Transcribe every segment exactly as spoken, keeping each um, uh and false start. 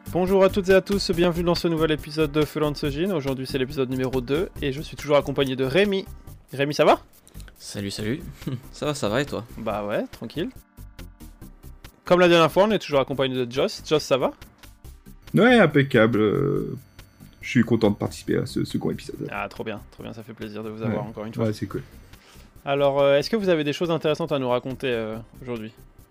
Bonjour à toutes et à tous, bienvenue dans ce nouvel épisode de Feu Sojin. Aujourd'hui c'est l'épisode numéro deux et je suis toujours accompagné de Rémi. Rémi, ça va? Salut, salut. Ça va, ça va et toi? Bah ouais, tranquille. Comme la dernière fois, on est toujours accompagné de Joss. Joss, ça va? Ouais, impeccable. euh, Je suis content de participer à ce second épisode. Ah, trop bien, trop bien, ça fait plaisir de vous avoir Ouais. encore une fois. Ouais, c'est cool. Alors, euh, est-ce que vous avez des choses intéressantes à nous raconter euh, aujourd'hui?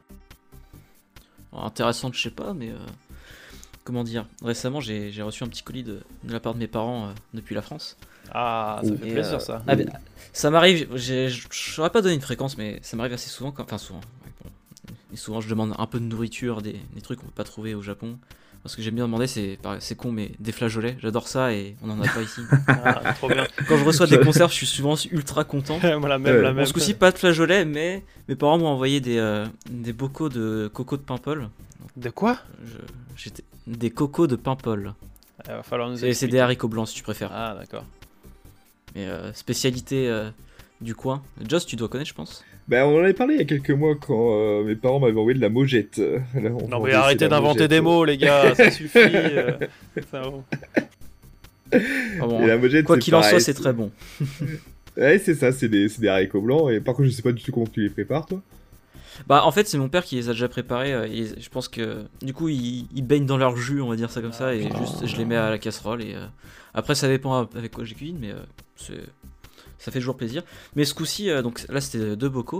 Alors, intéressante, je sais pas, mais... euh, comment dire? Récemment, j'ai j'ai reçu un petit colis de, de la part de mes parents euh, depuis la France. Ah, ça Oh. fait Et, plaisir euh, ça. ah, ben, ça m'arrive, j'ai- je saurais pas donner une fréquence, mais ça m'arrive assez souvent, quand, enfin souvent. Ouais, bon. Et souvent, je demande un peu de nourriture, des, des trucs qu'on peut pas trouver au Japon. Parce que j'aime bien demander, c'est pareil, c'est con, mais des flageolets, j'adore ça et on en a pas ici. Ah, trop bien. Quand je reçois des conserves, je suis souvent ultra content. Moi, la même, Ouais. la Bon, même. ce coup-ci, pas de flageolets, mais mes parents m'ont envoyé des, euh, des bocaux de coco de Paimpol. De quoi? Je- j'étais- Des cocos de Paimpol. Il va falloir nous C'est c'est expliquer. des haricots blancs si tu préfères. Ah, d'accord. Mais euh, spécialité euh, du coin. Joss, tu dois connaître, je pense. Bah, on en avait parlé il y a quelques mois quand euh, mes parents m'avaient envoyé de la mojette. Euh, là, on Non vendait mais arrêtez de la d'inventer mojette. des mots les gars, ça suffit. euh, ça va. Ah bon, Et la mojette, quoi c'est qu'il en soit, pareil, c'est très bon. Ouais, c'est ça, c'est des, c'est des haricots blancs. Et par contre, je sais pas du tout comment tu les prépares, toi. Bah, en fait, c'est mon père qui les a déjà préparés. euh, et je pense que du coup, ils, ils baignent dans leur jus, on va dire ça comme ça. Et Ah. juste, je les mets à la casserole. Et euh, après, ça dépend avec quoi j'ai cuisine, mais euh, c'est- ça fait toujours plaisir. Mais ce coup-ci, euh, donc là, c'était deux bocaux.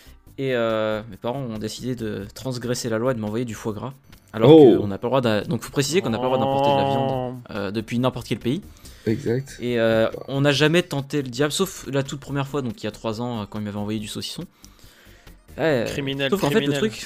Et euh, mes parents ont décidé de transgresser la loi et de m'envoyer du foie gras. Alors Oh. qu'on n'a pas le droit d'a- donc faut préciser qu'on n'a pas le droit d'importer de la viande euh, depuis n'importe quel pays. Exact. Et euh, on n'a jamais tenté le diable, sauf la toute première fois, donc il y a trois ans, euh, quand il m'avait envoyé du saucisson. Ouais, Criminel, sauf qu'en fait, le criminel. truc,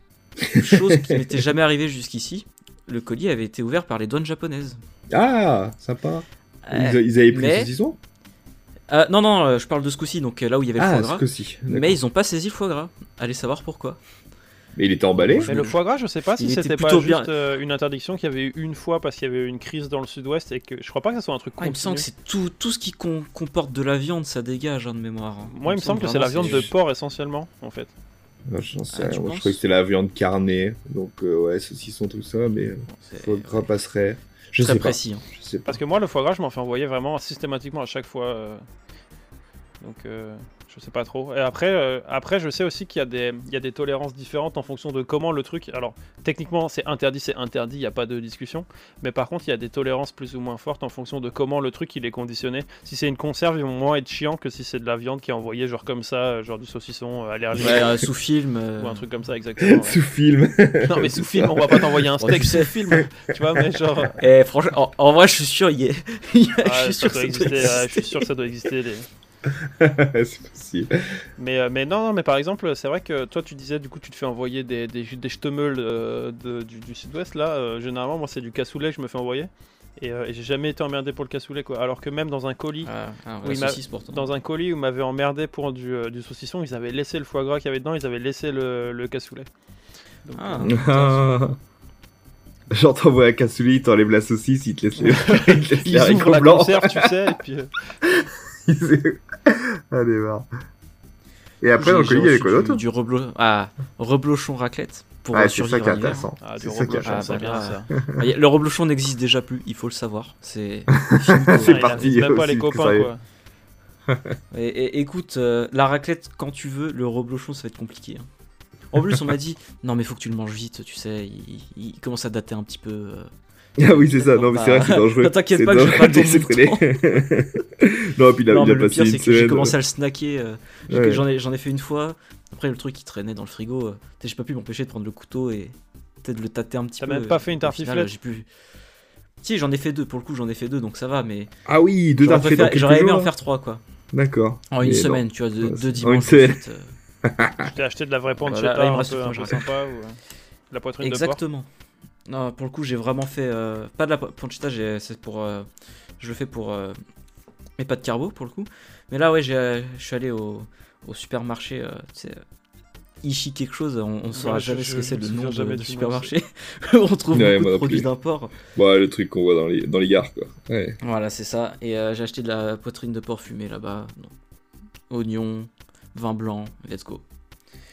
chose qui m'était jamais arrivée jusqu'ici, le colis avait été ouvert par les douanes japonaises. Ah, sympa. Ils, Euh, a- ils avaient pris mais- le saucisson. euh, non, non, euh, je parle de ce coup-ci, donc euh, là où il y avait le Ah, foie ce gras. coup-ci. Mais d'accord. ils ont pas saisi le foie gras. Allez savoir pourquoi. Mais il était emballé. Mais le foie gras, je sais pas si Il était c'était pas plutôt juste bien. euh, une interdiction qu'il y avait eu une fois parce qu'il y avait eu une crise dans le sud-ouest et que je crois pas que ça soit un truc Ah, il me semble continu. que c'est tout, tout ce qui com- comporte de la viande, ça dégage hein, de mémoire. hein. Moi, il me semble que c'est la vraiment, viande de porc essentiellement en fait. Non, j'en sais Ah, rien. tu Moi, je penses croyais que c'était la viande carnée. Donc, euh, ouais, saucisson, tout ça. Mais euh, C'est foie gras passerait. Je très sais pas. précis. hein. Je sais pas. Parce que moi, le foie gras, je m'en fais envoyer vraiment systématiquement à chaque fois. euh, Donc, euh, je sais pas trop. Et après, euh, après je sais aussi qu'il y a des, il y a des tolérances différentes en fonction de comment le truc. Alors, techniquement, c'est interdit, c'est interdit, il n'y a pas de discussion. Mais par contre, il y a des tolérances plus ou moins fortes en fonction de comment le truc il est conditionné. Si c'est une conserve, ils vont moins être chiants que si c'est de la viande qui est envoyée genre comme ça, euh, genre du saucisson euh, allergique Ouais, euh, sous film. euh, ou un truc comme ça exactement. ouais. Sous film. Non mais sous film, on va pas t'envoyer un Bon, steak tu sous sais. film, tu vois, mais genre. Et franchement, en, en vrai, je suis sûr, il y a... il y a- Ah, je suis ça sûr que doit ça exister, doit ouais, je suis exister. sûr que ça doit exister. les- C'est possible. Mais, euh, mais non, non, mais par exemple, c'est vrai que toi tu disais du coup tu te fais envoyer des, des, des ch'temeuls, euh, de- du, du sud-ouest là. euh, généralement, moi c'est du cassoulet que je me fais envoyer. Et, euh, et j'ai jamais été emmerdé pour le cassoulet quoi. Alors que même dans un colis, Ah, ah, Oui, la ma- saucisse pourtant. dans un colis où ils m'avaient emmerdé pour du, euh, du saucisson, ils avaient laissé le foie gras qu'il y avait dedans, ils avaient laissé le, le cassoulet. Donc, Ah, euh, Ah. Genre, t'envoies un cassoulet, il t'enlève la saucisse, il te laisse les, il te laisse les ils ouvrent haricots la blancs. conserve, tu sais, et puis. euh, Allez, voir. Et après, dans le J'ai- colis, il y j'ai avait reçu quoi d'autre du, du reblo... ah, reblochon raclette pour Ah, euh, c'est ça survivre qui est à l'hiver. intéressant. Ah, du C'est ça qui est reblochon, Ah, c'est bah bien là, ça. Ah, y a- Le reblochon n'existe déjà plus, il faut le savoir. C'est fini pour- C'est Ah, il parti, invite même pas aussi, les que copains ça y est. quoi. Et, et- écoute, euh, la raclette quand tu veux, le reblochon ça va être compliqué. hein. En plus, on m'a dit non, mais faut que tu le manges vite, tu sais, il, il commence à dater un petit peu. euh. Ah oui, c'est ça. Non, mais c'est vrai que c'est dangereux. Ne t'inquiète C'est pas que j'ai pas le dangereux, temps c'est de traîné. Non, puis il a, non, il a mais le passé pire, une c'est que j'ai semaine. commencé à le snacker. euh, j'ai- Ouais. J'en ai, j'en ai fait une fois. Après, le truc il traînait dans le frigo. euh, t'sais, j'ai pas pu m'empêcher de prendre le couteau et peut-être de le tâter un petit T'as peu. même pas euh, fait une au final, tartiflette j'ai pu. Si, j'en ai fait deux. Pour le coup, j'en ai fait deux, donc ça va. Mais Ah oui, deux j'aurais tartes faites dans préféré- quelques j'aurais aimé jours, en là. faire trois, quoi. D'accord. En une Mais non. semaine, tu vois, deux, Ouais, deux c'est- en une dimanches. semaine. ensuite, euh, Je t'ai acheté de la vraie Voilà, pancetta là, il me un reste peu, plus un que peu je sympa ou euh, la poitrine de porc. Exactement. Non, pour le coup, j'ai vraiment fait. euh, pas de la pa- pancetta, j'ai- c'est pour. euh, je le fais pour. euh, mes pâtes carbo, pour le coup. Mais là, ouais, j'ai, euh, je suis allé au, au supermarché. euh, tu sais, euh, Ishi quelque chose, on, on saura Ouais, je- jamais ce je- que je c'est me le souviens nom de, jamais du du nom, supermarché. On trouve Ouais, beaucoup moi de non produits plus. d'import. Ouais, le truc qu'on voit dans les, dans les gares, quoi. Ouais. Voilà, c'est ça. Et euh, j'ai acheté de la poitrine de porc fumée là-bas. Non. Oignons, vin blanc, let's go.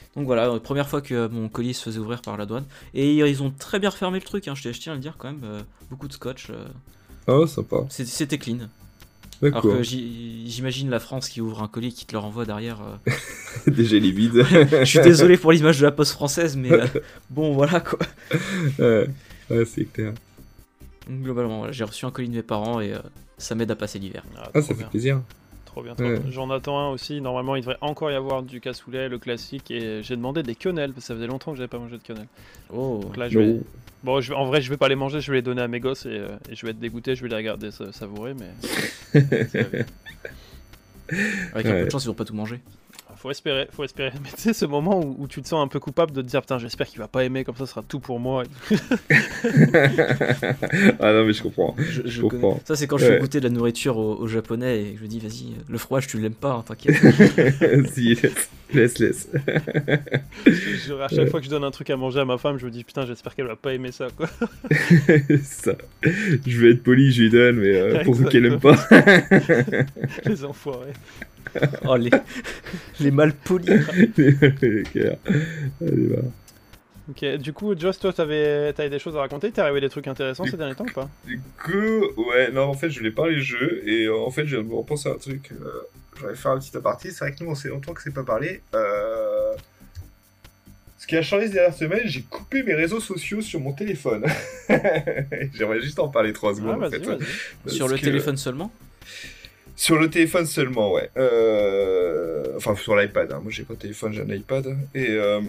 Donc voilà, euh, première fois que euh, mon colis se faisait ouvrir par la douane. Et ils ont très bien refermé le truc, hein, je tiens à le dire quand même. euh, beaucoup de scotch. euh, Oh, sympa. c'est- C'était clean. Alors que D'accord. j'y- j'imagine la France qui ouvre un colis et qui te le renvoie derrière. euh. Déjà, il est vide. Je suis désolé pour l'image de la poste française, mais euh, bon, voilà quoi. Ouais, ouais, c'est clair. Donc, globalement, voilà, j'ai reçu un colis de mes parents et euh, ça m'aide à passer l'hiver. Ah, Ah, trop ça fait bien. plaisir. Trop bien, trop Ouais. bien. J'en attends un aussi. Normalement, il devrait encore y avoir du cassoulet, le classique. Et j'ai demandé des quenelles, parce que ça faisait longtemps que j'avais pas mangé de quenelles. Oh, Donc là, je vais... Non. Bon, je vais... en vrai, je vais pas les manger, je vais les donner à mes gosses et, euh, et je vais être dégoûté, je vais les regarder sa- savourer, mais. Ça va. avec un peu Ouais. de chance, ils vont pas tout manger. Faut espérer, faut espérer. Mais tu sais, ce moment où, où tu te sens un peu coupable de te dire, putain, j'espère qu'il va pas aimer, comme ça, ce sera tout pour moi. Ah non, mais je comprends. Je, Je je comprends. connais. Ça, c'est quand je Ouais. fais goûter de la nourriture aux, aux japonais et que je me dis, vas-y, le fromage, tu l'aimes pas, hein, t'inquiète. Si, laisse, laisse, laisse. Je- à chaque Ouais. fois que je donne un truc à manger à ma femme, je me dis, putain, j'espère qu'elle va pas aimer ça, quoi. Ça. Je vais être poli, je lui donne, mais euh, pour vous qu'elle aime pas. Les enfoirés. Oh, les, les mal polis. Claire. Allez, va. Ok, du coup, Joss, toi, t'avais t'avais des choses à raconter? T'es arrivé des trucs intéressants ces derniers temps ou pas? Du coup, ouais, non, en fait, je voulais parler jeu, et euh, en fait, je viens de me repenser à un truc. Euh, J'aurais fait un petit aparté. C'est vrai que nous, on sait longtemps que c'est pas parlé. Euh... Ce qui a changé ces dernières semaines, j'ai coupé mes réseaux sociaux sur mon téléphone. J'aimerais juste en parler trois Ah, secondes, en vas-y, fait. vas-y. Parce Sur le que- téléphone seulement? Sur le téléphone seulement, ouais. Euh, Enfin, sur l'iPad. Hein. Moi, j'ai pas de téléphone, j'ai un iPad. Et euh...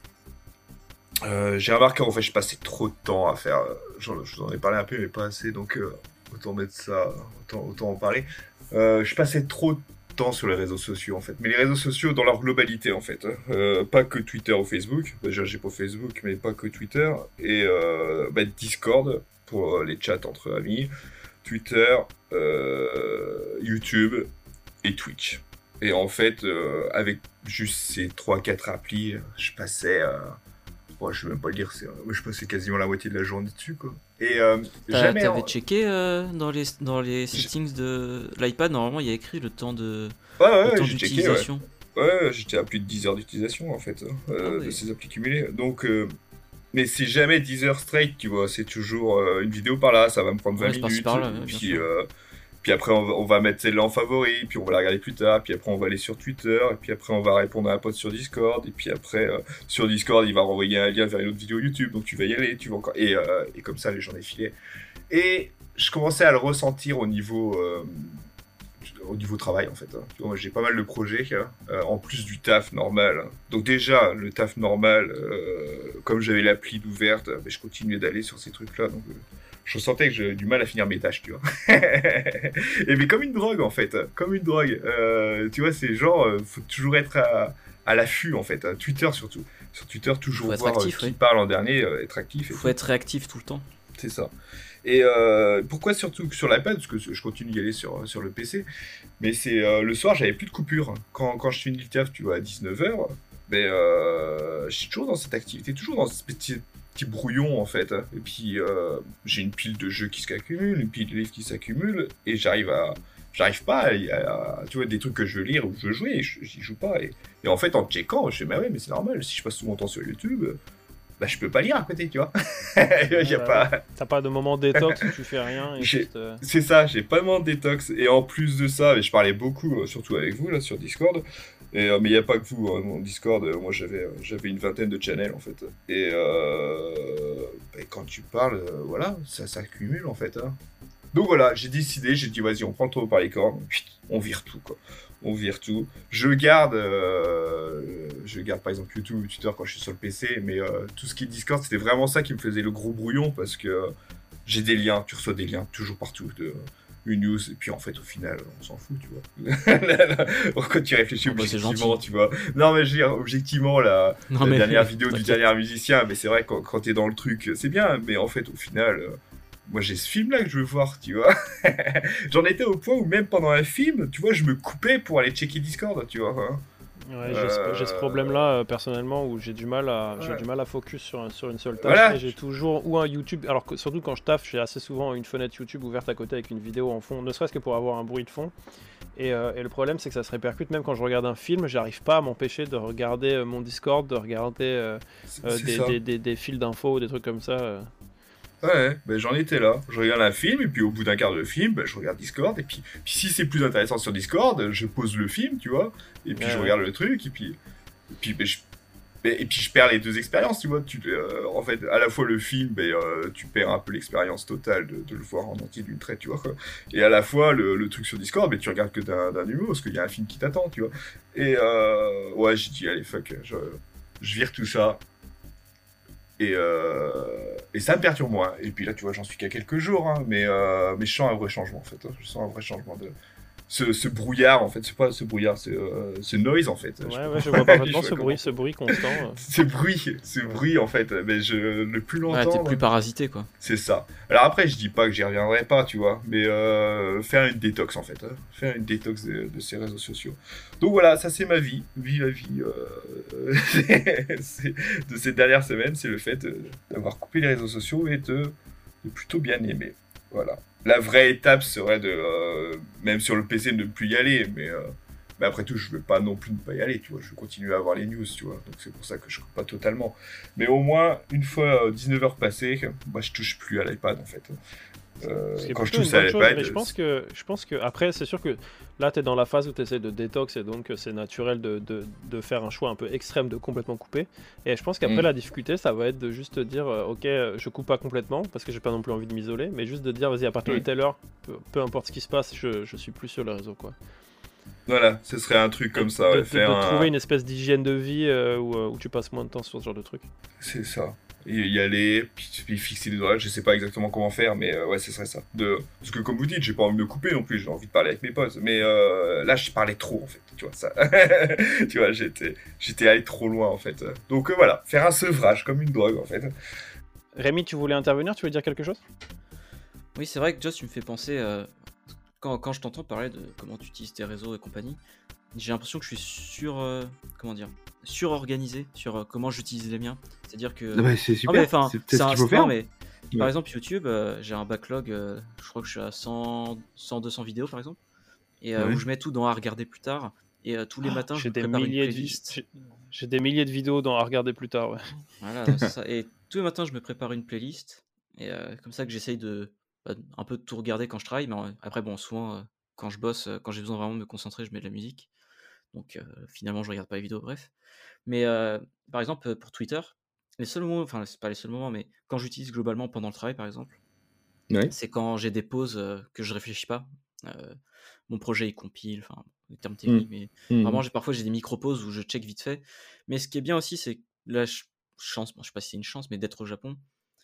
euh, j'ai remarqué, en fait, je passais trop de temps à faire. Genre, je vous en ai parlé un peu, mais pas assez. Donc, euh, autant mettre ça, autant, autant en parler. Euh, je passais trop de temps sur les réseaux sociaux, en fait. Mais les réseaux sociaux dans leur globalité, en fait. Euh, pas que Twitter ou Facebook. Déjà, j'ai pas Facebook, mais pas que Twitter. Et euh, bah, Discord pour les chats entre amis. Twitter, euh, YouTube et Twitch. Et en fait, euh, avec juste ces trois quatre applis, je passais, euh, bon, je vais même pas le dire, c'est, euh, je passais quasiment la moitié de la journée dessus, quoi. Et euh, T'as- jamais. T'avais en- checké euh, dans, les, dans les settings de l'iPad, normalement, il y a écrit le temps de Ouais, le ouais, temps j'ai checké, ouais. d'utilisation. Ouais, j'étais à plus de dix heures d'utilisation, en fait, hein, euh, Ah oui. de ces applis cumulées. Donc, euh, mais c'est jamais dix heures straight, tu vois, c'est toujours euh, une vidéo par là, ça va me prendre vingt Ouais, c'est par-ci, minutes. par-là, ouais, bien puis, sûr. euh, puis après, on va, on va mettre celle-là en favori, puis on va la regarder plus tard, puis après, on va aller sur Twitter, et puis après, on va répondre à un pote sur Discord, et puis après, euh, sur Discord, il va renvoyer un lien vers une autre vidéo YouTube, donc tu vas y aller, tu vas encore. Et, euh, et comme ça, les gens défilaient. Et je commençais à le ressentir au niveau. euh, au niveau travail en fait. Hein. Tu vois, moi, j'ai pas mal de projets hein, euh, en plus du taf normal. Hein. Donc déjà le taf normal, euh, comme j'avais l'appli ouverte, euh, je continuais d'aller sur ces trucs-là. Donc euh, je sentais que j'avais du mal à finir mes tâches, tu vois. Et mais comme une drogue en fait, comme une drogue. Euh, tu vois, c'est genre, euh, faut toujours être à, à l'affût en fait. Hein. Twitter surtout. Sur Twitter, toujours Faut être voir actif, euh, qui oui. parle en dernier, euh, être actif. Et Faut être réactif tout le temps. c'est ça. Et euh, pourquoi surtout sur l'iPad? Parce que je continue d'y aller sur, sur le P C. Mais c'est euh, le soir, j'avais plus de coupure. Quand, quand je finis le taf, tu vois, à dix-neuf heures, ben, euh, je suis toujours dans cette activité, toujours dans ce petit, petit brouillon, en fait. Et puis, euh, j'ai une pile de jeux qui s'accumule, une pile de livres qui s'accumule, et j'arrive à... J'arrive pas à, à, à- Tu vois, des trucs que je veux lire ou que je veux jouer, et je- j'y joue pas. Et, et en fait, en checkant, je fais, bah ouais, mais c'est normal, si je passe tout mon temps sur YouTube... Bah, je peux pas lire à côté, tu vois. Il y a Ouais, pas... T'as pas de moment détox où tu fais rien et J'ai- juste, euh, C'est ça, j'ai pas vraiment de détox. Et en plus de ça, mais je parlais beaucoup, euh, surtout avec vous, là, sur Discord. Et, euh, mais il n'y a pas que vous, hein, mon Discord, euh, moi j'avais euh, j'avais une vingtaine de channels, en fait. Et, euh, bah, quand tu parles, euh, voilà, ça s'accumule, en fait. Hein. Donc voilà, j'ai décidé, j'ai dit, vas-y, on prend le taureau par les cornes, chut, on vire tout, quoi. On vire tout. Je garde, euh, je garde par exemple YouTube ou Twitter quand je suis sur le P C, mais euh, tout ce qui est Discord, c'était vraiment ça qui me faisait le gros brouillon parce que euh, j'ai des liens, tu reçois des liens toujours partout, de, une news, et puis en fait, au final, on s'en fout, tu vois. Quand tu réfléchis Oh, bah, c'est objectivement, gentil. tu vois. Non, mais je veux dire, objectivement, la, Non, la mais- dernière vidéo du t'inquiète. dernier musicien, mais c'est vrai, quand, quand t'es dans le truc, c'est bien, mais en fait, au final. euh, Moi, j'ai ce film-là que je veux voir, tu vois. J'en étais au point où même pendant un film, tu vois, je me coupais pour aller checker Discord, tu vois. Hein. ouais, j'ai ce- j'ai ce Euh, problème-là euh, personnellement où j'ai du mal à j'ai Ouais. du mal à focus sur, un- sur une seule tâche Voilà. et j'ai toujours ou un YouTube alors que surtout quand je taffe j'ai assez souvent une fenêtre YouTube ouverte à côté avec une vidéo en fond ne serait-ce que pour avoir un bruit de fond Et, euh, et le problème, c'est que ça se répercute même quand je regarde un film, j'arrive pas à m'empêcher de regarder euh, mon Discord, de regarder euh, C'est euh, c'est des, ça. des, des, des fils d'infos ou des trucs comme ça. euh. Ouais, ouais, ben j'en étais là. Je regarde un film, et puis au bout d'un quart de film, ben, je regarde Discord, et puis, puis si c'est plus intéressant sur Discord, je pose le film, tu vois, et puis Ouais, je ouais. regarde le truc, et puis, et puis, ben, je, ben, et puis je perds les deux expériences, tu vois. Tu, euh, en fait, à la fois le film, ben, euh, tu perds un peu l'expérience totale de, de le voir en entier d'une traite, tu vois, quoi. Et à la fois, le, le truc sur Discord, ben, tu regardes que d'un d'un numéro, parce qu'il y a un film qui t'attend, tu vois. Et euh, ouais, j'ai dit, allez, fuck, je, je vire tout ça. Et, euh, et ça me perturbe moins. Et puis là, tu vois, j'en suis qu'à quelques jours, hein, mais, euh, mais je sens un vrai changement, en fait. Hein. Je sens un vrai changement de... Ce, ce brouillard, en fait, c'est pas ce brouillard, c'est euh, ce noise, en fait. Je sais Ouais, pas ouais, je comment, vois parfaitement je sais ce pas bruit, comment. ce bruit constant. euh. Ce bruit, ce bruit, en fait, mais je le plus Ouais, t'es longtemps, plus parasité, quoi. c'est ça. Alors après, je dis pas que j'y reviendrai pas, tu vois, mais euh, faire une détox, en fait. Hein. Faire une détox de, de ces réseaux sociaux. Donc voilà, ça c'est ma vie. Vie la vie euh, c'est- de ces dernières semaines, c'est le fait de- d'avoir coupé les réseaux sociaux et de, de plutôt bien aimer. Voilà. La vraie étape serait de, euh, même sur le P C, de ne plus y aller, mais, euh, mais après tout, je veux pas non plus ne pas y aller, tu vois. Je veux continuer à avoir les news, tu vois. Donc c'est pour ça que je coupe pas totalement. Mais au moins, une fois euh, dix-neuf heures passées, moi je touche plus à l'iPad en fait. Euh, Ce qui est quand je plutôt touche une à bonne chose, l'iPad, mais je pense que, je pense que après, c'est sûr que là, tu es dans la phase où tu essaies de détox et donc euh, c'est naturel de, de, de faire un choix un peu extrême de complètement couper. Et je pense qu'après, Mm. la difficulté, ça va être de juste dire, euh, ok, euh, je coupe pas complètement parce que j'ai pas non plus envie de m'isoler, mais juste de dire, vas-y, à partir de Mm. telle heure, peu, peu importe ce qui se passe, je, je suis plus sur le réseau, quoi. Voilà, ce serait un truc De, comme ça, de, ouais, de- faire de trouver un... une espèce d'hygiène de vie euh, où, euh, où tu passes moins de temps sur ce genre de truc. C'est ça. Y y aller, puis, puis fixer des horaires, je sais pas exactement comment faire, mais euh, ouais, ce serait ça. De... Parce que comme vous dites, j'ai pas envie de me couper non plus, j'ai envie de parler avec mes potes. Mais euh, là, je parlais trop, en fait, tu vois, ça. Tu vois, j'étais j'étais allé trop loin, en fait. Donc euh, voilà, faire un sevrage, comme une drogue, en fait. Rémi, tu voulais intervenir? Tu voulais dire quelque chose? Oui, c'est vrai que Joss, tu me fais penser, euh, quand, quand je t'entends parler de comment tu utilises tes réseaux et compagnie, j'ai l'impression que je suis sur, euh, comment dire, surorganisé sur euh, comment j'utilise les miens. C'est-à-dire que, Ah bah, c'est non mais super, enfin, c'est c'est peut-être ce un, qu'il faut non faire. mais par Ouais. exemple YouTube, euh, j'ai un backlog, euh, je crois que je suis à cent, cent, deux cents vidéos par exemple, et euh, Ouais. où je mets tout dans à regarder plus tard. Et euh, tous les matins, je J'ai me des prépare une milliers de, vi- playlist. j'ai j'ai des milliers de vidéos dans, à regarder plus tard, ouais. Voilà, non, c'est ça. Et tous les matins, je me prépare une playlist. Et euh, comme ça que j'essaye de bah, un peu de tout regarder quand je travaille. Mais euh, après, bon, souvent, euh, quand je bosse, euh, quand j'ai besoin vraiment de me concentrer, je mets de la musique. Donc euh, finalement, je regarde pas les vidéos, bref. Mais euh, par exemple, euh, pour Twitter, les seuls moments, enfin, c'est pas les seuls moments, mais quand j'utilise globalement pendant le travail, par exemple, Ouais. c'est quand j'ai des pauses euh, que je réfléchis pas. Euh, mon projet, il compile, enfin, les termes Mm. techniques, mais Mm. vraiment, j'ai, parfois, j'ai des micro-pauses où je check vite fait. Mais ce qui est bien aussi, c'est que la ch- chance, bon, je sais pas si c'est une chance, mais d'être au Japon,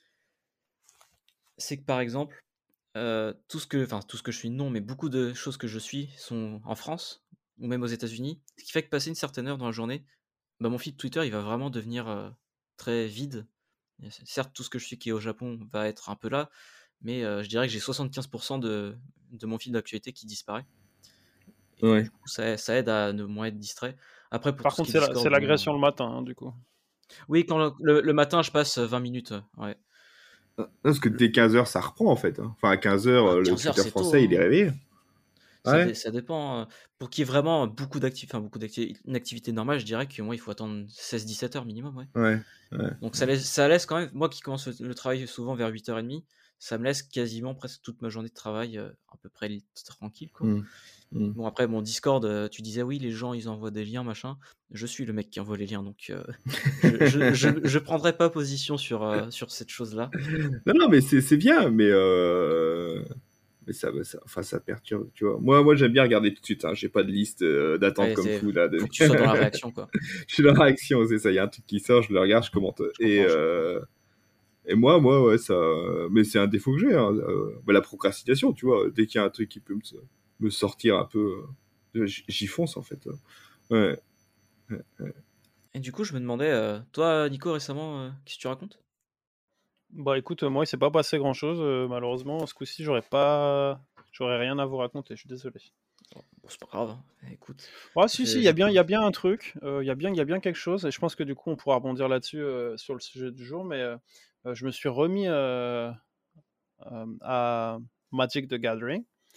c'est que par exemple, euh, tout ce que, enfin, tout ce que je suis, non, mais beaucoup de choses que je suis sont en France ou même aux États-Unis. Ce qui fait que passer une certaine heure dans la journée, bah, mon feed Twitter, il va vraiment devenir euh, très vide. Et c- certes, tout ce que je suis qui est au Japon va être un peu là, mais euh, je dirais que j'ai soixante-quinze pour cent de, de mon fil d'actualité qui disparaît. Et Ouais. du coup, ça, ça aide à ne moins être distrait. Après, pour Par tout ce contre, qui est c'est la- c'est Discord, bon. l'agression le matin, hein, du coup. Oui, quand le, le- le matin, je passe vingt minutes. euh, Ouais. Non, parce que dès quinze heures, ça reprend en fait. Hein. Enfin, à quinze heures, Ah, euh, le quinze heures, Twitter c'est tôt. français, il est Hein. réveillé. Ça, Ouais. dé- ça dépend. euh, Pour qu'il y ait vraiment beaucoup d'activités, enfin, beaucoup d'activités, une activité normale, je dirais que moi, il faut attendre seize dix-sept heures minimum. Ouais. Ouais. Ouais. Donc ça laisse, ça laisse quand même, moi qui commence le, le travail souvent vers huit heures trente, ça me laisse quasiment presque toute ma journée de travail euh, à peu près li- tranquille, quoi. Mm. Mm. Bon, après, mon Discord, euh, tu disais oui, les gens ils envoient des liens, machin. Je suis le mec qui envoie les liens, donc euh, je, je, je, je prendrai pas position sur, euh, sur cette chose-là. Non, non, mais c'est c'est bien, mais euh... mais ça, ça, enfin, ça perturbe, tu vois. Moi, moi, j'aime bien regarder tout de suite. Hein. J'ai pas de liste euh, d'attente Ouais, comme c'est, fou là. De... faut que tu sois dans la réaction, quoi. Je suis dans la réaction, c'est ça. Il y a un truc qui sort, je le regarde, je commente. Je Et comprends. je- euh... et moi, moi, ouais, ça. Mais c'est un défaut que j'ai. Hein. Euh, bah, la procrastination, tu vois. Dès qu'il y a un truc qui peut me, me sortir un peu, euh, j- j'y fonce en fait. Ouais. Et du coup, je me demandais, euh, toi, Nico, récemment, euh, qu'est-ce que tu racontes? Bah écoute, euh, moi il s'est pas passé grand chose, malheureusement. Ce coup-ci, j'aurais pas. J'aurais rien à vous raconter, je suis désolé. Bon, c'est pas grave. hein. Écoute, Ah si, si, j'ai il y a j'ai bien, pas. il y a bien un truc, euh, il y a bien, il y a bien quelque chose, et je pense que du coup on pourra rebondir là-dessus euh, sur le sujet du jour, mais euh, euh, je me suis remis euh, euh, à Magic the Gathering. Je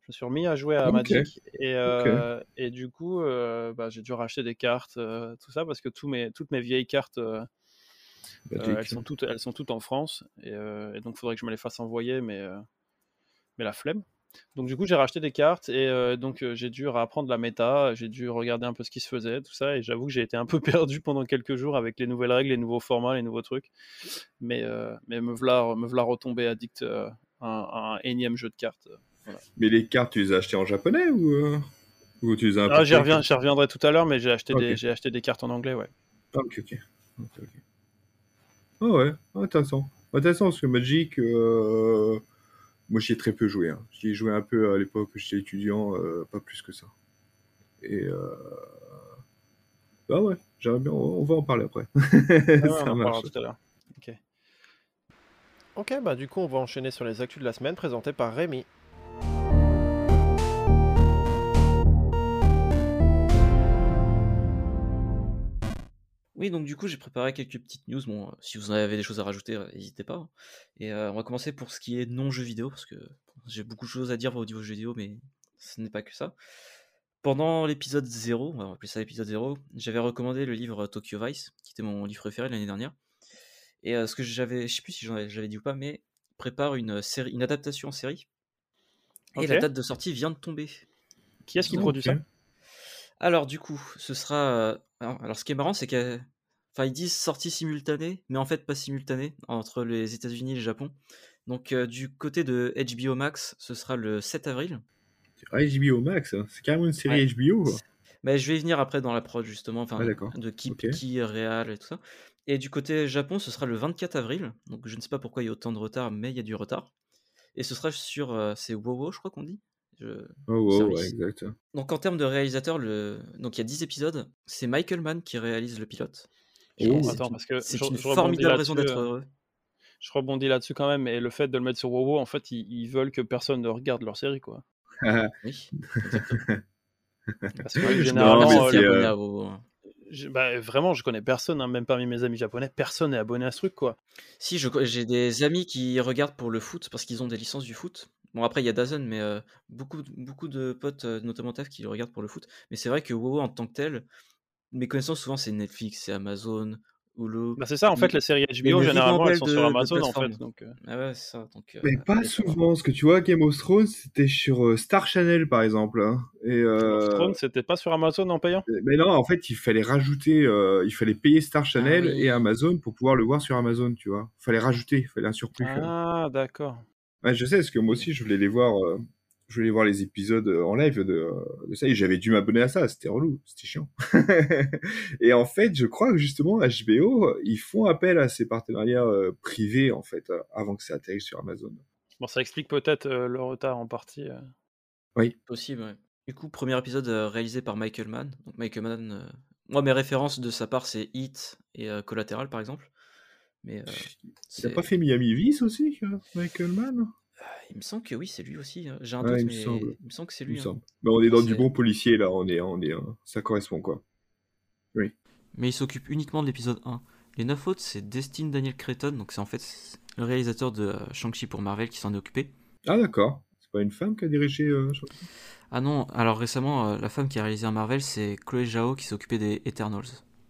me suis remis à jouer à Ok, Magic et, ok. euh, et du coup, euh, bah, j'ai dû racheter des cartes, euh, tout ça, parce que tous mes, toutes mes vieilles cartes, euh, euh, elles Magic. sont toutes, elles sont toutes en France et, euh, et donc il faudrait que je me les fasse envoyer, mais, euh, mais la flemme. Donc du coup, j'ai racheté des cartes et euh, donc euh, j'ai dû réapprendre la méta, j'ai dû regarder un peu ce qui se faisait, tout ça, et j'avoue que j'ai été un peu perdu pendant quelques jours avec les nouvelles règles, les nouveaux formats, les nouveaux trucs. Mais, euh, mais me v'là, me v'là retombé addict euh, à, un, à un énième jeu de cartes. euh, Voilà. Mais les cartes, tu les as achetées en japonais ou, euh, ou tu les as Ah, j'y, importées reviens, comme j'y ça? reviendrai tout à l'heure, mais j'ai acheté, Ok, des, j'ai acheté des cartes en anglais, ouais. ah, ok, ok. Ok, ok. Ah ouais, ah, intéressant. Intéressant parce que Magic, euh, moi j'y ai très peu joué. Hein. J'y ai joué un peu à l'époque où j'étais étudiant, euh, pas plus que ça. Et euh... ah ouais, j'aimerais bien, on va en parler après. Ah ouais, on Ça en parlera marche. tout à l'heure. Ok. Ok, bah du coup, on va enchaîner sur les actus de la semaine présentées par Rémi. Oui, donc du coup, j'ai préparé quelques petites news. Bon, euh, si vous avez des choses à rajouter, euh, n'hésitez pas. hein. Et euh, on va commencer pour ce qui est non-jeux vidéo, parce que bon, j'ai beaucoup de choses à dire au niveau jeux vidéo, mais ce n'est pas que ça. Pendant l'épisode zéro, on va appeler ça l'épisode zéro, j'avais recommandé le livre Tokyo Vice, qui était mon livre préféré l'année dernière. Et euh, ce que j'avais, je sais plus si j'en avais- j'avais dit ou pas, mais prépare une série, une adaptation en série. Et Ok. la date de sortie vient de tomber. Qui est-ce qui Ah, produit ok. ça? Alors du coup, ce sera. euh, Alors, alors, ce qui est marrant, c'est que, enfin, ils disent sortie simultanée, mais en fait pas simultanée entre les États-Unis et le Japon. Donc euh, du côté de H B O Max, ce sera le sept avril. Ah, H B O Max, hein. C'est carrément une série Ouais. H B O. Quoi. Mais je vais y venir après dans la prod justement, Ah enfin d'accord. de qui, Ok. qui est réel et tout ça. Et du côté Japon, ce sera le vingt-quatre avril. Donc je ne sais pas pourquoi il y a autant de retard, mais il y a du retard. Et ce sera sur, euh, c'est WoW, je crois qu'on dit, je... Oh, wow, service. ouais, exact. Donc en termes de réalisateur, le... donc il y a dix épisodes. C'est Michael Mann qui réalise le pilote. Et Oh. c'est Attends, une, parce que je, c'est une je rebondis formidable raison là-dessus. d'être euh, heureux. je rebondis là-dessus quand même, et le fait de le mettre sur WoW, en fait, ils, ils veulent que personne ne regarde leur série, quoi. Oui, exactement. Parce que Non, mais généralement, euh, Merci c'est. abonné euh, à WoW. hein. je- bah, vraiment, je connais personne, hein, même parmi mes amis japonais, personne n'est abonné à ce truc, quoi. Si, je, j'ai des amis qui regardent pour le foot parce qu'ils ont des licences du foot. Bon, après, il y a DAZN, mais euh, beaucoup, beaucoup de potes, euh, notamment Taf, qui le regardent pour le foot. Mais c'est vrai que WoW en tant que tel, mes connaissances, souvent, c'est Netflix, c'est Amazon, Hulu. Bah, c'est ça, en Il fait, les séries il y a H B O, une généralement, elles ribambelle sont sur de, de Amazon, en fait. plateformes. Donc, euh, Ah ouais, c'est ça. Donc, euh, Mais pas allez savoir. souvent, parce que tu vois, Game of Thrones, c'était sur euh, Star Channel, par exemple. hein. Et, Game of euh, Thrones, c'était pas sur Amazon en payant? mais non, en fait, il fallait rajouter, euh, il fallait payer Star Ah Channel et oui. Amazon pour pouvoir le voir sur Amazon, tu vois. Il fallait rajouter, il fallait un surplus. Ah, d'accord. Ouais, je sais, parce que moi aussi, je voulais les voir, euh, je voulais voir les épisodes euh, en live de, de ça, et j'avais dû m'abonner à ça, c'était relou, c'était chiant. Et en fait, je crois que justement, H B O, ils font appel à ces partenariats euh, privés, en fait, euh, avant que ça atterrisse sur Amazon. Bon, ça explique peut-être euh, le retard en partie. euh. Oui. Possible, ouais. Du coup, premier épisode euh, réalisé par Michael Mann. Donc, Michael Mann, euh, moi, mes références de sa part, c'est Heat et euh, Collateral, par exemple. Mais euh, Il n'a c'est... pas fait Miami Vice aussi, euh, Michael Mann? Il me semble que oui, c'est lui aussi. hein. J'ai un Ouais, doute, il me mais semble. il me semble que c'est Il me lui. hein. semble. Mais on est Enfin, dans du c'est- bon policier, là, on est, on est, euh, ça correspond, quoi. Oui. Mais il s'occupe uniquement de l'épisode un. Les neuf autres, c'est Destin Daniel Cretton, donc c'est en fait le réalisateur de euh, Shang-Chi pour Marvel qui s'en est occupé. Ah, d'accord. C'est pas une femme qui a dirigé... euh, je- Ah non, alors récemment, euh, la femme qui a réalisé un Marvel, c'est Chloé Zhao qui s'est occupée des Eternals.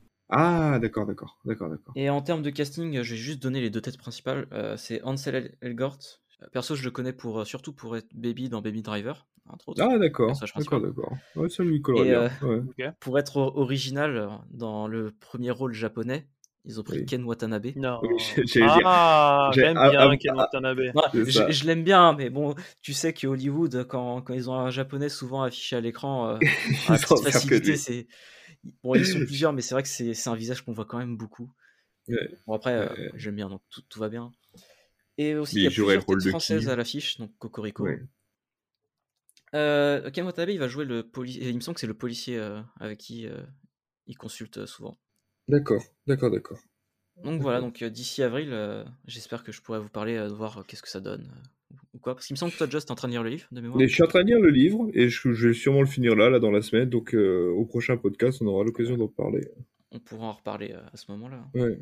Ah, d'accord, d'accord, d'accord, d'accord. Et en termes de casting, je vais juste donner les deux têtes principales. Euh, c'est Ansel El- Elgort. Perso, je le connais pour, euh, surtout pour être Baby dans Baby Driver, entre autres. Ah, d'accord, Personnage d'accord, principal. d'accord. Ouais, ça lui collerait Et bien. euh, Ouais. Ok. pour être o- original, euh, dans le premier rôle japonais, ils ont pris Oui. Ken Watanabe. Non. Oui, j'allais dire. Ah, j'ai- j'aime ah, bien ah, Ken ah, Watanabe. Ouais, C'est je ça. je l'aime bien, mais bon, tu sais que Hollywood, quand, quand ils ont un japonais souvent affiché à l'écran, euh, Ils à s'en petite servent que de facilité, lui. c'est. Bon, ils sont plusieurs, mais c'est vrai que c'est c'est un visage qu'on voit quand même beaucoup. Ouais. Bon, après, euh, Euh, j'aime bien, donc tout, tout va bien. Et aussi, Mais il y il a jouerait le plusieurs rôle têtes de françaises qui? à l'affiche, donc Cocorico. Ouais. Euh, Ken Watanabe, il va jouer le policier. Il me semble que c'est le policier euh, avec qui euh, il consulte euh, souvent. D'accord, d'accord, d'accord. Donc voilà, D'accord. donc euh, d'ici avril, euh, j'espère que je pourrai vous parler, euh, de voir euh, qu'est-ce que ça donne. euh, ou quoi. Parce qu'il me semble que toi, Just, t'es en train de lire le livre, de mémoire. Et je suis en train de lire le livre et je, je vais sûrement le finir là, là dans la semaine. Donc euh, au prochain podcast, on aura l'occasion d'en parler. On pourra en reparler euh, à ce moment-là. Ouais.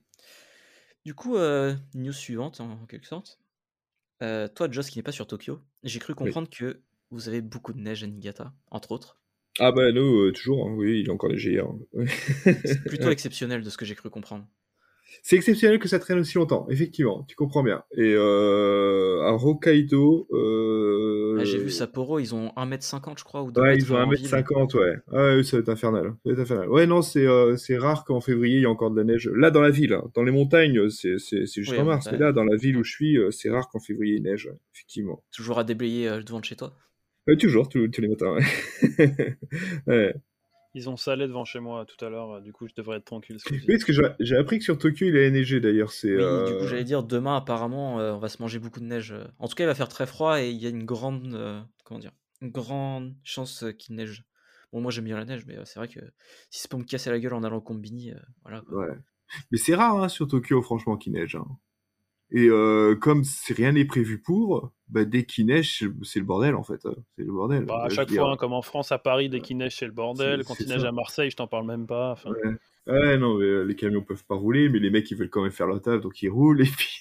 Du coup, euh, news suivante, en quelque sorte. Euh, toi, Joss, qui n'est pas sur Tokyo, j'ai cru Oui. comprendre que vous avez beaucoup de neige à Niigata, entre autres. Ah bah nous, euh, toujours, hein, oui, il a encore neigé hier. Ouais. C'est plutôt Ouais. exceptionnel de ce que j'ai cru comprendre. C'est exceptionnel que ça traîne aussi longtemps, effectivement, tu comprends bien. Et euh, à Hokkaido, Ah, j'ai vu euh, Sapporo, ils ont un mètre cinquante, je crois, ou deux ouais, mètres ils ont en un mètre ville. cinquante, ouais. Ah ouais, ça va être infernal. Ça va être infernal. Ouais, non, c'est euh, c'est rare qu'en février, il y a encore de la neige. Là, dans la ville, hein. Dans les montagnes, c'est c'est c'est Oui, jusqu'en en mars. Mais montagne. là, dans la ville où Ouais. je suis, euh, c'est rare qu'en février, il neige, ouais, effectivement. Toujours à déblayer euh, devant de chez toi. Ouais, toujours, tous, tous les matins, ouais. Ouais. Ils ont salé devant chez moi tout à l'heure, euh, du coup je devrais être tranquille ce Oui, coup-ci. parce que j'ai j'ai appris que sur Tokyo, il allait neiger, d'ailleurs. C'est... Oui, du coup, Euh... j'allais dire, demain, apparemment, euh, on va se manger beaucoup de neige. euh. En tout cas, il va faire très froid et il y a une grande, euh, comment dire, une grande chance euh, qu'il neige. Bon, moi, j'aime bien la neige, mais euh, c'est vrai que si c'est pour me casser la gueule en allant au combini, euh, voilà, quoi. Ouais. Mais c'est rare, hein, sur Tokyo, franchement, qu'il neige, hein. Et euh, comme c'est- rien n'est prévu pour, bah, dès qu'il neige, c'est c'est le bordel en fait. hein. C'est le bordel. Bah, à Bah, je veux chaque dire, fois, hein, comme en France, à Paris, dès qu'il neige, c'est le c'est bordel. Quand c'est il neige ça. à Marseille, je t'en parle même pas. Ouais. Enfin, Ouais, non, mais euh, les camions peuvent pas rouler, mais les mecs ils veulent quand même faire leur taf, donc ils roulent. Et puis,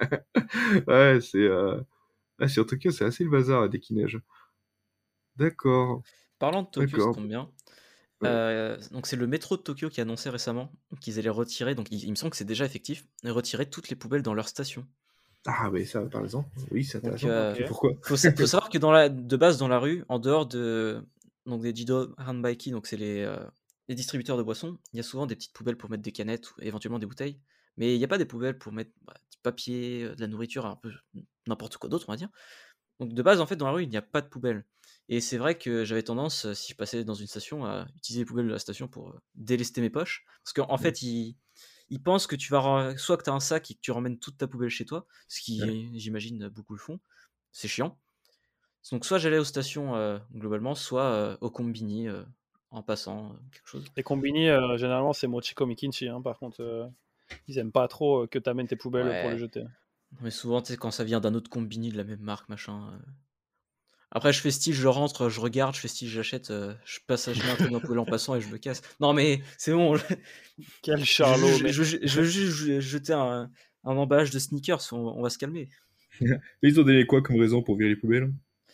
ouais, c'est euh... ah, sur Tokyo, c'est assez le bazar dès qu'il neige. D'accord, Parlant de Tokyo, ça d'accord. tombe bien. Ouais. Euh, donc, c'est le métro de Tokyo qui a annoncé récemment qu'ils allaient retirer, donc il, il me semble que c'est déjà effectif, retirer toutes les poubelles dans leur station. Ah, mais ça, par exemple, oui, c'est Donc, intéressant. euh, ok. Mais pourquoi? faut, sa- faut savoir que dans la, de base, dans la rue, en dehors de, donc des Jido Hanbaiki, donc c'est les, euh, les distributeurs de boissons, il y a souvent des petites poubelles pour mettre des canettes ou éventuellement des bouteilles. Mais il n'y a pas des poubelles pour mettre bah, du papier, euh, de la nourriture, un peu n'importe quoi d'autre, on va dire. Donc de base, en fait, dans la rue, il n'y a pas de poubelle. Et c'est vrai que j'avais tendance, euh, si je passais dans une station, à utiliser les poubelles de la station pour euh, délester mes poches. Parce qu'en en Ouais, fait, ils, ils pensent que tu vas ra- soit que tu as un sac et que tu ramènes toute ta poubelle chez toi, ce ouais. qui, j'imagine, beaucoup le font. C'est chiant. Donc soit j'allais aux stations euh, globalement, soit euh, au combini euh, en passant, euh, quelque chose. Les combini, euh, généralement, c'est Mochiko Mikinchi. Hein, par contre, euh, ils aiment pas trop euh, que t'amènes tes poubelles pour les Ouais. jeter. Mais souvent, tu sais, quand ça vient d'un autre combini de la même marque, machin. euh. Après, je fais style, je rentre, je regarde, je fais style, j'achète, euh, je passe, je mets un truc dans le poubelle en passant et je le casse. Non mais c'est bon, je, Quel je, charlot, je, mais je, je veux juste je- jeter un, un emballage de sneakers, on, on va se calmer. Mais ils ont donné quoi comme raison pour virer les poubelles?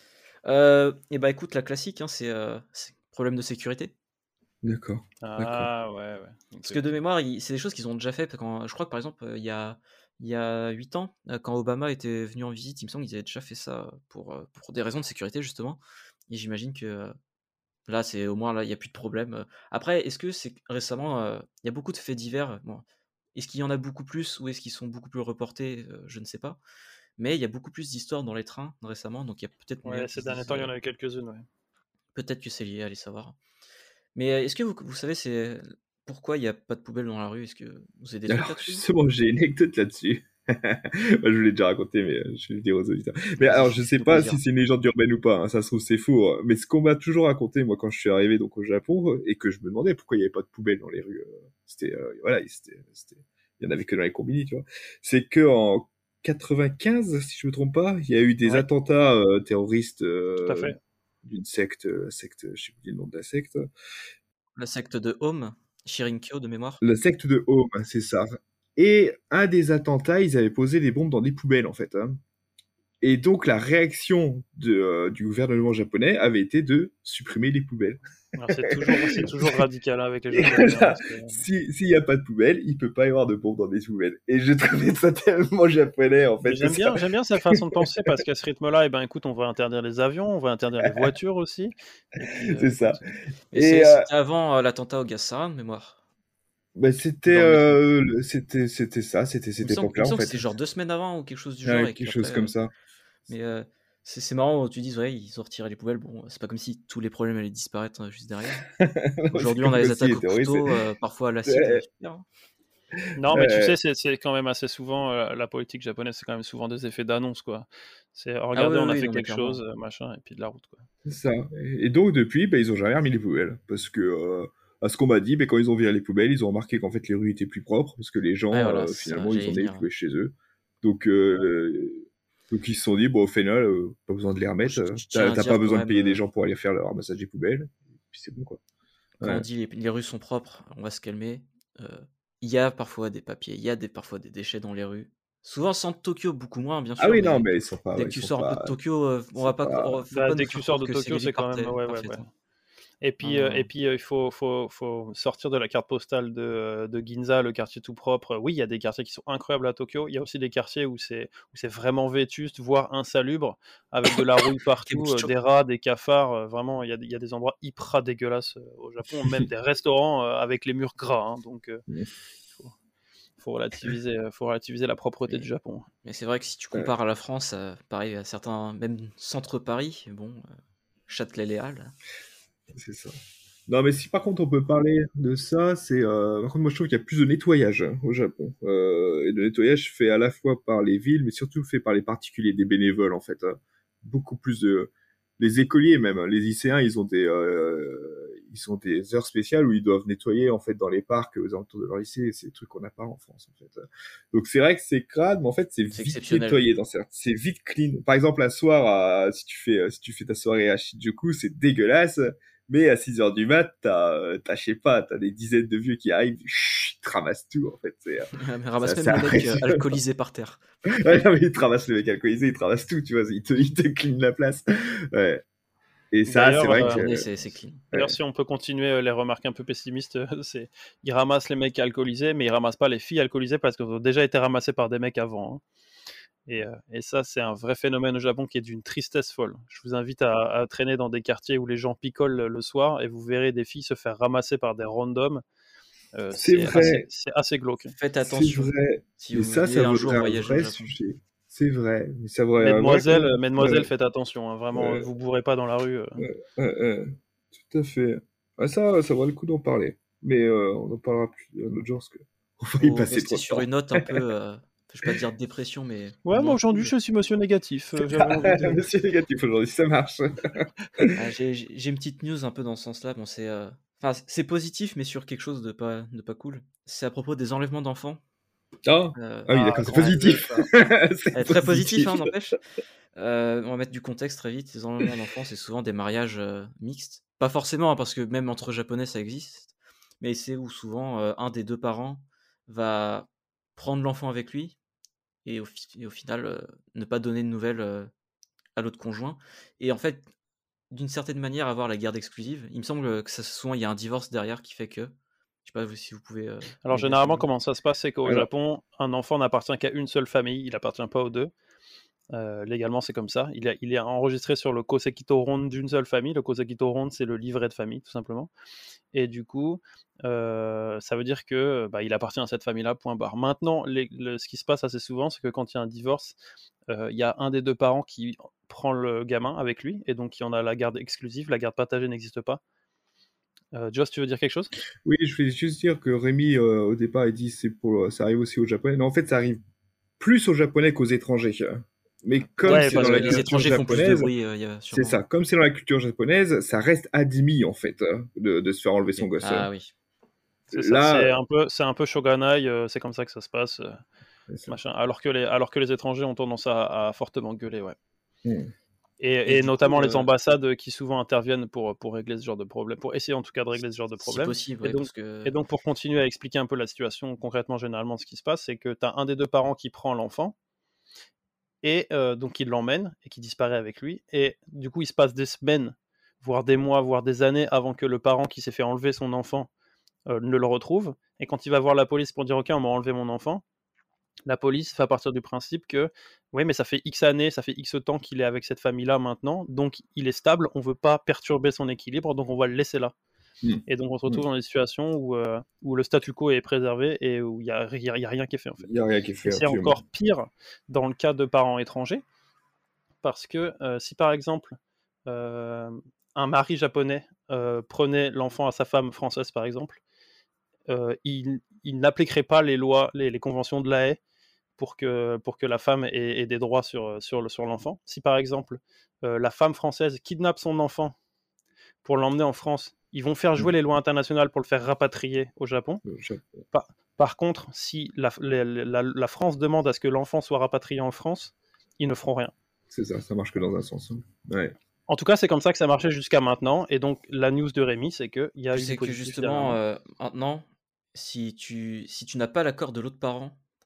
Euh, et bah écoute, la classique, hein, c'est euh, c'est problème de sécurité. D'accord, d'accord. ah ouais, ouais. Ok, Parce que de ok. mémoire, il- c'est des choses qu'ils ont déjà fait. Quand, je crois que par exemple, euh, il y a, il y a huit ans, euh, quand Obama était venu en visite, il me semble qu'ils avaient déjà fait ça pour, euh, pour des raisons de sécurité, justement. Et j'imagine que euh, là, c'est au moins, là, il n'y a plus de problème. Euh, Après, est-ce que c'est récemment, euh, il y a beaucoup de faits divers. Bon, est-ce qu'il y en a beaucoup plus ou est-ce qu'ils sont beaucoup plus reportés? Euh, Je ne sais pas. Mais il y a beaucoup plus d'histoires dans les trains récemment, donc il y a peut-être moyen Ouais, qu'ils ces se derniers disent, temps, il y euh, en a eu quelques-unes, ouais. peut-être que c'est lié, allez savoir. Mais euh, est-ce que vous, vous savez, c'est pourquoi il n'y a pas de poubelle dans la rue? Est-ce que vous avez des trucs Alors, là-dessus? justement, j'ai une anecdote là-dessus. Moi, je vous l'ai déjà raconté, mais euh, je vais le dire aux auditeurs. Mais Vas-y, alors, je sais fais-toi pas si plaisir. c'est une légende urbaine ou pas, hein, ça se trouve c'est faux, hein. Mais ce qu'on m'a toujours raconté, moi, quand je suis arrivé donc au Japon, euh, et que je me demandais pourquoi il n'y avait pas de poubelle dans les rues, euh, c'était, euh, voilà, c'était, c'était, il y en avait que dans les combini, tu vois. C'est que en quatre-vingt-quinze, si je me trompe pas, il y a eu des Ouais, attentats euh, terroristes tout à euh, fait. d'une secte, euh, secte, je sais plus le nom de la secte, La secte de Home, Shirinkyo de mémoire. la secte de Home, c'est ça. Et un des attentats, ils avaient posé des bombes dans des poubelles, en fait, hein. Et donc, la réaction de, euh, du gouvernement japonais avait été de supprimer les poubelles. Alors, c'est toujours, c'est toujours radical hein, avec les Japonais. Hein, c'est- si, s'il n'y a pas de poubelle, il peut pas y avoir de bombes dans des poubelles. Et je trouvais ça tellement japonais, en Mais fait, que j'aime ça... bien, j'aime bien cette façon de penser parce qu'à ce rythme-là, eh ben, écoute, on va interdire les avions, on va interdire les voitures aussi. Et puis, euh, c'est ça. écoute, Mais Et c'est- euh, c'était avant euh, l'attentat au gaz sarin de mémoire, bah, c'était, dans le métro. euh, le- c'était, c'était ça, c'était Il me cette semble, il me époque-là, en semble que fait. c'était genre deux semaines avant ou quelque chose du genre Ouais, et quelque chose qu'après. comme euh, ça. Mais euh, c'est c'est marrant où tu dis, ouais, ils ont retiré les poubelles. Bon, c'est pas comme si tous les problèmes allaient disparaître euh, juste derrière. C'est Aujourd'hui, on comme a les si les attaques au terroristes... couteau, euh, parfois à l'acide. euh, Ouais, super, hein. non, mais tu ouais, sais, c'est c'est quand même assez souvent, euh, la politique japonaise, c'est quand même souvent des effets d'annonce, quoi. C'est, oh, Ah oui, regardez, on oui, a oui, fait non, mais quelque chose, clairement. euh, machin, et puis de la route, quoi. c'est ça. Et donc, depuis, bah, ils ont jamais remis les poubelles. Parce que, euh, à ce qu'on m'a dit, bah, quand ils ont viré les poubelles, ils ont remarqué qu'en fait, les rues étaient plus propres. Parce que les Ouais, gens, voilà, euh, c'est ça, finalement, ils j'allais emmenaient les venir. poubelles chez eux. Donc, euh, donc ils se sont dit, bon, au final, euh, pas besoin de les Bon, remettre. je, euh, je tiens T'as à t'as pas dire quand besoin de même, payer des euh, gens pour aller faire le ramassage des poubelles. Et puis c'est bon, quoi. quand on Ouais. dit les, les rues sont propres, on va se calmer. Euh, Il y a parfois des papiers, il y a des, parfois des déchets dans les rues. Souvent, sans Tokyo, beaucoup moins, bien Ah sûr, oui, non, mais mais ils sont pas. dès ouais, que ils tu sont sors un peu de pas. Tokyo, euh, ils on sont va pas, pas- on- faut Bah, pas dès nous que tu faire sors croire de que c'est Tokyo, les c'est villes quand même. parfaites. Ouais, ouais, parfaites, ouais. hein. Et puis, Non, euh, non. et puis euh, il faut, faut, faut sortir de la carte postale de, de Ginza, le quartier tout propre. Oui, il y a des quartiers qui sont incroyables à Tokyo. Il y a aussi des quartiers où c'est où c'est vraiment vétuste, voire insalubre, avec de la rouille partout, euh, Cappuccino. des rats, des cafards. euh, vraiment, il y a, des- il y a des endroits hyper dégueulasses euh, au Japon, même des restaurants euh, avec les murs gras. hein. donc, euh, Mm. faut, faut relativiser, euh, faut relativiser la propreté Mais, du Japon. mais c'est vrai que si tu Ouais, compares à la France, euh, pareil, à certains, même centre Paris, bon, euh, Châtelet-Les Halles. c'est ça. Non, mais si par contre on peut parler de ça, c'est. euh, Par contre, moi je trouve qu'il y a plus de nettoyage hein, au Japon. Euh, et le nettoyage fait à la fois par les villes, mais surtout fait par les particuliers, des bénévoles en fait. hein. Beaucoup plus de. Les écoliers même, hein. Les lycéens, ils ont des. euh, Ils ont des heures spéciales où ils doivent nettoyer en fait dans les parcs aux alentours de leur lycée. Et c'est des trucs qu'on n'a pas en France en fait. Donc c'est vrai que c'est crade, mais en fait c'est C'est vite exceptionnel. nettoyé dans certains. C'est vite clean. Par exemple, un soir, à- si tu fais euh, si tu fais ta soirée à Shinjuku, c'est dégueulasse. Mais à six heures du mat, t'as, euh, t'as, je sais pas, t'as des dizaines de vieux qui arrivent, chut, ils te ramassent tout, en fait. C'est, euh, Mais c'est ramasse assez même les mecs euh, impressionnant. alcoolisés par terre. Ouais, non, mais ils te ramassent le mec alcoolisé, ils te ramassent tout, tu vois, ils te, ils te cleanent la place. Ouais. Et ça, c'est D'ailleurs, vrai Une euh, que, journée, euh, c'est c'est clean. D'ailleurs, ouais. si on peut continuer euh, les remarques un peu pessimistes, euh, c'est ils ramassent les mecs alcoolisés, mais ils ramassent pas les filles alcoolisées parce qu'elles ont déjà été ramassées par des mecs avant. hein. Et, euh, et ça, c'est un vrai phénomène au Japon qui est d'une tristesse folle. Je vous invite à, à traîner dans des quartiers où les gens picolent le- le soir et vous verrez des filles se faire ramasser par des randoms. Euh, C'est c'est assez, vrai, c'est assez glauque. Faites c'est attention vrai. si Mais vous ça, voulez ça un jour vaudrait un voyager au vrai Japon. sujet. C'est vrai. Mais ça vaudrait un vrai Mesdemoiselles, con. euh, mesdemoiselles, Ouais, faites attention. hein, vraiment, euh, ouais, vous bourrez pas dans la rue. euh. ouais, ouais, ouais. Tout à fait. Ah, ça, ça vaut le coup d'en parler. Mais euh, on en parlera plus un autre jour parce que on va y Faut passer rester trop de sur une temps. note un peu, euh, je vais pas dire dépression, mais Ouais, moi moins aujourd'hui, cool. je suis monsieur négatif. euh, C'est J'avais ça. envie de. Monsieur négatif aujourd'hui, ça marche. Ah, j'ai j'ai- j'ai une petite news un peu dans ce sens-là. Bon, c'est euh, enfin, c'est positif, mais sur quelque chose de pas, de pas cool. C'est à propos des enlèvements d'enfants. Ah, Euh, ah oui, Ah, d'accord, c'est grand ouais. sujet, positif. ça. C'est Euh, très positif, positif. hein, n'empêche. Euh, on va mettre du contexte très vite. Les enlèvements d'enfants, c'est souvent des mariages euh, mixtes. Pas forcément, hein, parce que même entre japonais, ça existe. Mais c'est où souvent euh, un des deux parents va prendre l'enfant avec lui et au, fi- et au final euh, ne pas donner de nouvelles euh, à l'autre conjoint. Et en fait, d'une certaine manière, avoir la garde exclusive. Il me semble que ça, souvent, il y a un divorce derrière qui fait que. Je sais pas vous- si vous pouvez euh, Alors m'aider à ce généralement, niveau-là. comment ça se passe, c'est qu'au Alors, Japon, un enfant n'appartient qu'à une seule famille, il appartient pas aux deux. Euh, légalement, c'est comme ça. Il, a- il est enregistré sur le Kosekito Ron d'une seule famille. Le Kosekito Ron, c'est le livret de famille, tout simplement. Et du coup, euh, ça veut dire que bah, il appartient à cette famille-là, point barre. Maintenant, les- le- ce qui se passe assez souvent, c'est que quand il y a un divorce, euh, il y a un des deux parents qui prend le gamin avec lui, et donc il y en a la garde exclusive, la garde partagée n'existe pas. Euh, Joss, tu veux dire quelque chose? oui, je voulais juste dire que Rémi, euh, au départ, il dit c'est pour, ça arrive aussi aux Japonais. Non, en fait, ça arrive plus aux Japonais qu'aux étrangers. Mais comme Ouais, c'est Oui, dans parce bah, la que les culture étrangers font plus de japonaise, bruit, euh, il y a c'est sûrement. ça. Comme c'est dans la culture japonaise, ça reste admis, en fait, hein, de, de se faire enlever son Ok. gosse. Ah oui. c'est ça, Là, c'est un peu, c'est un peu shogunai, euh, c'est comme ça que ça se passe, euh, c'est ça. machin. Alors que les, alors que les étrangers ont tendance à, à fortement gueuler, ouais. Hmm. Et, Et et du notamment coup, les euh, ambassades qui souvent interviennent pour, pour régler ce genre de problème, pour essayer en tout cas de régler ce genre de si problème. possible, Et ouais, donc, parce que. et donc pour continuer à expliquer un peu la situation, concrètement, généralement, ce qui se passe, c'est que tu as un des deux parents qui prend l'enfant, et euh, donc il l'emmène, et qui disparaît avec lui, et du coup il se passe des semaines, voire des mois, voire des années avant que le parent qui s'est fait enlever son enfant euh, ne le retrouve, et quand il va voir la police pour dire ok, on m'a enlevé mon enfant, la police fait partir du principe que oui, mais ça fait X années, ça fait X temps qu'il est avec cette famille-là maintenant, donc il est stable, on veut pas perturber son équilibre, donc on va le laisser là. Hmm. Et donc on se retrouve Hmm. dans des situations où, euh, où le statu quo est préservé et où il n'y a, y a- y a rien qui est fait en fait. Il n'y a rien qui est fait, Et c'est absolument. encore pire dans le cas de parents étrangers, parce que euh, si par exemple euh, un mari japonais euh, prenait l'enfant à sa femme française par exemple, euh, il, il n'appliquerait pas les lois, les, les conventions de la Haye pour que, pour que la femme ait, ait des droits sur, sur, le- sur l'enfant. Si par exemple euh, la femme française kidnappe son enfant pour l'emmener en France, ils vont faire jouer Hmm. les lois internationales pour le faire rapatrier au Japon. Le Japon. Par, par contre, si la, la, la, la France demande à ce que l'enfant soit rapatrié en France, ils ne feront rien. C'est ça, ça marche que dans un sens. hein. Ouais. En tout cas, c'est comme ça que ça marchait jusqu'à maintenant. Et donc, la news de Rémi, c'est qu'il y a Je eu sais du que positif justement, dernièrement. euh, maintenant, si tu, si tu n'as pas l'accord de l'autre parent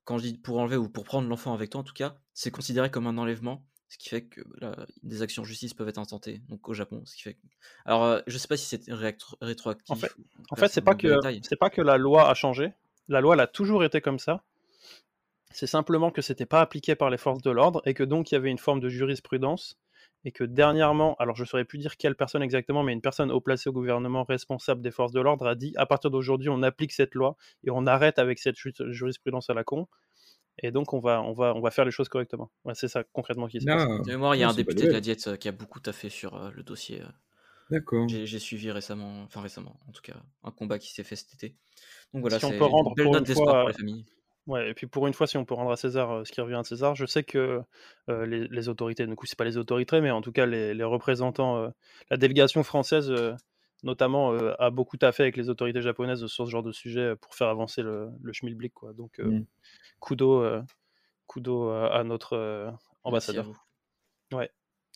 quand je dis pour enlever ou pour prendre l'enfant avec toi, en tout cas, c'est considéré comme un enlèvement, ce qui fait que là, des actions en justice peuvent être intentées, donc au Japon, ce qui fait que... Alors, euh, je sais pas si c'est réactro- En fait, rétroactif, ou en tout en cas, fait ça c'est me pas manque de que détails. c'est pas que la loi a changé. La loi, elle a toujours été comme ça. C'est simplement que c'était pas appliqué par les forces de l'ordre et que donc il y avait une forme de jurisprudence et que dernièrement, alors je ne saurais plus dire quelle personne exactement, mais une personne haut placée au gouvernement responsable des forces de l'ordre a dit à partir d'aujourd'hui on applique cette loi et on arrête avec cette ju- jurisprudence à la con et donc on va on va on va faire les choses correctement. Ouais, c'est ça concrètement qui se passe. Non, De mémoire, il y a non, un c'est pas député de la nouvelle. Diète euh, qui a beaucoup taffé sur euh, le dossier. euh. D'accord. J'ai j'ai suivi récemment, enfin récemment, en tout cas, un combat qui s'est fait cet été. Donc voilà, Si on peut c'est une rendre belle pour note une d'espoir fois pour les familles. Ouais, et puis pour une fois, si on peut rendre à César euh, ce qui revient à César, je sais que euh, les, les autorités, du coup, c'est pas les autorités, mais en tout cas les, les représentants, euh, la délégation française, euh, notamment, euh, a beaucoup taffé avec les autorités japonaises sur ce genre de sujet euh, pour faire avancer le, le schmilblick, quoi. Donc, euh, Mm. kudo, euh, kudo à, à notre euh, Merci à ambassadeur. vous. Ouais.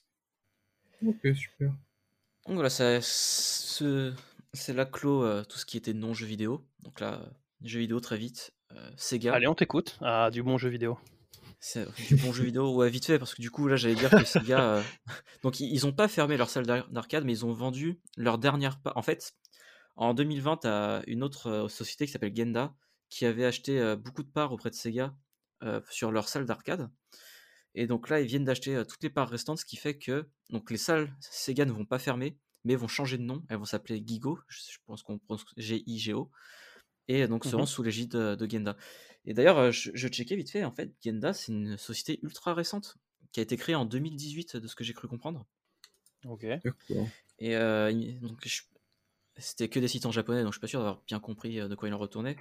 Ok, super. Donc voilà, ça, ce- c'est là clos euh, tout ce qui était non jeux vidéo. Donc là, euh, jeux vidéo très vite. Euh, Sega, Allez, on t'écoute. Ah, du bon jeu vidéo. c'est du bon jeu vidéo, ouais, vite fait, parce que du coup, là, j'allais dire que Sega. euh, Donc, ils ils ont pas fermé leur salle d'ar- d'arcade, mais ils ont vendu leur dernière part. En fait, en deux mille vingt, à une autre euh, société qui s'appelle Genda, qui avait acheté euh, beaucoup de parts auprès de Sega euh, sur leur salle d'arcade. Et donc là, ils viennent d'acheter euh, toutes les parts restantes, ce qui fait que donc les salles Sega ne vont pas fermer, mais vont changer de nom. Elles vont s'appeler Gigo, je, je pense qu'on prononce G I G O, et donc seront Mhm. sous l'égide de, de Genda. Et d'ailleurs, euh, je, je checkais vite fait, en fait, Genda, c'est une société ultra récente, qui a été créée en deux mille dix-huit, de ce que j'ai cru comprendre. Ok. D'accord. Et euh, il- donc, je- c'était que des sites en japonais, donc je suis pas sûr d'avoir bien compris euh, de quoi il en retournait.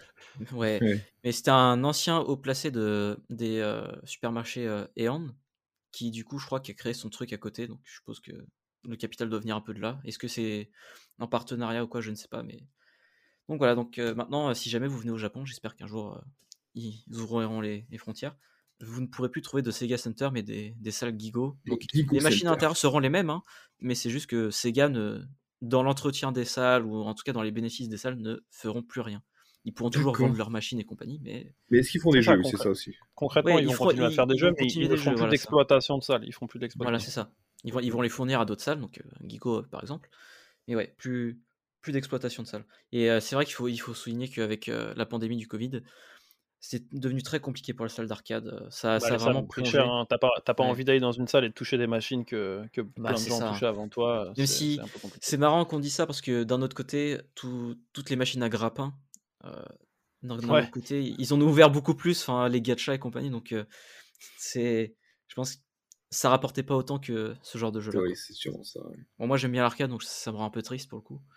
Ouais, Ouais. mais c'était un ancien haut placé de, des euh, supermarchés euh, Aeon, qui du coup, je crois, qui a créé son truc à côté, donc je suppose que le capital doit venir un peu de là. Est-ce que c'est en partenariat ou quoi, je ne sais pas, mais... Donc voilà, donc euh, maintenant, euh, si jamais vous venez au Japon, j'espère qu'un jour, euh, ils ouvriront les, les frontières, vous ne pourrez plus trouver de Sega Center, mais des, des salles Gigo. Les Donc Gigo les machines à Center. l'intérieur seront les mêmes, hein, mais c'est juste que Sega, ne, dans l'entretien des salles, ou en tout cas dans les bénéfices des salles, ne feront plus rien. Ils pourront toujours D'accord. vendre leurs machines et compagnie, mais Mais est-ce qu'ils font C'est des ça, jeux, c'est concrè- ça aussi? concrètement, ouais, ils ils, vont feront, continuer à ils, faire des ils jeux, vont mais ils continuer ne des feront jeux, plus voilà ça. d'exploitation de salles. Ils feront plus Voilà, d'exploitation. c'est ça. Ils vont, ils vont les fournir à d'autres salles, donc euh, Gigo euh, par exemple. Mais ouais, plus, plus d'exploitation de salles. Et euh, c'est vrai qu'il faut, il faut souligner qu'avec euh, la pandémie du Covid, c'est devenu très compliqué pour les salles d'arcade. euh, Ça, Bah, ça a les salles vraiment ont pris cher, plongé. hein. T'as pas, t'as pas Ouais. envie d'aller dans une salle et de toucher des machines que, que Bah, plein de c'est gens ont ça. touché avant toi. Même C'est, c'est si un peu compliqué. c'est marrant qu'on dise ça parce que d'un autre côté, tout- toutes les machines à grappin, euh, d'un d'un Ouais. autre côté, ils en ont ouvert beaucoup plus, enfin les gachas et compagnie. Donc euh, c'est, je pense que ça rapportait pas autant que ce genre de jeu-là, Oui, quoi. c'est sûrement ça. Ouais. Bon, moi j'aime bien l'arcade, donc ça me rend un peu triste pour le coup.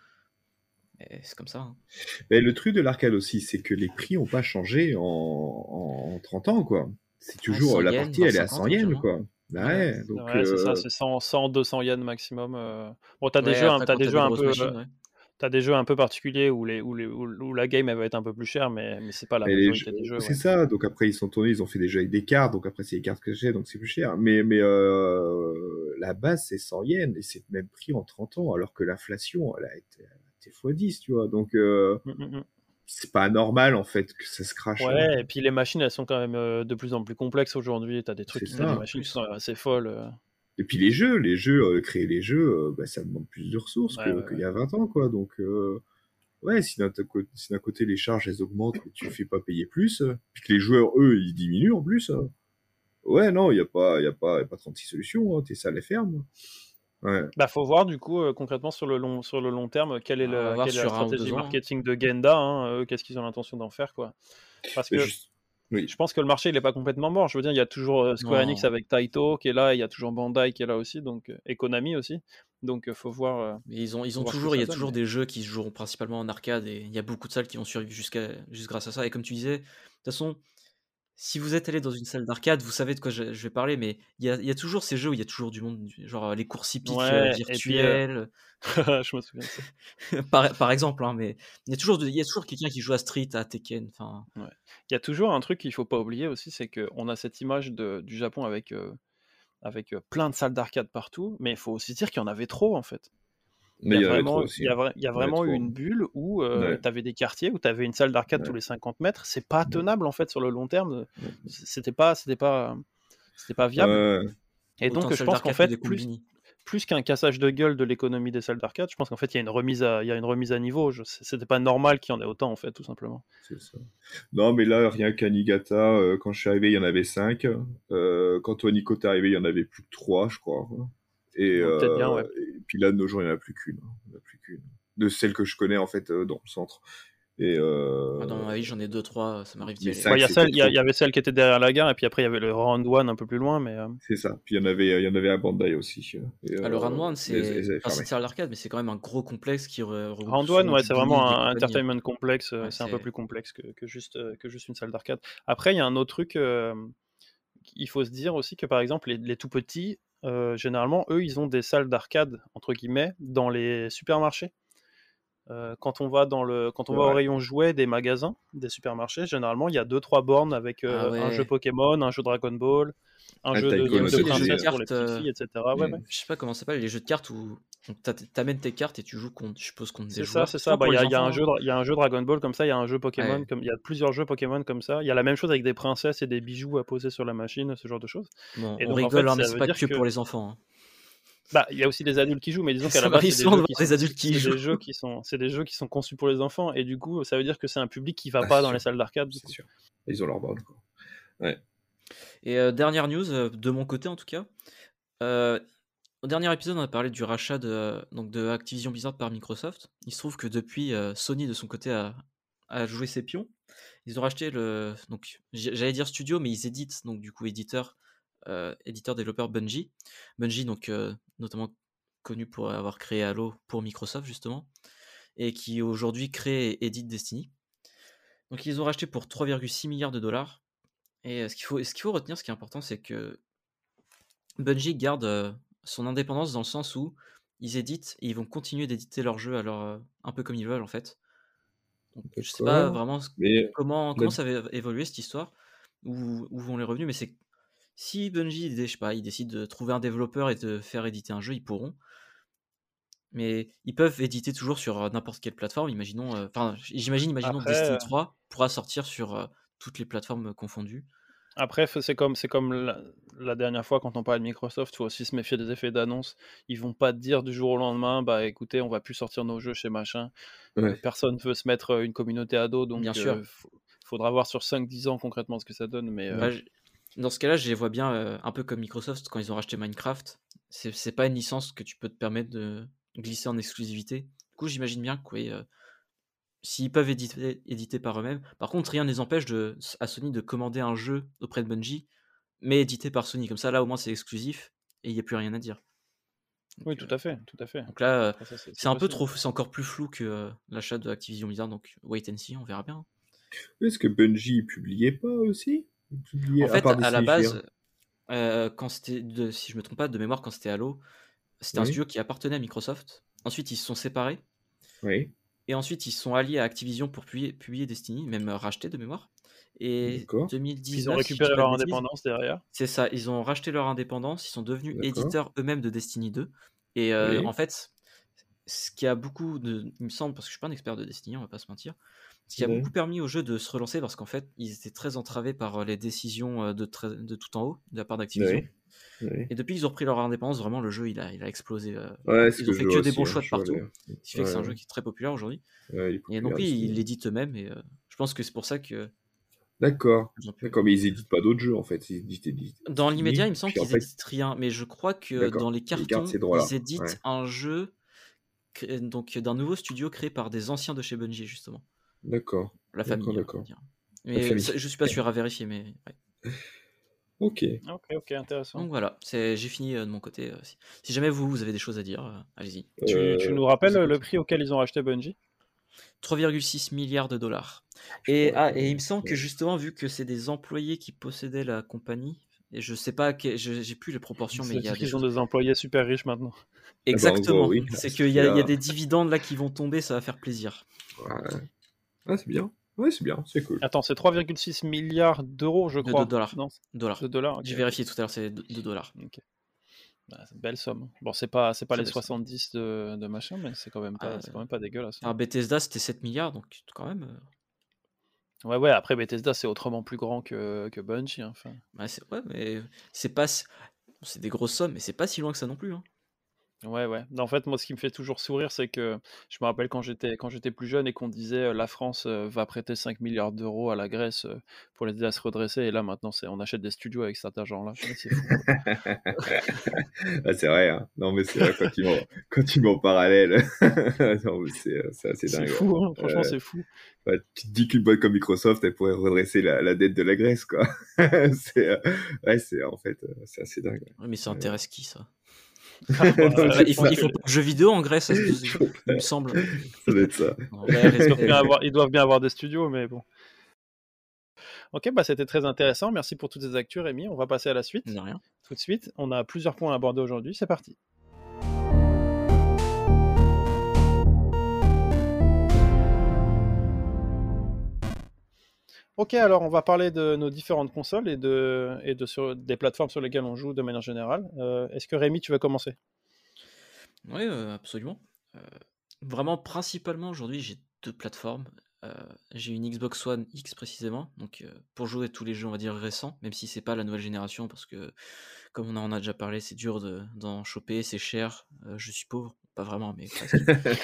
Mais c'est comme ça, hein. Mais le truc de l'arcade aussi, c'est que les prix n'ont pas changé en, en, en trente ans, quoi. C'est Ouais, toujours, cent la yens, partie, elle est à vingt cent cinquante yens, actuellement. quoi. Bah Ouais. ouais, donc... Ouais, c'est ça, euh, c'est cent, cent, deux cents yens maximum. euh. Bon, t'as des Ouais, jeux, hein, après t'as quand des t'as jeux des un grosses peu, machines, ouais. t'as des jeux un peu particuliers où les, où les, où, où la game elle va être un peu plus chère, mais, mais c'est pas la mais les jeux- majorité des jeux. c'est Ouais. ça, donc après ils sont tournés, ils ont fait des jeux avec des cartes, donc après c'est les cartes que j'ai, donc c'est plus cher. Mais, mais euh, la base c'est cent yens, et c'est le même prix en trente ans, alors que l'inflation, elle a été, elle a été fois dix, tu vois. Donc euh, Mm, mm, mm. c'est pas normal en fait que ça se crache. hein. Ouais, et puis les machines elles sont quand même euh, de plus en plus complexes aujourd'hui. T'as des trucs, C'est t'as des ça. machines qui Plus. sont assez folles. euh. Et puis les jeux, les jeux, euh, créer les jeux, euh, bah, ça demande plus de ressources Ouais, que, ouais, qu'il ouais. y a vingt ans, quoi. Donc, euh, ouais, si d'un, t- co- si d'un côté les charges elles augmentent, mais tu fais pas payer plus, euh, puis que les joueurs, eux, ils diminuent en plus, euh, ouais, non, il y a pas, il y a pas, y a pas trente-six solutions, hein, tes salles les fermes. Ouais. Bah faut voir du coup euh, concrètement sur le long, sur le long terme quelle est, Alors, on va le, voir quelle est la sur un ou deux stratégie ans, hein. marketing de Genda, hein, eux, qu'est-ce qu'ils ont l'intention d'en faire quoi. Parce Mais que juste, oui. je pense que le marché il est pas complètement mort. Je veux dire, il y a toujours euh, Square Enix Non. avec Taito qui est là, il y a toujours Bandai qui est là aussi, donc euh, et Konami aussi. Donc euh, faut voir. euh, Mais ils ont, ils faut ont voir ce que toujours, il y ça a donne. toujours mais- des jeux qui se joueront principalement en arcade et il y a beaucoup de salles qui vont survivre jusqu'à, juste grâce à ça. Et comme tu disais, de toute façon, si vous êtes allé dans une salle d'arcade, vous savez de quoi je, je vais parler, mais il y a, il y a toujours ces jeux où il y a toujours du monde, du- genre euh, les courses hippiques euh, Ouais, et puis euh, virtuelles, je me souviens de ça. par, par exemple, hein, mais il y a toujours, de- il y a toujours quelqu'un qui joue à Street, à Tekken, enfin, Ouais. Il y a toujours un truc qu'il faut pas oublier aussi, c'est qu'on a cette image de, du Japon avec, euh, avec euh, plein de salles d'arcade partout, mais il faut aussi dire qu'il y en avait trop en fait. Il Mais y il a y en avait trop vraiment, il aussi. y a, hein. vra- il y a Il y en avait vraiment eu trop. une bulle où Ouais. tu avais des quartiers, où tu avais une salle d'arcade Ouais. tous les cinquante mètres. C'est pas Ouais. tenable en fait sur le long terme. Ouais. C'était pas, c'était pas, c'était pas viable. Ouais. Et Autant donc de je salles pense qu'en d'arcade que fait, des plus, combini. plus qu'un cassage de gueule de l'économie des salles d'arcade, je pense qu'en fait il y a une remise à, il y a une remise à niveau. Je- C'était pas normal qu'il y en ait autant en fait, tout simplement. C'est ça. Non, mais là, rien qu'à Niigata, euh, quand je suis arrivé, il y en avait cinq. Euh, quand toi, Nico, t'es arrivé, il y en avait plus que trois, je crois. Et, Ouais, peut-être bien, ouais. euh, et puis là, de nos jours, il n'y en a plus qu'une. hein. Il y en a plus qu'une. De celles que je connais, en fait, euh, dans le centre. Et euh, Moi, dans ma vie, j'en ai deux, trois, ça m'arrive d'y mais aller. cinq, Bah, il y a c'était celle, il y, a- trop. il y avait celle qui était derrière la gare, et puis après il y avait le round one un peu plus loin, mais euh, C'est ça. Puis il y en avait, il y en avait à Bandai aussi. Et, Ah, le Round euh, One, ils- c'est ils avaient enfin, c'est fermé. une salle d'arcade, mais c'est quand même un gros complexe qui re- regroupe round one, sûrement ouais, du c'est Billy, vraiment des un compagnies. entertainment complexe. euh, Ouais, c'est un peu c'est plus complexe que, que juste, euh, que juste une salle d'arcade. Après, il y a un autre truc. euh, il faut se dire aussi que par exemple, les, les tout petits, euh, généralement, eux, ils ont des salles d'arcade entre guillemets dans les supermarchés. Euh, quand on va dans le, quand on C'est va au vrai. rayon jouets des magasins, des supermarchés, généralement, il y a deux trois bornes avec Ah euh, un jeu ouais. Pokémon, un jeu Dragon Ball, un Un jeu de, Il y a de, Tycoon de aussi les jeux de princesse pour les cartes. petites euh, filles, et cetera. Ouais, Mm. ouais. Je sais pas comment ça s'appelle, les jeux de cartes où on t'a- t'amènes tes cartes et tu joues contre, je suppose, contre des C'est ça, joueurs. c'est C'est ça. pas Bah, pour il y a, les il y a un enfants. jeu, hein. dra- il y a un jeu Dragon Ball comme ça, il y a un jeu Pokémon, Ouais. comme il y a plusieurs jeux Pokémon comme ça. Il y a la même chose avec des princesses et des bijoux à poser sur la machine, ce genre de choses. Bon, Et on donc en rigole, fait, hein, mais ça c'est veut pas dire que que pour les enfants. hein. bah, il y a aussi des adultes qui jouent, mais disons qu'à Ça la base, m'arrive c'est des souvent de jeux voir qui des sont, adultes qui c'est jouent. des jeux qui sont, c'est des jeux qui sont conçus pour les enfants, et du coup, ça veut dire que c'est un public qui va Ah, pas c'est dans les sûr. salles d'arcade. Du C'est coup. sûr. Ils ont leur borne, quoi. Ouais. Et euh, dernière news, euh, de mon côté en tout cas. Euh, au dernier épisode, on a parlé du rachat de, donc de Activision Blizzard par Microsoft. Il se trouve que depuis, euh, Sony de son côté a, a joué ses pions. Ils ont racheté le. Donc, j- j'allais dire studio, mais ils éditent, donc du coup, éditeur, euh, éditeur développeur Bungie. Bungie, donc, euh, notamment connu pour avoir créé Halo pour Microsoft, justement, et qui aujourd'hui crée et édite Destiny. Donc, ils ont racheté pour trois virgule six milliards de dollars. Et euh, ce qu'il faut, ce qu'il faut retenir, ce qui est important, c'est que Bungie garde euh, son indépendance dans le sens où ils éditent et ils vont continuer d'éditer leurs jeux à leur, euh, un peu comme ils veulent en fait. Donc, je sais pas D'accord. vraiment ce- Mais comment, on comment a- ça va évoluer cette histoire, où, où vont les revenus, mais c'est si Bungie, je sais pas, ils décident de trouver un développeur et de faire éditer un jeu, ils pourront. Mais ils peuvent éditer toujours sur euh, n'importe quelle plateforme. Imaginons, euh, enfin, j'imagine, imaginons que Après, Destiny euh, trois pourra sortir sur euh, toutes les plateformes confondues. après, f- c'est comme, c'est comme la, la dernière fois quand on parlait de Microsoft, il faut aussi se méfier des effets d'annonce. Ils vont pas te dire du jour au lendemain, bah écoutez, on va plus sortir nos jeux chez machin. Euh, ouais. personne veut se mettre euh, une communauté à dos, Bien donc sûr. euh, faut- faudra voir sur cinq dix ans concrètement ce que ça donne. Mais euh, Bah, je- dans ce cas-là, je les vois bien euh, un peu comme Microsoft quand ils ont racheté Minecraft. C'est c'est pas une licence que tu peux te permettre de glisser en exclusivité. Du coup, j'imagine bien que oui, euh, s'ils peuvent éditer, éditer par eux-mêmes. Par contre, rien ne les empêche de, à Sony de commander un jeu auprès de Bungie, mais édité par Sony. Comme ça, là, au moins, c'est exclusif et il n'y a plus rien à dire. oui, Donc, tout euh, à fait, tout à fait. donc là, euh, Après, ça, c'est- c'est c'est un peu possible. trop, c'est encore plus flou que euh, l'achat de Activision Blizzard. Donc, wait and see, on verra bien. Est-ce que Bungie publiait pas aussi Il publiait, En à fait, part à la Destiny base, Fear. euh, quand c'était, de- si je me trompe pas, de mémoire, quand c'était Halo, c'était un Oui. studio qui appartenait à Microsoft. Ensuite, ils se sont séparés. Oui, Et ensuite, ils se sont alliés à Activision pour publier, publier Destiny, même euh, racheter de mémoire. Et d'accord. Puis ils ont deux mille dix-neuf, si je dis récupéré pas de leur bêtises, indépendance derrière. c'est ça, ils ont racheté leur indépendance, ils sont devenus D'accord. éditeurs eux-mêmes de Destiny deux. Et euh, Oui. en fait, ce qui a beaucoup de. Il me semble, parce que je suis pas un expert de Destiny, on va pas se mentir, ce qui a Ouais. beaucoup permis au jeu de se relancer parce qu'en fait, ils étaient très entravés par euh, les décisions euh, de, très- de tout en haut, de la part d'Activision. Oui. Oui. Et depuis qu'ils ont repris leur indépendance, vraiment, le jeu, il a, il a explosé. euh, Ouais, c'est Ils que ont je fait vois que des aussi, bons hein, choix de je vois partout, les- ce qui fait que c'est un Ouais. jeu qui est très populaire aujourd'hui. Ouais, il est Et populaire, donc oui, Destiny. ils l'éditent eux-mêmes et euh, je pense que c'est pour ça que D'accord. ils ont pu. D'accord, mais ils éditent pas d'autres jeux en fait. Ils éditent, éditent Dans l'immédiat, il me Destiny, semble puis en qu'ils fait, éditent rien, mais je crois que d'accord. dans les Ils gardent cartons, ces droits-là. ils éditent Ouais. un jeu cré- donc d'un nouveau studio créé par des anciens de chez Bungie justement, D'accord. la D'accord, famille, on va d'accord. dire. La Mais famille. ça, je suis pas sûr à vérifier, mais ouais. Ok. Ok, ok, intéressant. Donc voilà, c'est j'ai fini euh, de mon côté. euh, si, si jamais vous, vous avez des choses à dire, euh, allez-y. Tu, Euh, tu nous je rappelles vous le écoute. prix auquel ils ont racheté Bungie? trois virgule six milliards de dollars. Je Et, pourrais ah, pas. et il me semble que Ouais. justement, vu que c'est des employés qui possédaient la compagnie, et je sais pas, que, je- j'ai plus les proportions, mais il y a C'est-à-dire des qu'ils ont choses. des employés super riches maintenant. Ah bah, en gros, Exactement. oui. À C'est ce qu'il y a, il y a prix-là. des dividendes là qui vont tomber, ça va faire plaisir. Ouais. Ah, c'est bien. Ouais, c'est bien. C'est cool. Attends, c'est trois virgule six milliards d'euros, je De, de crois. dollars. Non, Dollars. de dollars. Ok, J'ai ok. vérifié tout à l'heure, c'est de, de dollars. Ok. Bah, c'est une belle somme. Bon, c'est pas, c'est pas Très les belle somme. soixante-dix de, de machin, mais c'est quand même Ah, pas, c'est quand même pas dégueulasse. hein. enfin, Bethesda, c'était sept milliards, donc quand même. euh, Ouais, ouais, après Bethesda, c'est autrement plus grand que, que Bungie. hein, Enfin, ouais, c'est ouais, mais c'est pas. si- bon, c'est des grosses sommes, mais c'est pas si loin que ça non plus. Hein. ouais, ouais. En fait, moi, ce qui me fait toujours sourire, c'est que je me rappelle quand j'étais quand j'étais plus jeune et qu'on disait euh, la France euh, va prêter cinq milliards d'euros à la Grèce euh, pour l'aider à se redresser. Et là, maintenant, c'est on achète des studios avec cet argent-là. Je me dis, c'est fou. quoi. Ah, c'est vrai, hein. Non, mais c'est vrai, quand tu mets, quand tu mets en parallèle, non, mais c'est, euh, c'est assez C'est dingue. fou, hein. Franchement, Euh, c'est fou. ouais, tu te dis qu'une boîte comme Microsoft, elle pourrait redresser la, la dette de la Grèce, quoi. c'est, euh, ouais, c'est, en fait, euh, c'est assez dingue. Ouais, mais ça Euh, intéresse qui ça? Ah, bah, Ils font euh, pas, ils je font, pense ils que font les- pas de jeux vidéo en Grèce, ça, se- il faut il me faire- semble. Ça doit être ça. En vrai, ils doivent respect. bien avoir, ils doivent bien avoir des studios, mais bon. Ok, bah c'était très intéressant. Merci pour toutes ces actus, Rémi. On va passer à la suite. De rien. Tout de suite, on a plusieurs points à aborder aujourd'hui. C'est parti. Ok, alors on va parler de nos différentes consoles et, de, et de sur, des plateformes sur lesquelles on joue de manière générale. Euh, Est-ce que Rémi, tu veux commencer? Oui, absolument. Euh, vraiment, principalement aujourd'hui, j'ai deux plateformes. Euh, j'ai une Xbox One X précisément, donc euh, pour jouer à tous les jeux, on va dire récents, même si c'est pas la nouvelle génération, parce que comme on en a déjà parlé, c'est dur de- d'en choper, c'est cher. Euh, je suis pauvre, pas vraiment, mais presque.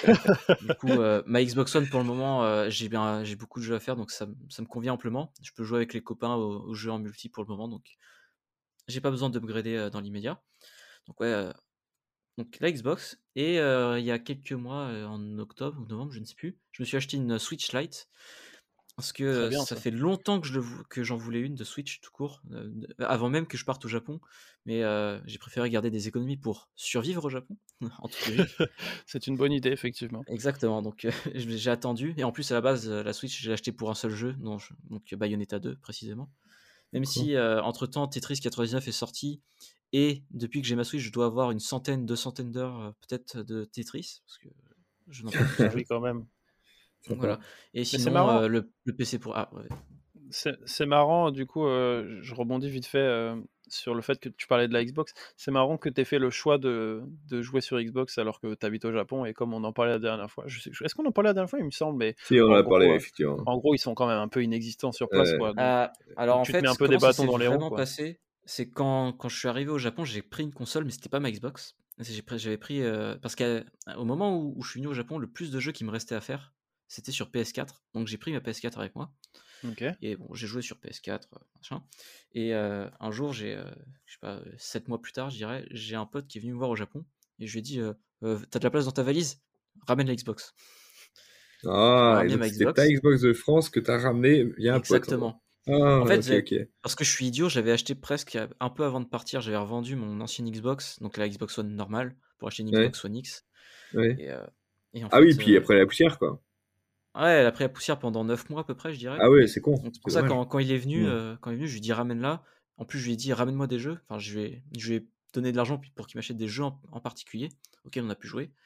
Du coup, euh, ma Xbox One pour le moment, euh, j'ai bien, j'ai beaucoup de jeux à faire, donc ça, m- ça me convient amplement. Je peux jouer avec les copains aux, aux jeux en multi pour le moment, donc j'ai pas besoin d'upgrader euh, dans l'immédiat. Donc ouais, euh, donc la Xbox. Et euh, il y a quelques mois, euh, en octobre ou novembre, je ne sais plus, je me suis acheté une Switch Lite. Parce que Très euh, bien ça ça. fait longtemps que je le vou- que j'en voulais une de Switch tout court, euh, de- avant même que je parte au Japon. Mais euh, j'ai préféré garder des économies pour survivre au Japon, en toute logique. C'est une bonne idée, effectivement. Exactement, donc euh, je- j'ai attendu. Et en plus, à la base, euh, la Switch, j'ai acheté pour un seul jeu, non, je- donc Bayonetta deux précisément. Même si, euh, entre-temps, Tetris quatre-vingt-dix-neuf est sorti, et depuis que j'ai ma Switch, je dois avoir une centaine, deux centaines d'heures euh, peut-être de Tetris, parce que je n'en peux plus de ce Ah jeu. oui, quand même. Donc Sympa. voilà. Et Mais c'est sinon, marrant. euh, le, le P C pour... Ah, ouais. C'est c'est marrant, du coup, euh, je rebondis vite fait euh, sur le fait que tu parlais de la Xbox. C'est marrant que tu aies fait le choix de, de jouer sur Xbox alors que tu habites au Japon et comme on en parlait la dernière fois. Je sais- Est-ce qu'on en parlait la dernière fois? Il me semble, mais Si, on en en a parlé, gros, euh, effectivement. en gros, ils sont quand même un peu inexistants sur place, Euh, quoi. Donc, Euh, alors donc en tu te mets un fait, peu des comment ça bâtons s'est dans les roues, vraiment quoi. passé? C'est quand, quand je suis arrivé au Japon, j'ai pris une console, mais c'était pas ma Xbox. C'est- j'ai pris- J'avais pris... euh, parce qu'au moment où, où je suis venu au Japon, le plus de jeux qui me restait à faire, c'était sur P S quatre. Donc j'ai pris ma P S quatre avec moi. Ok. Et bon, j'ai joué sur P S quatre, euh, machin. Et euh, un jour, j'ai, euh, je sais pas, euh, sept mois plus tard, je dirais, j'ai un pote qui est venu me voir au Japon. Et je lui ai dit, euh, Euh, t'as de la place dans ta valise? Ramène la Xbox. Il m'a Ah, et ramené donc ma c'était ta Xbox. Xbox de France que t'as ramené via un pote, en gros. Exactement. Ah, En fait, ok, j'ai- ok. parce que je suis idiot, j'avais acheté presque un peu avant de partir, j'avais revendu mon ancienne Xbox, donc la Xbox One normale, pour acheter une Ouais, Xbox One X. ouais. Et, euh, et en Ah oui, fait, puis euh, après la poussière, quoi. ouais, elle a pris la poussière pendant neuf mois à peu près, je dirais. Ah ouais, c'est con, Donc c'est c'est pour ça, dommage. quand, quand il est venu, Hmm. euh, quand il est venu, je lui ai dit ramène-la. En plus, je lui ai dit ramène-moi des jeux. Enfin, je lui ai, je lui ai donné de l'argent pour qu'il m'achète des jeux en, en particulier auxquels on a pu jouer.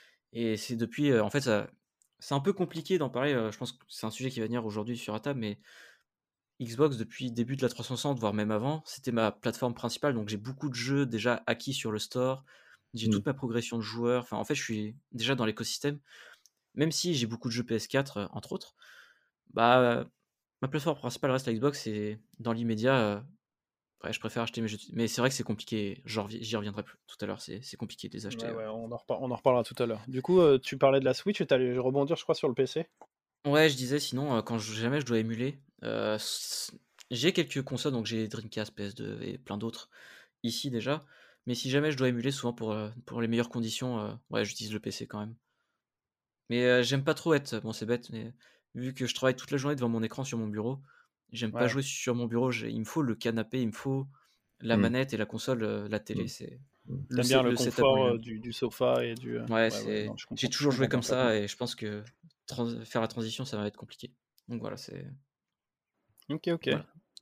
Et c'est depuis, euh, en fait, ça, c'est un peu compliqué d'en parler. euh, je pense que c'est un sujet qui va venir aujourd'hui sur la table, mais Xbox, depuis le début de la trois cent soixante, voire même avant, c'était ma plateforme principale. Donc j'ai beaucoup de jeux déjà acquis sur le store. J'ai Hmm. toute ma progression de joueurs. Enfin, en fait, je suis déjà dans l'écosystème. Même si j'ai beaucoup de jeux P S quatre, euh, entre autres, bah, ma plateforme principale reste la Xbox et dans l'immédiat, euh, ouais, je préfère acheter mes jeux. Mais c'est vrai que c'est compliqué. J'en revi- J'y reviendrai plus tout à l'heure. C'est c'est compliqué de les acheter. Ouais, euh. ouais, on en, repar- on en reparlera tout à l'heure. Du coup, euh, tu parlais de la Switch et tu allais rebondir, je crois, sur le P C. Ouais, je disais, sinon, euh, quand je- jamais je dois émuler, euh, s- j'ai quelques consoles, donc j'ai Dreamcast, P S deux et plein d'autres ici déjà. Mais si jamais je dois émuler, souvent pour, euh, pour les meilleures conditions, euh, ouais, j'utilise le P C quand même. Mais euh, j'aime pas trop être, bon c'est bête, mais vu que je travaille toute la journée devant mon écran sur mon bureau, j'aime pas Ouais. jouer sur mon bureau. j'ai- Il me faut le canapé, il me faut la Hmm. manette et la console, euh, la télé, Hmm. c'est Hmm. le, T'aimes set- bien le le setup en confort euh, lui-même. du, du sofa et du. euh, Ouais, Ouais, ouais, non, c'est. je J'ai comprends, je toujours joué comprends comme parfaitement. ça et je pense que trans- faire la transition, ça va être compliqué. Donc voilà, c'est. Ok, ok. Voilà.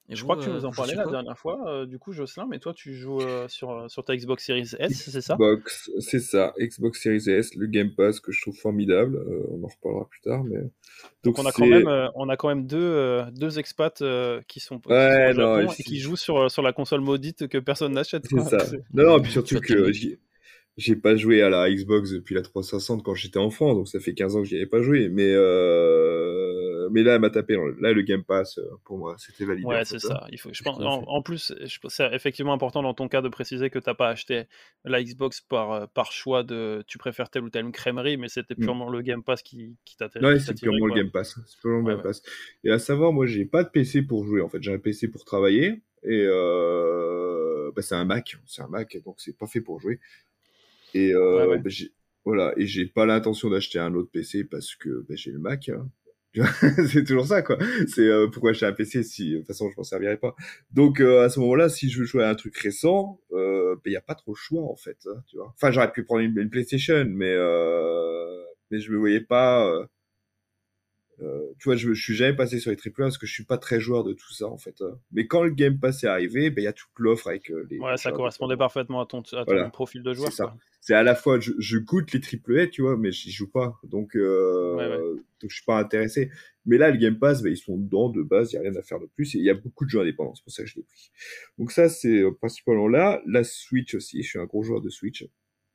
Et Je vous, crois que tu euh, nous en vous parlais jouez la quoi? dernière fois, euh, du coup, Jocelyn, mais toi, tu joues euh, sur, euh, sur ta Xbox Series S, c'est ça? Xbox, c'est ça, Xbox Series S, le Game Pass que je trouve formidable. euh, on en reparlera plus tard, mais Donc donc on a quand même, c'est euh, on a quand même deux, euh, deux expats euh, qui sont, qui sont au ouais non Japon et c'est qui jouent sur, sur la console maudite que personne n'achète, c'est quoi. ça. C'est- Non non, puis Tu surtout vas te que calmer. j'y- j'ai pas joué à la Xbox depuis la trois cent soixante quand j'étais enfant, donc ça fait quinze ans que j'y avais pas joué. Mais euh... mais là, elle m'a tapé. Là, le Game Pass, euh, pour moi, c'était validé en Ouais, c'est fait. hein. ça. Il faut, je C'est ce pense, qu'ils ont en, fait. en plus, je pense- c'est effectivement important dans ton cas de préciser que t'as pas acheté la Xbox par, euh, par choix de, tu préfères telle ou telle crèmerie, mais c'était Mm. purement le Game Pass qui, qui t'a Ouais, qui c'est t'attirait, purement le quoi. Game Pass. C'est purement le Ouais, Game ouais. Pass. Et à savoir, moi, j'ai pas de P C pour jouer en fait. J'ai un P C pour travailler et euh... bah, c'est un Mac. C'est un Mac, donc c'est pas fait pour jouer. Et Ouais, euh, ouais. bah, j'ai voilà, et j'ai pas l'intention d'acheter un autre P C parce que bah, j'ai le Mac. hein. c'est toujours ça quoi. C'est euh, pourquoi acheter un P C si de toute façon je m'en servirais pas. Donc euh, à ce moment-là, si je veux jouer à un truc récent, il euh, y a pas trop le choix en fait, hein, tu vois. Enfin, j'aurais pu prendre une, une PlayStation, mais euh, mais je me voyais pas. Euh, euh, tu vois, je, je suis jamais passé sur les triple A parce que je suis pas très joueur de tout ça en fait. hein. Mais quand le Game Pass est arrivé, il y a toute l'offre avec euh, les, Ouais, les ça jeux correspondait indépendants. parfaitement à ton, à ton Voilà, profil de c'est joueur, ça. quoi. C'est à la fois, je, je goûte les triple A, tu vois, mais j'y joue pas. Donc, euh, Ouais, ouais. donc je suis pas intéressé. Mais là, le Game Pass, bah, ils sont dedans de base, il y a rien à faire de plus. Et il y a beaucoup de jeux indépendants, c'est pour ça que je l'ai pris. Donc ça, c'est euh, principalement là. La Switch aussi, je suis un gros joueur de Switch.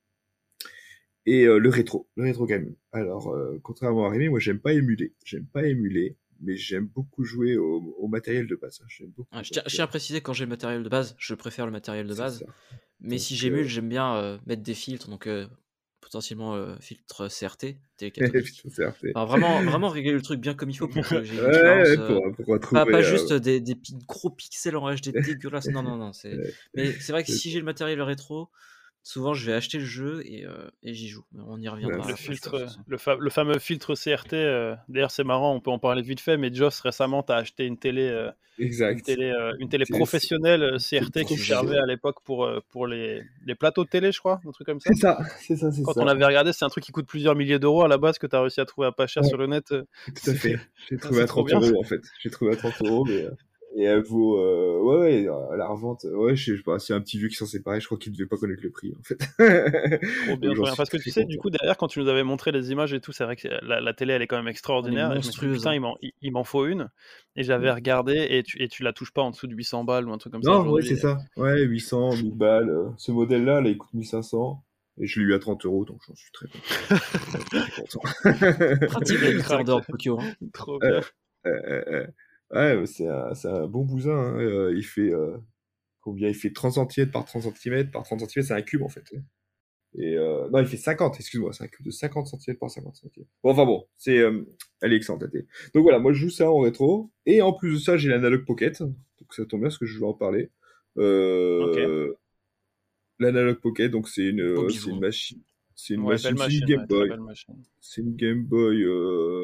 Et euh, le rétro, le rétro gaming. Alors, euh, contrairement à Rémi, moi, j'aime pas émuler. J'aime pas émuler, mais j'aime beaucoup jouer au, au matériel de base. J'aime beaucoup. Ah, je, tiens, donc, je euh, tiens à préciser, quand j'ai le matériel de base, je préfère le matériel de c'est base. ça. Mais Donc, si j'émule, euh, j'aime bien euh, mettre des filtres, donc euh, potentiellement euh, filtre C R T, télé cathodique. putain, c'est R T. Enfin, vraiment, vraiment régler le truc bien comme il faut pour que j'ai une Ouais, expérience. ouais, euh, pour, pour pas, retrouver. pas euh, juste des, des petits gros pixels en H D dégueulasses. Non, non, non. C'est... Ouais. Mais c'est vrai que C'est si j'ai le matériel rétro, souvent je vais acheter le jeu et, euh, et j'y joue. On y Ouais, reviendra Le c'est après, je filtre, pense. euh, aussi. le, fa- le fameux filtre C R T, euh, d'ailleurs c'est marrant, on peut en parler vite fait, mais Joss récemment t'as acheté une télé, euh, une exact. télé, euh, une télé C'est- professionnelle euh, c'est C R T qui professionnel. servait à l'époque pour, euh, pour les, les plateaux de télé, je crois, un truc comme ça. C'est ça, c'est ça, c'est Quand ça. on avait regardé, c'est un truc qui coûte plusieurs milliers d'euros à la base que t'as réussi à trouver à pas cher Ouais, sur le net. euh, tout à C'est fait. J'ai ah, trouvé c'est à trop trente bien. euros en fait. J'ai trouvé à trente euros, mais euh, et elle vaut, euh, ouais, ouais, à la revente, ouais, je sais pas, c'est un petit vieux qui s'en séparait, je crois qu'il devait pas connaître le prix en fait. Trop Donc bien, j'en trop bien. suis Parce que tu très sais, du content. coup, derrière, quand tu nous avais montré les images et tout, c'est vrai que la, la télé, elle est quand même Elle est extraordinaire. Et je me suis dit, monstrueuse. putain, hein. il m'en, il, il m'en faut une. Et j'avais regardé, et tu, et tu la touches pas en dessous de huit cents balles ou un truc comme ça Non, ouais, aujourd'hui. c'est ça. Ouais, huit cents, mille balles. euh, Ce modèle-là, là, il coûte mille cinq cents. Et je l'ai eu à trente euros, donc j'en suis très content. Très, très content. Pratique d'habiter en Crac. dehors de Tokyo. Hein. Trop Euh, bien. euh, euh, euh. Ouais, c'est un, c'est un bon bousin. hein. Euh, il fait euh, combien? Il fait trente centimètres par trente centimètres par trente centimètres, c'est un cube en fait. Et euh, non, il fait cinquante, excuse-moi, c'est un cube de cinquante centimètres par cinquante centimètres. Bon, enfin bon, c'est, euh, elle est excellente la télé. Donc voilà, moi je joue ça en rétro. Et en plus de ça, j'ai l'Analog Pocket. Donc ça tombe bien parce que je vais en parler. Ok. Euh, L'Analog Pocket, donc c'est une, Beau euh, bijou. c'est une hein. machine. C'est une Ouais, belle machine, c'est une machine, Game ouais, très Boy. belle machine. C'est une Game Boy euh,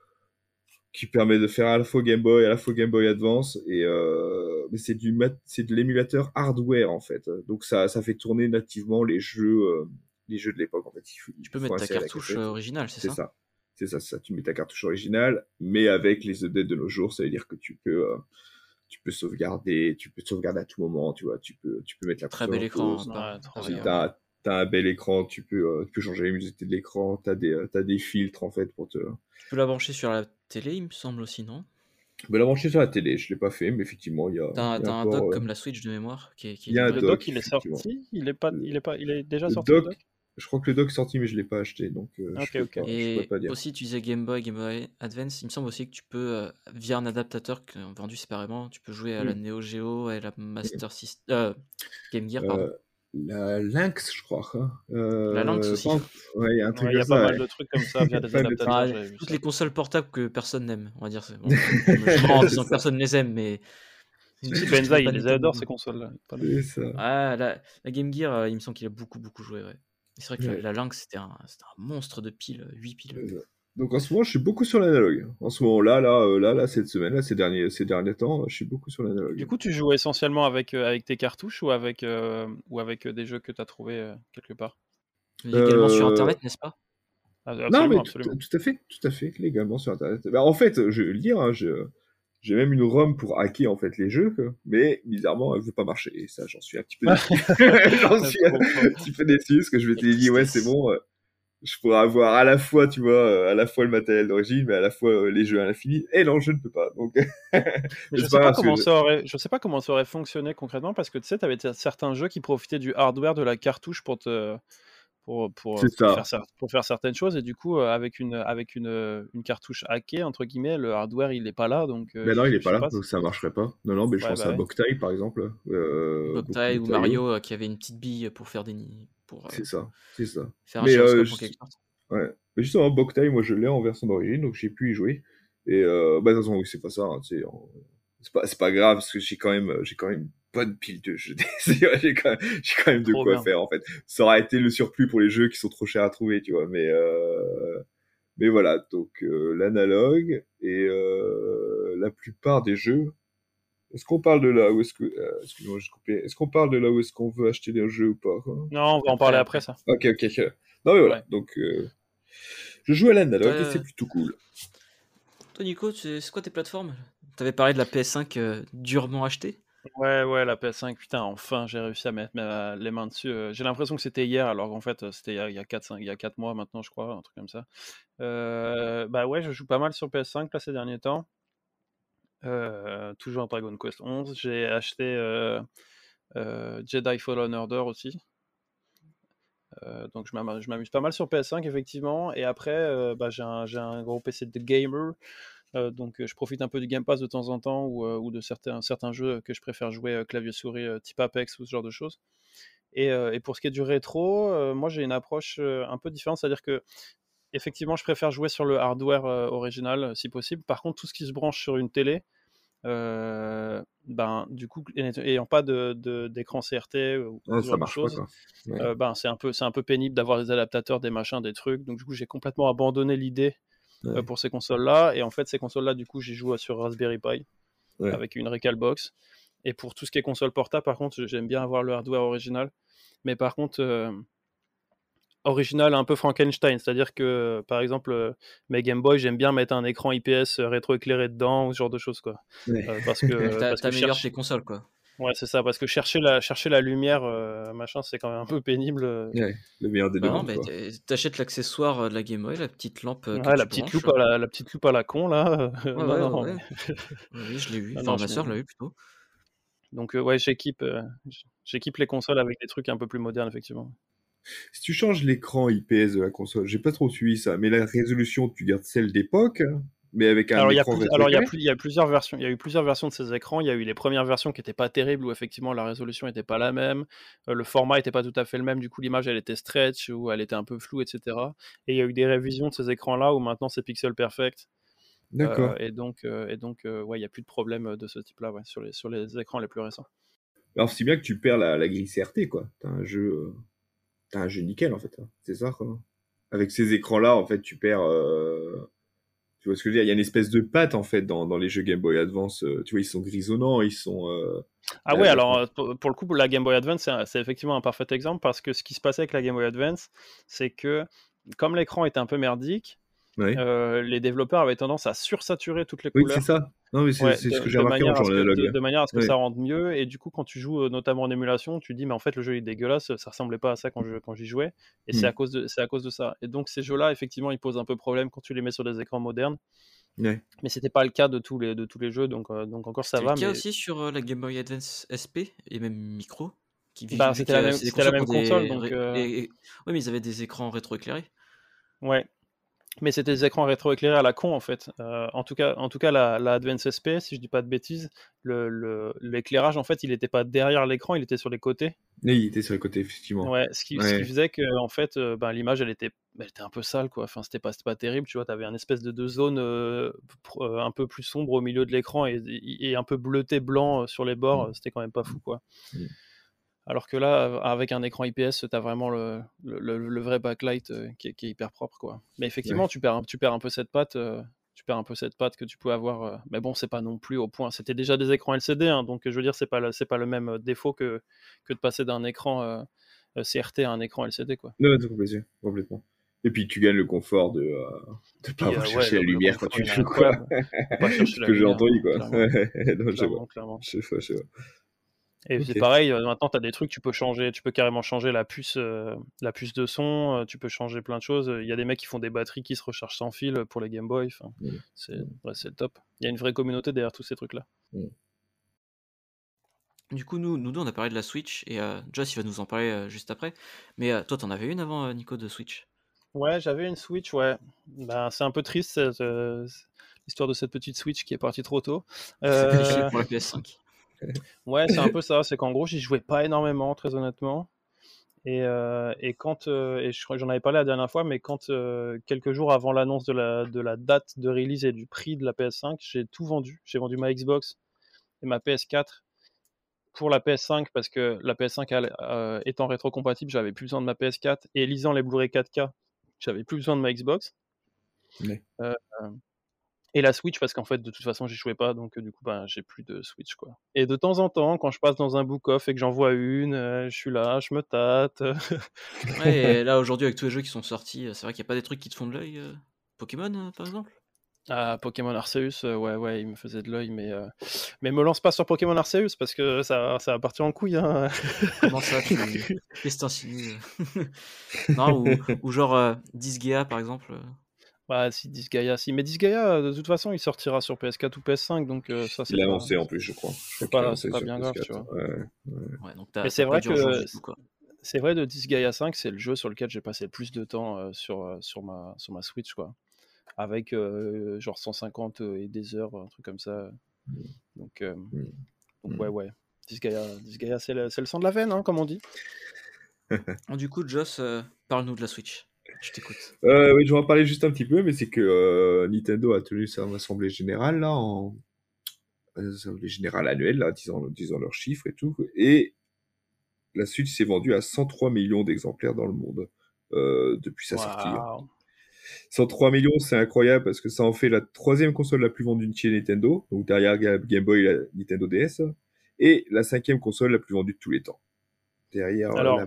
qui permet de faire à la fois Game Boy, à la fois Game Boy Advance, et euh, mais c'est du mat- c'est de l'émulateur hardware en fait. Donc ça, ça fait tourner nativement les jeux, euh, les jeux de l'époque en fait. Il faut, il Tu peux faut mettre ta insérer la cartouche cassette. euh, originale, c'est C'est ça? ça, c'est ça, c'est ça. Tu mets ta cartouche originale, mais avec les updates de nos jours, ça veut dire que tu peux, euh, tu peux sauvegarder, tu peux sauvegarder à tout moment, tu vois. Tu peux, tu peux mettre la Très console bel en écran. pause. hein, par, Ouais, trop par Si bien. ailleurs. t'as, t'as un bel écran, tu peux, euh, tu peux changer la luminosité de l'écran. T'as des, euh, t'as des filtres en fait pour te. Tu peux la brancher sur la télé, il me semble aussi, non? Je vais la brancher sur la télé, je l'ai pas fait, mais effectivement, il y a, T'as, il y a t'as un un port. dock euh, comme la Switch de mémoire qui est, qui est Il y a un livré. Le dock, dock, il est effectivement. sorti? Il est pas, il est pas, il est déjà Le sorti le dock, dock? je crois que le dock est sorti, mais je l'ai pas acheté, donc euh, Ok, je peux ok. pas, je pourrais Et pas dire. aussi, tu disais Game Boy, Game Boy Advance. Il me semble aussi que tu peux, euh, via un adaptateur que- vendu séparément, tu peux jouer à la Hmm. Neo Geo et à la Master System, euh, Game Gear, pardon. Euh, la Lynx, je crois. hein. La Lynx Euh, aussi. pas- Ouais, il y a un truc Ouais, il y comme a pas ça. mal ouais. de trucs comme ça via Il y a des pas mal de trucs. adaptateurs, Ah, j'avais vu toutes ça. les consoles portables que personne n'aime, on va dire. c'est- Bon, je, me- je mens en C'est disant que ça. personne les aime, mais Si, c'est si, tout ce qui Benza, n'est il pas les Nintendo. adore ces consoles-là. Pas mal. C'est ça. Ah, la, la Game Gear, euh, il me semble qu'il a beaucoup, beaucoup joué. Ouais. C'est vrai que Ouais. la, la Lynx, c'était un, c'était un monstre de piles, huit piles. C'est ça. Donc en ce moment, je suis beaucoup sur l'analogue. En ce moment, là, là, euh, là, là, cette semaine, là, ces derniers, ces derniers temps, je suis beaucoup sur l'analogue. Du coup, tu joues essentiellement avec, euh, avec tes cartouches ou avec, euh, ou avec euh, des jeux que tu as trouvés euh, quelque part? Légalement sur Euh, Internet, n'est-ce pas? Ah, Non, absolument, mais tout, absolument. tout à fait, tout à fait, légalement sur Internet. Bah, en fait, je vais le dire, hein, je, J'ai même une ROM pour hacker en fait les jeux, quoi. Mais bizarrement, elle veut pas marcher. Et ça, j'en suis un petit peu déçu. J'en suis un petit peu déçu parce que je m'étais dit, ouais, c'est bon, euh, je pourrais avoir à la fois, tu vois, euh, à la fois le matériel d'origine, mais à la fois euh, les jeux à l'infini. Et non, je ne peux pas. Donc, Mais mais je c'est sais pas pas grave, parce que comment je- ça aurait, je sais pas comment ça aurait fonctionné concrètement parce que tu sais, t'avais t- certains jeux qui profitaient du hardware de la cartouche pour te, pour, pour, c'est pour ça. faire, cer- pour faire certaines choses et du coup, euh, avec une, avec une, euh, une cartouche hackée entre guillemets, le hardware il est pas là donc euh, Mais non, je, il est je pas sais là, pas. si- donc ça marcherait pas. Non, non, mais je Ouais, pense à bah ouais. Boktai, par exemple. Euh, Boktai ou Boktaïo. Mario euh, qui avait une petite bille pour faire des nids, pour euh, C'est ça, c'est ça. faire un Mais euh, gyroscope en juste- quelque sorte. ouais. Mais justement, Boktai, moi je l'ai en version d'origine, donc j'ai pu y jouer. Et euh, bah de toute façon, oui, c'est pas ça, hein, tu sais, en- c'est pas, c'est pas grave parce que j'ai quand même, j'ai quand même une bonne pile de jeux. C'est vrai, j'ai quand même, j'ai quand même de Trop quoi bien. faire en fait. Ça aurait été le surplus pour les jeux qui sont trop chers à trouver, tu vois. Mais euh, mais voilà, donc euh, l'analogue et euh, la plupart des jeux. Est-ce qu'on parle de là où est-ce que, euh, excuse-moi, je coupé. Est-ce qu'on parle de là où est-ce qu'on veut acheter des jeux ou pas, quoi? Non, on va en Après, parler après. après ça. Ok, ok, ok. Non mais voilà, Ouais. donc euh, je joue à l'analogue et c'est Toi, plutôt cool. toi, Nico, tu- c'est quoi tes plateformes? T'avais parlé de la P S cinq euh, durement achetée. Ouais, ouais, la P S cinq, putain, enfin, j'ai réussi à mettre ma- les mains dessus. euh, J'ai l'impression que c'était hier, alors qu'en fait, euh, c'était il y a, il y a quatre, cinq, il y a quatre mois maintenant, je crois, un truc comme ça. Euh, bah ouais, je joue pas mal sur P S cinq là ces derniers temps. Euh, toujours Dragon Quest onze. J'ai acheté euh, euh, Jedi Fallen Order aussi. Euh, donc je m'am- je m'amuse pas mal sur P S cinq effectivement. Et après, euh, bah, j'ai un, j'ai un gros P C de gamer. Euh, donc euh, je profite un peu du Game Pass de temps en temps ou, euh, ou de certains, certains jeux que je préfère jouer euh, clavier-souris euh, type Apex ou ce genre de choses. Et, euh, et pour ce qui est du rétro, euh, moi j'ai une approche euh, un peu différente, c'est-à-dire que effectivement je préfère jouer sur le hardware euh, original euh, si possible. Par contre, tout ce qui se branche sur une télé, euh, ben du coup, et- ayant pas de, de- d'écran C R T ou Ah, ce ça genre de marche pas choses, quoi. Ouais. euh, ben c'est un peu, c'est un peu pénible d'avoir des adaptateurs, des machins, des trucs. Donc du coup, j'ai complètement abandonné l'idée euh, Ouais. pour ces consoles-là. Et en fait, ces consoles-là, du coup, j'y joue sur Raspberry Pi Ouais. avec une Recalbox. Et pour tout ce qui est console portable, par contre, j'aime bien avoir le hardware original. Mais par contre, euh, original un peu Frankenstein, c'est-à-dire que, par exemple, euh, mes Game Boy, j'aime bien mettre un écran I P S rétroéclairé dedans, ou ce genre de choses, quoi. Ouais. Euh, parce que, T'a- parce que T'améliores cherche... tes consoles, quoi. Ouais, c'est ça, parce que chercher la, chercher la lumière, euh, machin, c'est quand même un peu pénible. euh. Ouais, le meilleur des Bah deux non, mondes bah, quoi. t'es- t'achètes l'accessoire euh, de la Game Boy, la petite lampe euh, que Ouais, tu la petite branches. loupe à la, la petite loupe à la con, là. euh, Ouais, non, ouais, ouais, non, ouais. mais- Oui, je l'ai vu. non, Enfin, non, ma je soeur me- l'a eu plutôt. Donc, euh, ouais, j'équipe, euh, j'équipe les consoles avec des trucs un peu plus modernes, effectivement. Si tu changes l'écran I P S de la console, j'ai pas trop suivi ça, mais la résolution, tu gardes celle d'époque, mais avec un Alors il y a écran plus- alors il y a rétroéclairé. plus- il y a plusieurs versions. Il y a eu plusieurs versions de ces écrans. Il y a eu les premières versions qui n'étaient pas terribles où effectivement la résolution n'était pas la même, euh, le format n'était pas tout à fait le même. Du coup l'image elle était stretch ou elle était un peu floue, et cetera. Et il y a eu des révisions de ces écrans-là où maintenant c'est pixel perfect. Euh, D'accord. et donc euh, et donc euh, ouais il y a plus de problème de ce type-là ouais, sur les sur les écrans les plus récents. Alors c'est bien que tu perds la, la grille C R T quoi. T'as un jeu, euh, t'as un jeu nickel en fait. Hein. C'est ça quoi. Avec ces écrans-là, en fait, tu perds. euh, Tu vois ce que je veux dire? Il y a une espèce de patte en fait dans, dans les jeux Game Boy Advance. euh, Tu vois, ils sont grisonnants, ils sont. euh, Ah la- ouais, la- alors euh, pour, pour le coup, la Game Boy Advance, c'est un- c'est effectivement un parfait exemple parce que ce qui se passait avec la Game Boy Advance, c'est que comme l'écran était un peu merdique, Ouais. euh, les développeurs avaient tendance à sursaturer toutes les Oui, c'est couleurs. ça. Non, mais c'est Ouais, c'est ce que de, j'ai de remarqué en manière à jouant ce à que, de, l'analogue. de manière à ce que Ouais. ça rende mieux. Et du coup, quand tu joues euh, notamment en émulation, tu dis, mais en fait, le jeu est dégueulasse, ça ressemblait pas à ça quand je- quand j'y jouais. Et c'est Hmm. à cause de, c'est à cause de ça. Et donc, ces jeux-là, effectivement, ils posent un peu problème quand tu les mets sur des écrans modernes. Ouais. Mais c'était pas le cas de tous les, de tous les jeux, donc, euh, donc encore ça C'était va. le cas Mais aussi sur euh, la Game Boy Advance S P et même Micro, qui vu, bah, vu c'était que la euh, même, c'est des c'était la consoles qui ont même console, des. donc. ré- euh, et- et- Ouais, mais ils avaient des écrans rétroéclairés. Ouais. Mais c'était des écrans rétroéclairés à la con en fait. Euh, en tout cas, en tout cas la, la Advance S P, si je dis pas de bêtises, le, le- l'éclairage en fait, il n'était pas derrière l'écran, il était sur les côtés. Et il était sur le côté, effectivement. Ouais, ce qui, ce qui Ouais. faisait que en fait, euh, ben, l'image elle était, elle était un peu sale quoi. Enfin, c'était pas, c'était pas terrible, tu vois. T'avais un espèce de deux zones euh, pr- euh, un peu plus sombres au milieu de l'écran et, et- et un peu bleuté blanc euh, sur les bords. Mm. C'était quand même pas fou quoi. Mm. Alors que là, avec un écran I P S, tu as vraiment le, le, le- le vrai backlight euh, qui, est, qui est hyper propre, quoi. Mais effectivement, Ouais. tu perds, un- tu perds un peu cette patte, euh, tu perds un peu cette patte que tu pouvais avoir. euh, mais bon, c'est pas non plus au point. C'était déjà des écrans L C D, hein, donc je veux dire, c'est pas le, c'est pas le même euh, défaut que, que de passer d'un écran euh, euh, C R T à un écran L C D, quoi. Non, non, complètement. complètement. Et puis tu gagnes le confort de euh, de pas Puis, avoir euh, ouais, cherché le, la le lumière quand confort, tu il est joues, quoi. incroyable. Faut pas chercher Ce la que j'ai lumière, entendu, non, quoi. clairement. non, je sais pas. Clairement, clairement. Je sais pas, je sais pas. Et c'est Ok. pareil, euh, maintenant tu as des trucs, tu peux changer, tu peux carrément changer la puce, euh, la puce de son, euh, tu peux changer plein de choses. Il y a des mecs qui font des batteries qui se rechargent sans fil pour les Game Boy. Enfin, Mm. c'est Mm. ouais, c'est le top. Il y a une vraie communauté derrière tous ces trucs-là. Mm. Du coup, nous, nous deux, on a parlé de la Switch et euh, Joss, il va nous en parler euh, juste après. Mais euh, toi, t'en avais une avant, euh, Nico, de Switch? Ouais, j'avais une Switch, ouais. Ben, c'est un peu triste, cette, euh, l'histoire de cette petite Switch qui est partie trop tôt. Sacrifié Euh, pour la P S cinq. ouais, c'est un peu ça. C'est qu'en gros, j'y jouais pas énormément, très honnêtement. Et, euh, et quand, euh, et je crois que j'en avais parlé la dernière fois, mais quand euh, quelques jours avant l'annonce de la, de la date de release et du prix de la P S cinq, j'ai tout vendu. J'ai vendu ma Xbox et ma P S quatre pour la P S cinq parce que la P S cinq elle, euh, étant rétrocompatible, j'avais plus besoin de ma P S quatre et lisant les Blu-ray quatre K, j'avais plus besoin de ma Xbox. Ouais. Euh, et la Switch parce qu'en fait de toute façon j'y jouais pas, donc euh, du coup ben j'ai plus de Switch quoi. Et de temps en temps quand je passe dans un book off et que j'en vois une, euh, je suis là, je me tâte. Ouais, et là, aujourd'hui, avec tous les jeux qui sont sortis, euh, c'est vrai qu'il n'y a pas des trucs qui te font de l'œil. euh, Pokémon, euh, par exemple? Ah, Pokémon Arceus, euh, ouais, ouais, il me faisait de l'œil, mais, euh, mais me lance pas sur Pokémon Arceus parce que ça, ça va partir en couille. Hein. Comment ça, tu... Qu'est-ce que t'insinues? euh Non, ou, ou genre euh, Disgaea, par exemple. euh. Bah, si Disgaea, si. Mais Disgaea, de toute façon, il sortira sur P S quatre ou P S cinq, donc euh, ça, c'est Il a pas, annoncé en plus, je crois. Je c'est crois qu'il a pas, c'est annoncé pas sur bien grave, tu P S quatre. vois. Ouais, ouais. Ouais, donc Mais t'as c'est t'as pas vrai d'urgence que du tout, quoi. c'est vrai de Disgaea cinq, c'est le jeu sur lequel j'ai passé le plus de temps euh, sur, euh, sur, ma, sur ma Switch, quoi. Avec euh, genre cent cinquante et des heures, un truc comme ça. Donc, euh, Mm. donc Mm. ouais, ouais. Disgaea, Disgaea c'est le, c'est le sang de la veine, hein, comme on dit. Du coup, Joss, euh, parle-nous de la Switch. Je t'écoute. Euh, oui, je vais en parler juste un petit peu, mais c'est que euh, Nintendo a tenu son assemblée générale, là, en assemblée générale annuelle, là, disant, disant leurs chiffres et tout, et la Switch s'est vendue à cent trois millions d'exemplaires dans le monde euh, depuis sa sortie. Waouh. cent trois millions, c'est incroyable parce que ça en fait la troisième console la plus vendue de chez Nintendo, donc derrière Game Boy et la Nintendo D S, et la cinquième console la plus vendue de tous les temps. Derrière euh, Alors, la...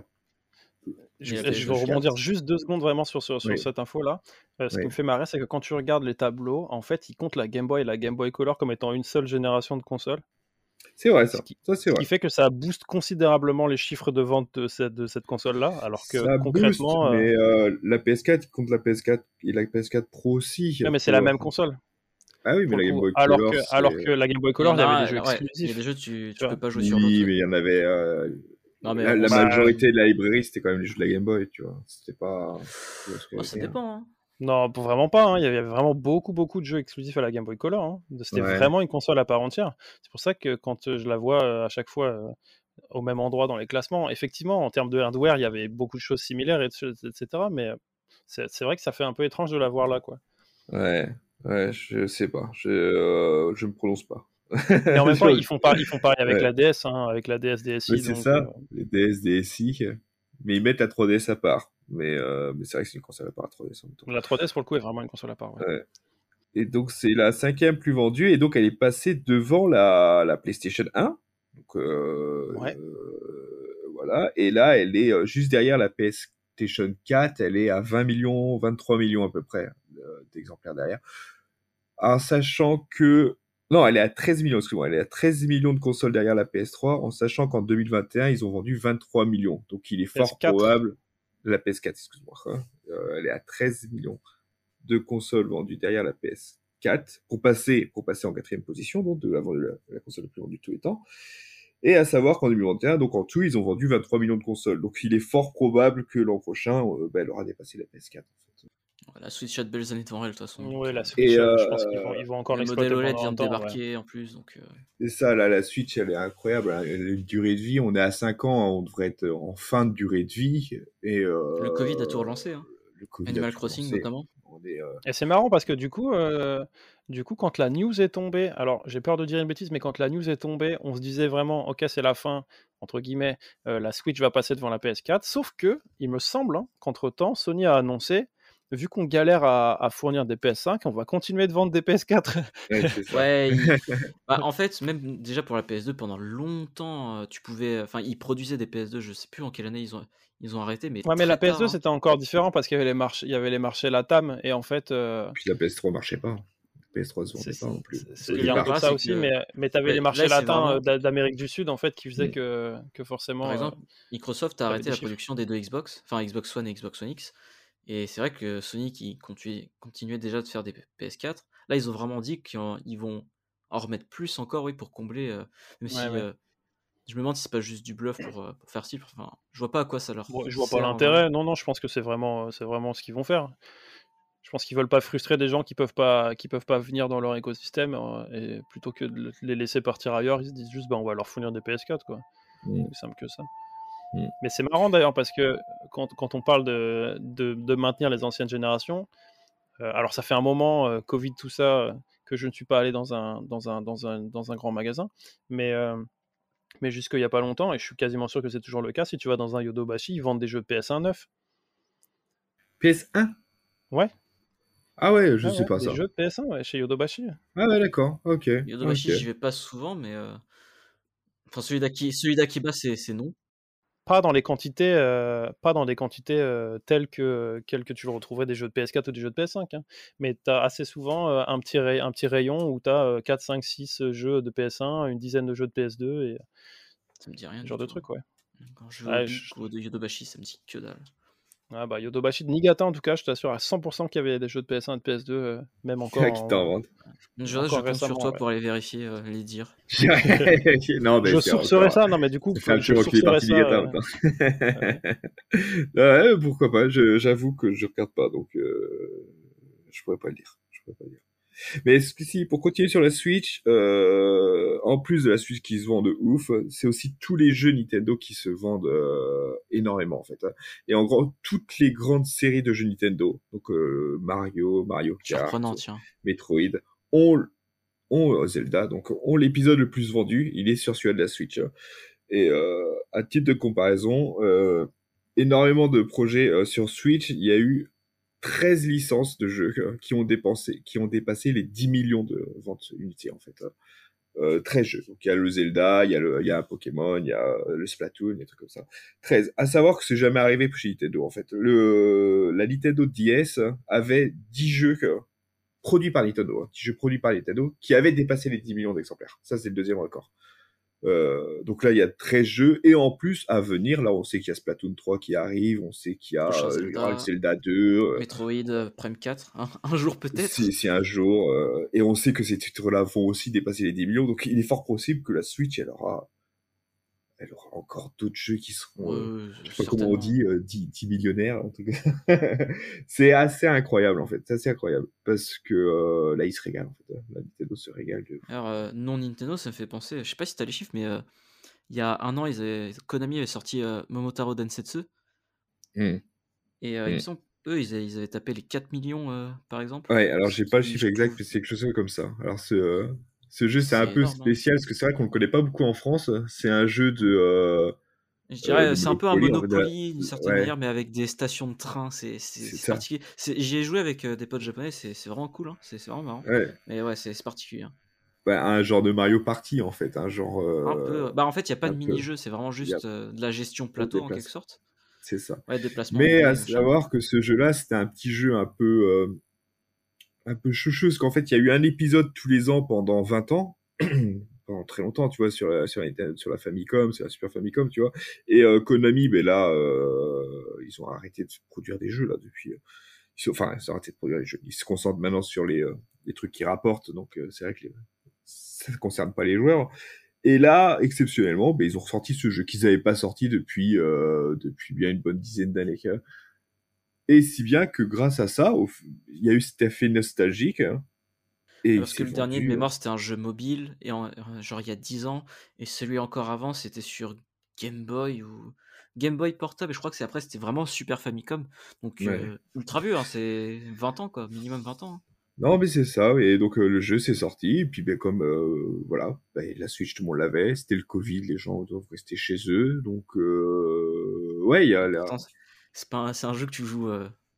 je, Et la je vais P S quatre. rebondir juste deux secondes vraiment sur, sur, sur Oui. cette info-là. Euh, ce Oui. qui me fait marrer, c'est que quand tu regardes les tableaux, en fait, ils comptent la Game Boy et la Game Boy Color comme étant une seule génération de consoles. C'est vrai, Ce ça. qui, Ça, c'est ce qui vrai. fait que ça booste considérablement les chiffres de vente de cette, de cette console-là, alors que Ça booste, concrètement... euh, mais euh, la P S quatre, il compte la P S quatre et la P S quatre Pro aussi. ouais, mais tu c'est la vois. même console, Ah oui, mais pour la le Game coup. Boy Alors Color, que, c'est... alors que la Game Boy Il y Color, en il y avait a, des jeux ouais, il y a exclusifs. des jeux tu, tu tu vois. peux pas jouer sur d'autres. Oui, ouais. mais il y en avait... euh, Non, mais la, on la sait- Bah, majorité de la librairie, c'était quand même les jeux de la Game Boy, tu vois. C'était pas... tu vois ce que Oh, je ça veux dire. dépend. Hein. non, pour- vraiment pas. Hein. Il y avait vraiment beaucoup, beaucoup de jeux exclusifs à la Game Boy Color. Hein. C'était Ouais. vraiment une console à part entière. C'est pour ça que quand euh, je la vois euh, à chaque fois euh, au même endroit dans les classements, effectivement, en termes de hardware, il y avait beaucoup de choses similaires, et et cetera. Mais euh, c'est c'est vrai que ça fait un peu étrange de la voir là, quoi. Ouais, ouais, je sais pas. Je, euh, je me prononce pas. Mais en même temps, Je- ils font, pas, ils font pareil avec Ouais. la D S, hein, avec la D S Mais D S i. c'est Donc, ça, euh, les D S, D S i. Mais ils mettent la trois D S à part. Mais, euh, mais c'est vrai que c'est une console à part, la trois D S en même temps. la trois D S, pour le coup, est vraiment une console à part. Ouais. Ouais. Et donc, c'est la cinquième plus vendue. Et donc, elle est passée devant la, la PlayStation un. Donc, euh, Ouais. euh, voilà. Et là, elle est euh, juste derrière la PlayStation quatre. Elle est à vingt millions, vingt-trois millions à peu près euh, d'exemplaires derrière. En sachant que... Non, elle est à treize millions, excuse-moi. Elle est à treize millions de consoles derrière la P S trois, en sachant qu'en deux mille vingt et un, ils ont vendu vingt-trois millions. Donc, il est fort P S quatre. probable... La P S quatre, excuse-moi. Hein. Euh, elle est à treize millions de consoles vendues derrière la P S quatre pour passer, pour passer en quatrième position, donc de la, de la, de la console la plus vendue de tous les temps. Et à savoir qu'en deux mille vingt et un, donc en tout, ils ont vendu vingt-trois millions de consoles. Donc, il est fort probable que l'an prochain, euh, bah, elle aura dépassé la P S quatre. En fait. Ouais, la Switch a de belles années devant elle, de toute façon. donc, Ouais, euh, la Switch, Et euh, euh, je pense qu'ils vont, ils vont encore le modèle l'exploiter O L E D pendant vient un de temps. Ouais. débarquer en plus. Donc, euh, c'est ça, là, la Switch, elle est incroyable. Elle a une durée de vie, on est à cinq ans, on devrait être en fin de durée de vie. Et, euh, le Covid a tout relancé. Hein. le Covid Animal a tout Crossing, relancé. notamment. On est, euh, Et c'est marrant parce que du coup, euh, du coup, quand la news est tombée, alors j'ai peur de dire une bêtise, mais quand la news est tombée, on se disait vraiment, ok, c'est la fin, entre guillemets, euh, la Switch va passer devant la P S quatre. Sauf que, il me semble, hein, qu'entre-temps, Sony a annoncé vu qu'on galère à, à fournir des P S cinq, on va continuer de vendre des P S quatre. Ouais, c'est ça. Ouais, il- bah, en fait, même déjà pour la P S deux, pendant longtemps, euh, tu pouvais. Enfin, ils produisaient des P S deux, je sais plus en quelle année ils ont, ils ont arrêté, mais Ouais, mais la très P S deux, tard. Hein. c'était encore différent parce qu'il y avait les marchés, il y avait les marchés LATAM, et en fait, euh, Puis la P S trois marchait pas. La P S trois se c'est- vendait pas non plus. c'est- Ce c'est- Au il y a un que peu de départ. là, ça c'est aussi, que mais, mais tu avais les ouais, marchés là, c'est latins vraiment. euh, d'A- d'Amérique du Sud, en fait, qui faisaient Mm. que, que forcément, Par euh, exemple, Microsoft a t'avais arrêté des la chiffres. production des deux Xbox, enfin Xbox One et Xbox One X. Et c'est vrai que Sony qui continue- continuait déjà de faire des P S quatre, là ils ont vraiment dit qu'ils en- ils vont en remettre plus encore, oui, pour combler. euh, même Ouais, si ouais. euh, je me demande si c'est pas juste du bluff pour, euh, pour faire ci. Enfin, je vois pas à quoi ça leur Bon, je vois pas sert vraiment. l'intérêt. Non, non, je pense que c'est vraiment, c'est vraiment ce qu'ils vont faire. Je pense qu'ils veulent pas frustrer des gens qui peuvent pas, qui peuvent pas venir dans leur écosystème, euh, et plutôt que de les laisser partir ailleurs, ils se disent juste, bah, on va leur fournir des P S quatre, quoi. Mm. C'est simple que ça. Mm. Mais c'est marrant d'ailleurs parce que quand, quand on parle de, de, de maintenir les anciennes générations, euh, alors ça fait un moment, euh, Covid, tout ça, euh, que je ne suis pas allé dans un, dans un, dans un, dans un grand magasin, mais, euh, mais jusqu'il y a pas longtemps, et je suis quasiment sûr que c'est toujours le cas, si tu vas dans un Yodobashi, ils vendent des jeux P S un neufs. P S un? Ouais, Ah ouais, je ouais, sais ouais, pas des ça. jeux de P S un, ouais, chez Yodobashi. Ah ouais, d'accord. Ok. Yodobashi, Ok. j'y vais pas souvent, mais euh, enfin celui d'Aki, celui d'Akiba, c'est c'est non. Pas dans les quantités, euh, pas dans des quantités euh, telles que, quelles que tu le retrouverais des jeux de P S quatre ou des jeux de P S cinq, hein. Mais tu as assez souvent euh, un, petit ray- un petit rayon où tu as quatre, cinq, six jeux de P S un, une dizaine de jeux de P S deux, et Ça me dit rien ce du genre de tout. trucs, ouais. Quand je vais au Ouais, Big je- ou au Yodobashi, ça me dit que dalle. Ah bah, Yodobashi de Niigata, en tout cas, je t'assure à cent pour cent qu'il y avait des jeux de P S un et de P S deux, euh, même encore, Qui t'en en- vente? Je, je encore compte sur récemment. toi Ouais. pour aller vérifier euh, les dires. Non, mais Je c'est sourcerai encore. ça, non mais du coup, Ça fait un je petit moment qu'il est sourcerai parti ça. Ligata euh, maintenant. ouais. Ouais, pourquoi pas. je- J'avoue que je regarde pas, donc euh, je pourrais pas le dire. Je pourrais pas le dire. Mais est-ce que si, pour continuer sur la Switch, euh, en plus de la Switch qui se vend de ouf, c'est aussi tous les jeux Nintendo qui se vendent euh, énormément en fait. Hein. Et en gros, toutes les grandes séries de jeux Nintendo, donc euh, Mario, Mario Kart, Surprenant, tiens. Metroid, ont, ont Zelda, donc ont l'épisode le plus vendu. Il est sur celui de la Switch. Hein. Et euh, à titre de comparaison, euh, énormément de projets euh, sur Switch, il y a eu treize licences de jeux euh, qui ont dépensé, qui ont dépassé les dix millions de ventes unités en fait. Hein. Euh, treize jeux. Donc il y a le Zelda, il y a le, il y a un Pokémon, il y a le Splatoon, des trucs comme ça. treize. À savoir que c'est jamais arrivé chez Nintendo en fait. Le, la Nintendo D S avait dix jeux que, produits par Nintendo, hein, dix jeux produits par Nintendo qui avaient dépassé les dix millions d'exemplaires. Ça c'est le deuxième record. Euh, donc là, il y a treize jeux, et en plus, à venir, là, on sait qu'il y a Splatoon trois qui arrive, on sait qu'il y a, Prochain euh, il y aura le Zelda, Zelda deux, euh, Metroid euh, Prime quatre, hein, un jour peut-être. si, si un jour, euh, et on sait que ces titres-là vont aussi dépasser les dix millions, donc il est fort possible que la Switch, elle aura, elle aura encore d'autres jeux qui seront, euh, Ouais, je sais pas comment on certainement. dit, euh, dix, dix millionnaires, en tout cas. C'est assez incroyable, en fait, c'est assez incroyable, parce que euh, là, ils se régalent, en fait, hein. La Nintendo se régale. De... Alors, euh, non Nintendo, ça me fait penser, je sais pas si t'as les chiffres, mais euh, il y a un an, ils avaient- Konami avait sorti euh, Momotaro Densetsu, Mmh. et euh, il me Mmh. semble, eux, ils avaient, ils avaient tapé les quatre millions, euh, par exemple. Ouais, alors Ce j'ai pas le qui, chiffre je exact, trouve, mais c'est quelque chose comme ça. Alors ce, euh, ce jeu, c'est un c'est peu énorme. Hein. spécial, parce que c'est vrai qu'on le connaît pas beaucoup en France. C'est un jeu de, euh, Je euh, dirais, de c'est un peu un Monopoly, en fait. de la- Monopoly d'une certaine Ouais, manière, mais avec des stations de train. C'est c'est- c'est c'est ça. particulier. C'est- J'y ai joué avec euh, des potes japonais, c'est c'est vraiment cool. Hein. C'est c'est vraiment marrant. Ouais. Mais ouais, c'est c'est particulier. Hein. Ouais, un genre de Mario Party, en fait. Un genre, Un euh, peu. Bah, en fait, il n'y a pas un de peu. mini-jeu, c'est vraiment Il y a juste euh, de la gestion pas de plateau en quelque déplacement. sorte. C'est ça. Ouais, déplacement Mais à épée, machin. savoir que ce jeu-là, c'était un petit jeu un peu, euh, un peu chouchou, parce qu'en fait, il y a eu un épisode tous les ans pendant vingt ans. Pendant très longtemps, tu vois, sur la, sur la, sur la Famicom, sur la Super Famicom, tu vois. Et euh, Konami, ben là, euh, ils ont arrêté de produire des jeux, là, depuis... euh, ils sont, enfin, ils ont arrêté de produire des jeux. Ils se concentrent maintenant sur les, euh, les trucs qui rapportent, donc euh, c'est vrai que les, ça ne concerne pas les joueurs. Et là, exceptionnellement, ben, ils ont ressorti ce jeu qu'ils n'avaient pas sorti depuis, euh, depuis bien une bonne dizaine d'années. Hein. Et si bien que grâce à ça, au, il y a eu cet effet nostalgique, hein, et il Parce que s'est le dernier de vendu... mémoire, c'était un jeu mobile, et en- euh, genre il y a dix ans, et celui encore avant, c'était sur Game Boy ou Game Boy Portable, et je crois que c'est après, c'était vraiment Super Famicom. Donc, Ouais. euh, ultra vieux, hein, c'est vingt ans, quoi, minimum vingt ans. Hein. Non, mais c'est ça. Et donc, euh, le jeu s'est sorti. Et puis, ben, comme, euh, voilà, ben, la Switch, tout le monde l'avait. C'était le Covid. Les gens doivent rester chez eux. Donc, euh, ouais, il y a la... Pourtant, c'est c'est pas un, c'est un jeu que tu joues euh,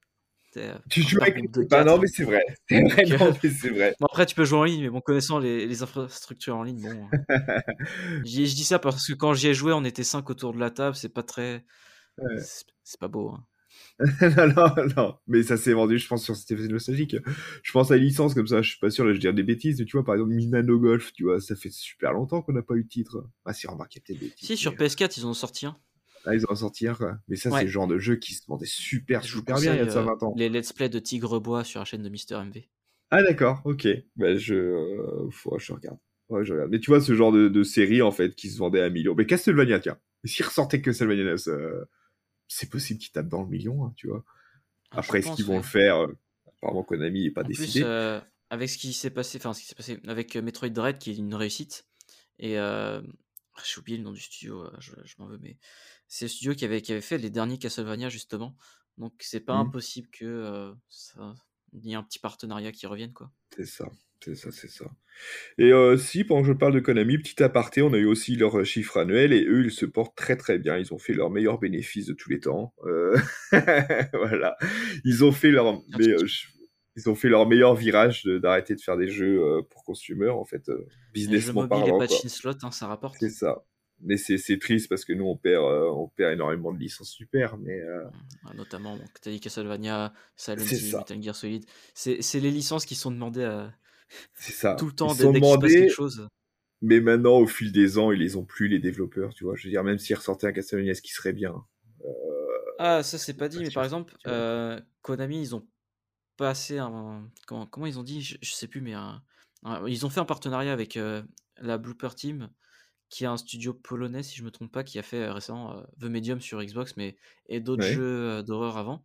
T'es, Tu un joues avec supergroupe les de copains, non quatre. mais c'est vrai. C'est vrai, Donc, non euh, mais c'est vrai. bon, après, tu peux jouer en ligne, mais bon, connaissant les, les infrastructures en ligne, bon. euh, j'y- je dis ça parce que quand j'y ai joué, on était cinq autour de la table, c'est pas très. Ouais. C'est c'est pas beau. Hein. non, non, non, mais ça s'est vendu, je pense, sur C'était nostalgique. Je pense à une licence comme ça, je suis pas sûr, là, je vais dire des bêtises, mais tu vois, par exemple, Minano Golf, tu vois, ça fait super longtemps qu'on n'a pas eu de titre. Ah, si, remarque, il y a peut-être des titres. Si, sur mais- P S quatre, ils en ont sorti un. Ah, ils en ont sorti un, quoi. Mais ça, c'est Ouais. le genre de jeu qui se vendait super, Je vous super bien il y a conseille de ça euh, vingt ans. les let's play de Tigrebois sur la chaîne de Mister M V. Ah, d'accord, ok. Bah, je. Euh, faut, je regarde. Ouais, je regarde. Mais tu vois, ce genre de, de série, en fait, qui se vendait à un million. Mais Castlevania, tiens. Et s'il ressortait que Castlevania neuf, euh, c'est possible qu'il tape dans le million, hein, tu vois. Ah, je Après, est-ce pense, qu'ils vont ouais. le faire euh, apparemment, Konami n'est pas En plus, décidé. euh, avec ce qui s'est passé, enfin, ce qui s'est passé avec euh, Metroid Dread, qui est une réussite, et euh, j'ai oublié le nom du studio, euh, je, je m'en veux, mais c'est le studio qui avait, qui avait fait les derniers Castlevania, justement. Donc, c'est pas Hmm. impossible que euh, ça, il y ait un petit partenariat qui revienne, quoi. C'est ça, c'est ça, c'est ça. Et euh, si, pendant que je parle de Konami, petit aparté, on a eu aussi leur euh, chiffre annuel et eux, ils se portent très très bien. Ils ont fait leur meilleur bénéfice de tous les temps. Euh, voilà. Ils ont fait leur, mais, euh, je- ils ont fait leur meilleur virage de- d'arrêter de faire des jeux euh, pour consumer, en fait, euh, Les jeux businessment mobiles et parlant, pas de quoi. chin slot, hein, ça rapporte. C'est ça. Mais c'est c'est triste parce que nous, on perd, euh, on perd énormément de licences super, mais euh, Ah, notamment, bon, t'as dit Castlevania, Silent c'est Hill, ça. Metal Gear Solid. C'est c'est les licences qui sont demandées à, C'est ça. tout le Ils temps, dès, sont dès qu'il se passe quelque demandés, chose. mais maintenant, au fil des ans, ils les ont plus, les développeurs, tu vois. Je veux dire, même s'ils ressortaient un Castlevania, ce qui serait bien. Euh, Ah, ça c'est pas dit, pas mais sûr, par exemple, tu vois. euh, Konami, ils ont passé un. Comment, comment ils ont dit? Je, je sais plus, mais un- un- ils ont fait un partenariat avec euh, la Blooper Team, qui est un studio polonais, si je me trompe pas, qui a fait euh, récemment euh, The Medium sur Xbox, mais et d'autres Ouais. jeux euh, d'horreur avant.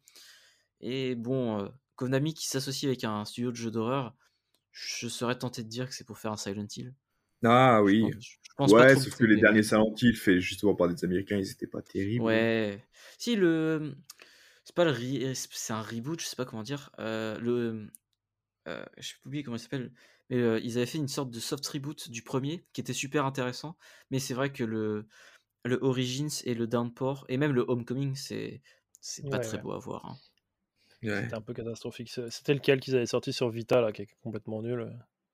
Et bon, euh, Konami qui s'associe avec un studio de jeux d'horreur, je serais tenté de dire que c'est pour faire un Silent Hill. Ah Je oui. pense, je pense pas Ouais, trop me sauf que les tromper, derniers mais. Silent Hill faits justement par des Américains, ils étaient pas terribles. Ouais. Si, le. C'est pas le. re- C'est un reboot, je sais pas comment dire. Euh, le. euh, j'ai oublié comment il s'appelle. Mais euh, ils avaient fait une sorte de soft reboot du premier qui était super intéressant. Mais c'est vrai que le, le Origins et le Downpour, et même le Homecoming, c'est c'est pas Ouais, très ouais. beau à voir. Hein. Ouais. C'était un peu catastrophique. C'est- C'était lequel qu'ils avaient sorti sur Vita, là, qui est complètement nul.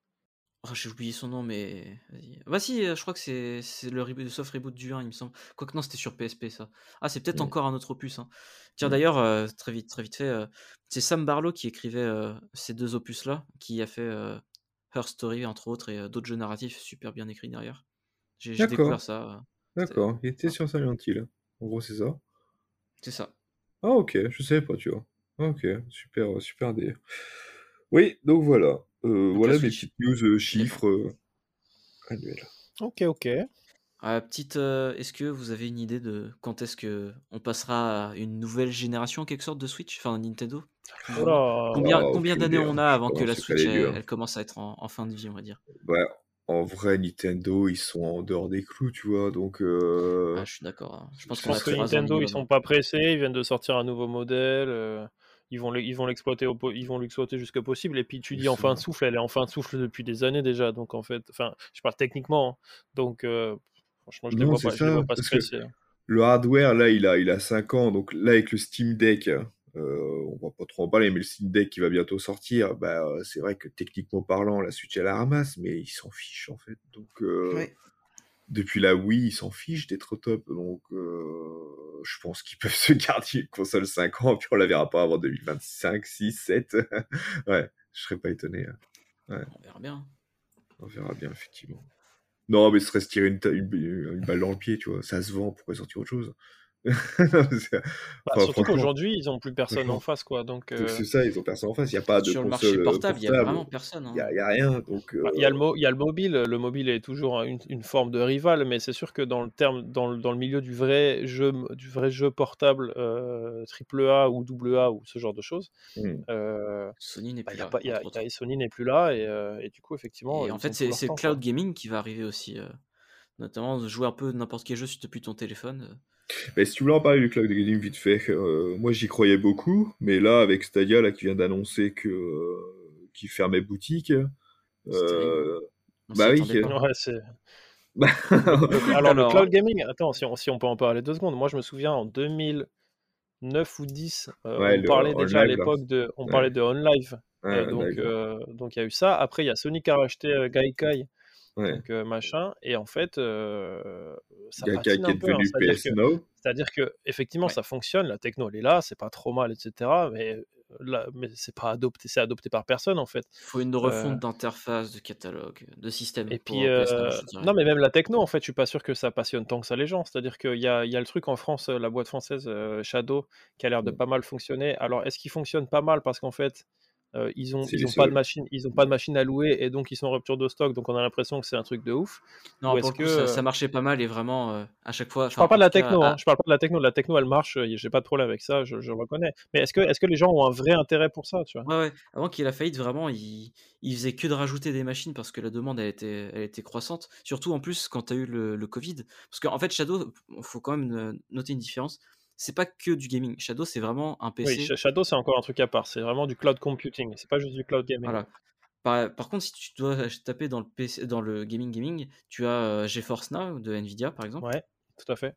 Oh, j'ai oublié son nom, mais. Vas-y. Bah si, euh, je crois que c'est c'est le, reboot- le soft reboot du un, il me semble. Quoique non, c'était sur P S P ça. Ah, c'est peut-être Mm. encore un autre opus. Hein. Tiens, Mm. d'ailleurs, euh, très vite, très vite fait, euh, c'est Sam Barlow qui écrivait euh, ces deux opus-là, qui a fait euh, Her Story, entre autres, et euh, d'autres jeux narratifs super bien écrits derrière. J'ai j'ai D'accord, découvert ça. euh, c'était- d'accord. Il était voilà. sur Silent Hill. En gros, c'est ça. C'est ça. Ah ok, je savais pas, tu vois. Ah, ok, super, super délire. Oui, donc voilà. Euh, Donc la voilà mes Switch, petites news euh, téléphone. chiffres euh, annuels. Ok, ok. Euh, petite, euh, est-ce que vous avez une idée de quand est-ce que on passera à une nouvelle génération en quelque sorte de Switch, enfin Nintendo, plus ou Oh moins. là. Combien, Ah, combien aucune d'années idée, on hein. a Je avant que la commence à Switch caler dur. elle, elle commence à être en, en fin de vie, on va dire. Ouais, en vrai, Nintendo, ils sont en dehors des clous, tu vois, donc... Euh... Ah, je suis d'accord. hein. Je pense Je qu'on a pense que trois ans Nintendo, ils minimum. sont hein. pas pressés, ils viennent de sortir un nouveau modèle, euh, ils vont l'e- ils vont l'exploiter au po- ils vont l'exploiter jusque possible. Et puis tu C'est dis en ça. fin de souffle, elle est en fin de souffle depuis des années déjà, donc en fait, enfin, je parle techniquement, hein. Donc euh, franchement, je les Non, vois c'est pas, je les ça, vois pas se parce que presser. hein. le hardware, là, il a, il a cinq ans, donc là, avec le Steam Deck, euh, on va pas trop en parler, mais le Steam Deck qui va bientôt sortir, bah, euh, c'est vrai que techniquement parlant, la Switch, elle la ramasse, mais ils s'en fichent, en fait. Donc, euh, Ouais. depuis la Wii, ils s'en fichent d'être au top, donc euh, je pense qu'ils peuvent se garder une console cinq ans, puis on la verra pas avant deux mille vingt-cinq, six, sept. Ouais, je serais pas étonné. hein. Ouais, On verra bien. on verra bien, effectivement. Non, mais ce serait se tirer une, ta- une, une balle dans le pied, tu vois. Ça se vend, pourquoi sortir autre chose? C'est- Bah, Enfin, surtout franchement, qu'aujourd'hui, ils ont plus personne en franchement, face, quoi. Donc c'est euh, c'est ça, ils ont personne en face. Il n'y a pas de Sur le marché console euh, portable, il y a portable. vraiment personne. Il n'y hein. a, y a rien. Donc, bah, il y a le euh, mo- il y a le mobile, le mobile est toujours une, une forme de rival, mais c'est sûr que dans le terme, dans le, dans le milieu du vrai jeu, du vrai jeu portable euh, triple A ou double A ou ce genre de choses. hmm. euh, Sony n'est Bah, plus y a là, pas, y a, entre autres. y a- Sony n'est plus là et, euh, et du coup effectivement Et en ils fait, ont tout c'est leur c'est le temps cloud quoi. gaming qui va arriver aussi. euh, Notamment, de jouer un peu n'importe quel jeu depuis ton téléphone. euh. Mais si tu voulais en parler du cloud gaming vite fait, euh, moi j'y croyais beaucoup, mais là avec Stadia là qui vient d'annoncer que euh, qu'il fermait boutique, C'est terrible. hein. euh, On s'y bah oui. attendait pas. Ouais, c'est Bah, le- le- alors le Alors, cloud gaming. Attends, si on, si on peut en parler deux secondes. Moi je me souviens en deux mille neuf ou dix, euh, Ouais, on le parlait on déjà à live là. l'époque de, on Ouais, parlait de On Live. ouais, Euh, on donc, live. Ouais. euh, donc il y a eu ça. Après, il y a Sony qui a racheté euh, Gaikai, Ouais. donc euh, machin. Et en fait, euh, ça Gaikai patine qui est un peu. Hein. devenu C'est-à-dire P S que, Now. c'est-à-dire que effectivement, Ouais. ça fonctionne. La techno, elle est là, c'est pas trop mal, et cetera. Mais là, mais c'est pas adopté, c'est adopté par personne en fait. Il faut une Euh, refonte d'interface, de catalogue, de système et pour puis, euh, P S Now, euh, je dirais. non, mais même la techno, en fait, je suis pas sûr que ça passionne tant que ça les gens. C'est-à-dire qu'il y a, il y a le truc en France, euh, la boîte française euh, Shadow, qui a l'air de Mm. pas mal fonctionner. Alors, est-ce qu'il fonctionne pas mal parce qu'en fait, euh, ils ont, C'est ils les ont pas de seuls. machine, ils ont pas de machine à louer et donc ils sont en rupture de stock, donc on a l'impression que c'est un truc de ouf. Non, Ou pour est-ce le coup, que, ça, euh, ça marchait pas mal et vraiment, euh, à chaque fois, je enfin, parle pas en de la tout cas, techno, hein, à- je parle pas de la techno. La techno, elle marche, euh, j'ai pas de problème avec ça, je, je le reconnais. Mais est-ce que, est-ce que les gens ont un vrai intérêt pour ça, tu vois? ouais, ouais, avant qu'il ait la faillite, vraiment, il, il faisait que de rajouter des machines parce que la demande, elle était, elle était croissante. Surtout en plus quand tu as eu le, le Covid. Parce qu'en fait, Shadow, il faut quand même euh, noter une différence. C'est pas que du gaming. Shadow, c'est vraiment un Oui, P C. Sh- Shadow, c'est encore un truc à part. C'est vraiment du cloud computing. C'est pas juste du cloud gaming. Voilà. Par, par contre, si tu dois taper dans le P C, dans le gaming gaming, tu as euh, GeForce Now de Nvidia, par exemple. Ouais, tout à fait.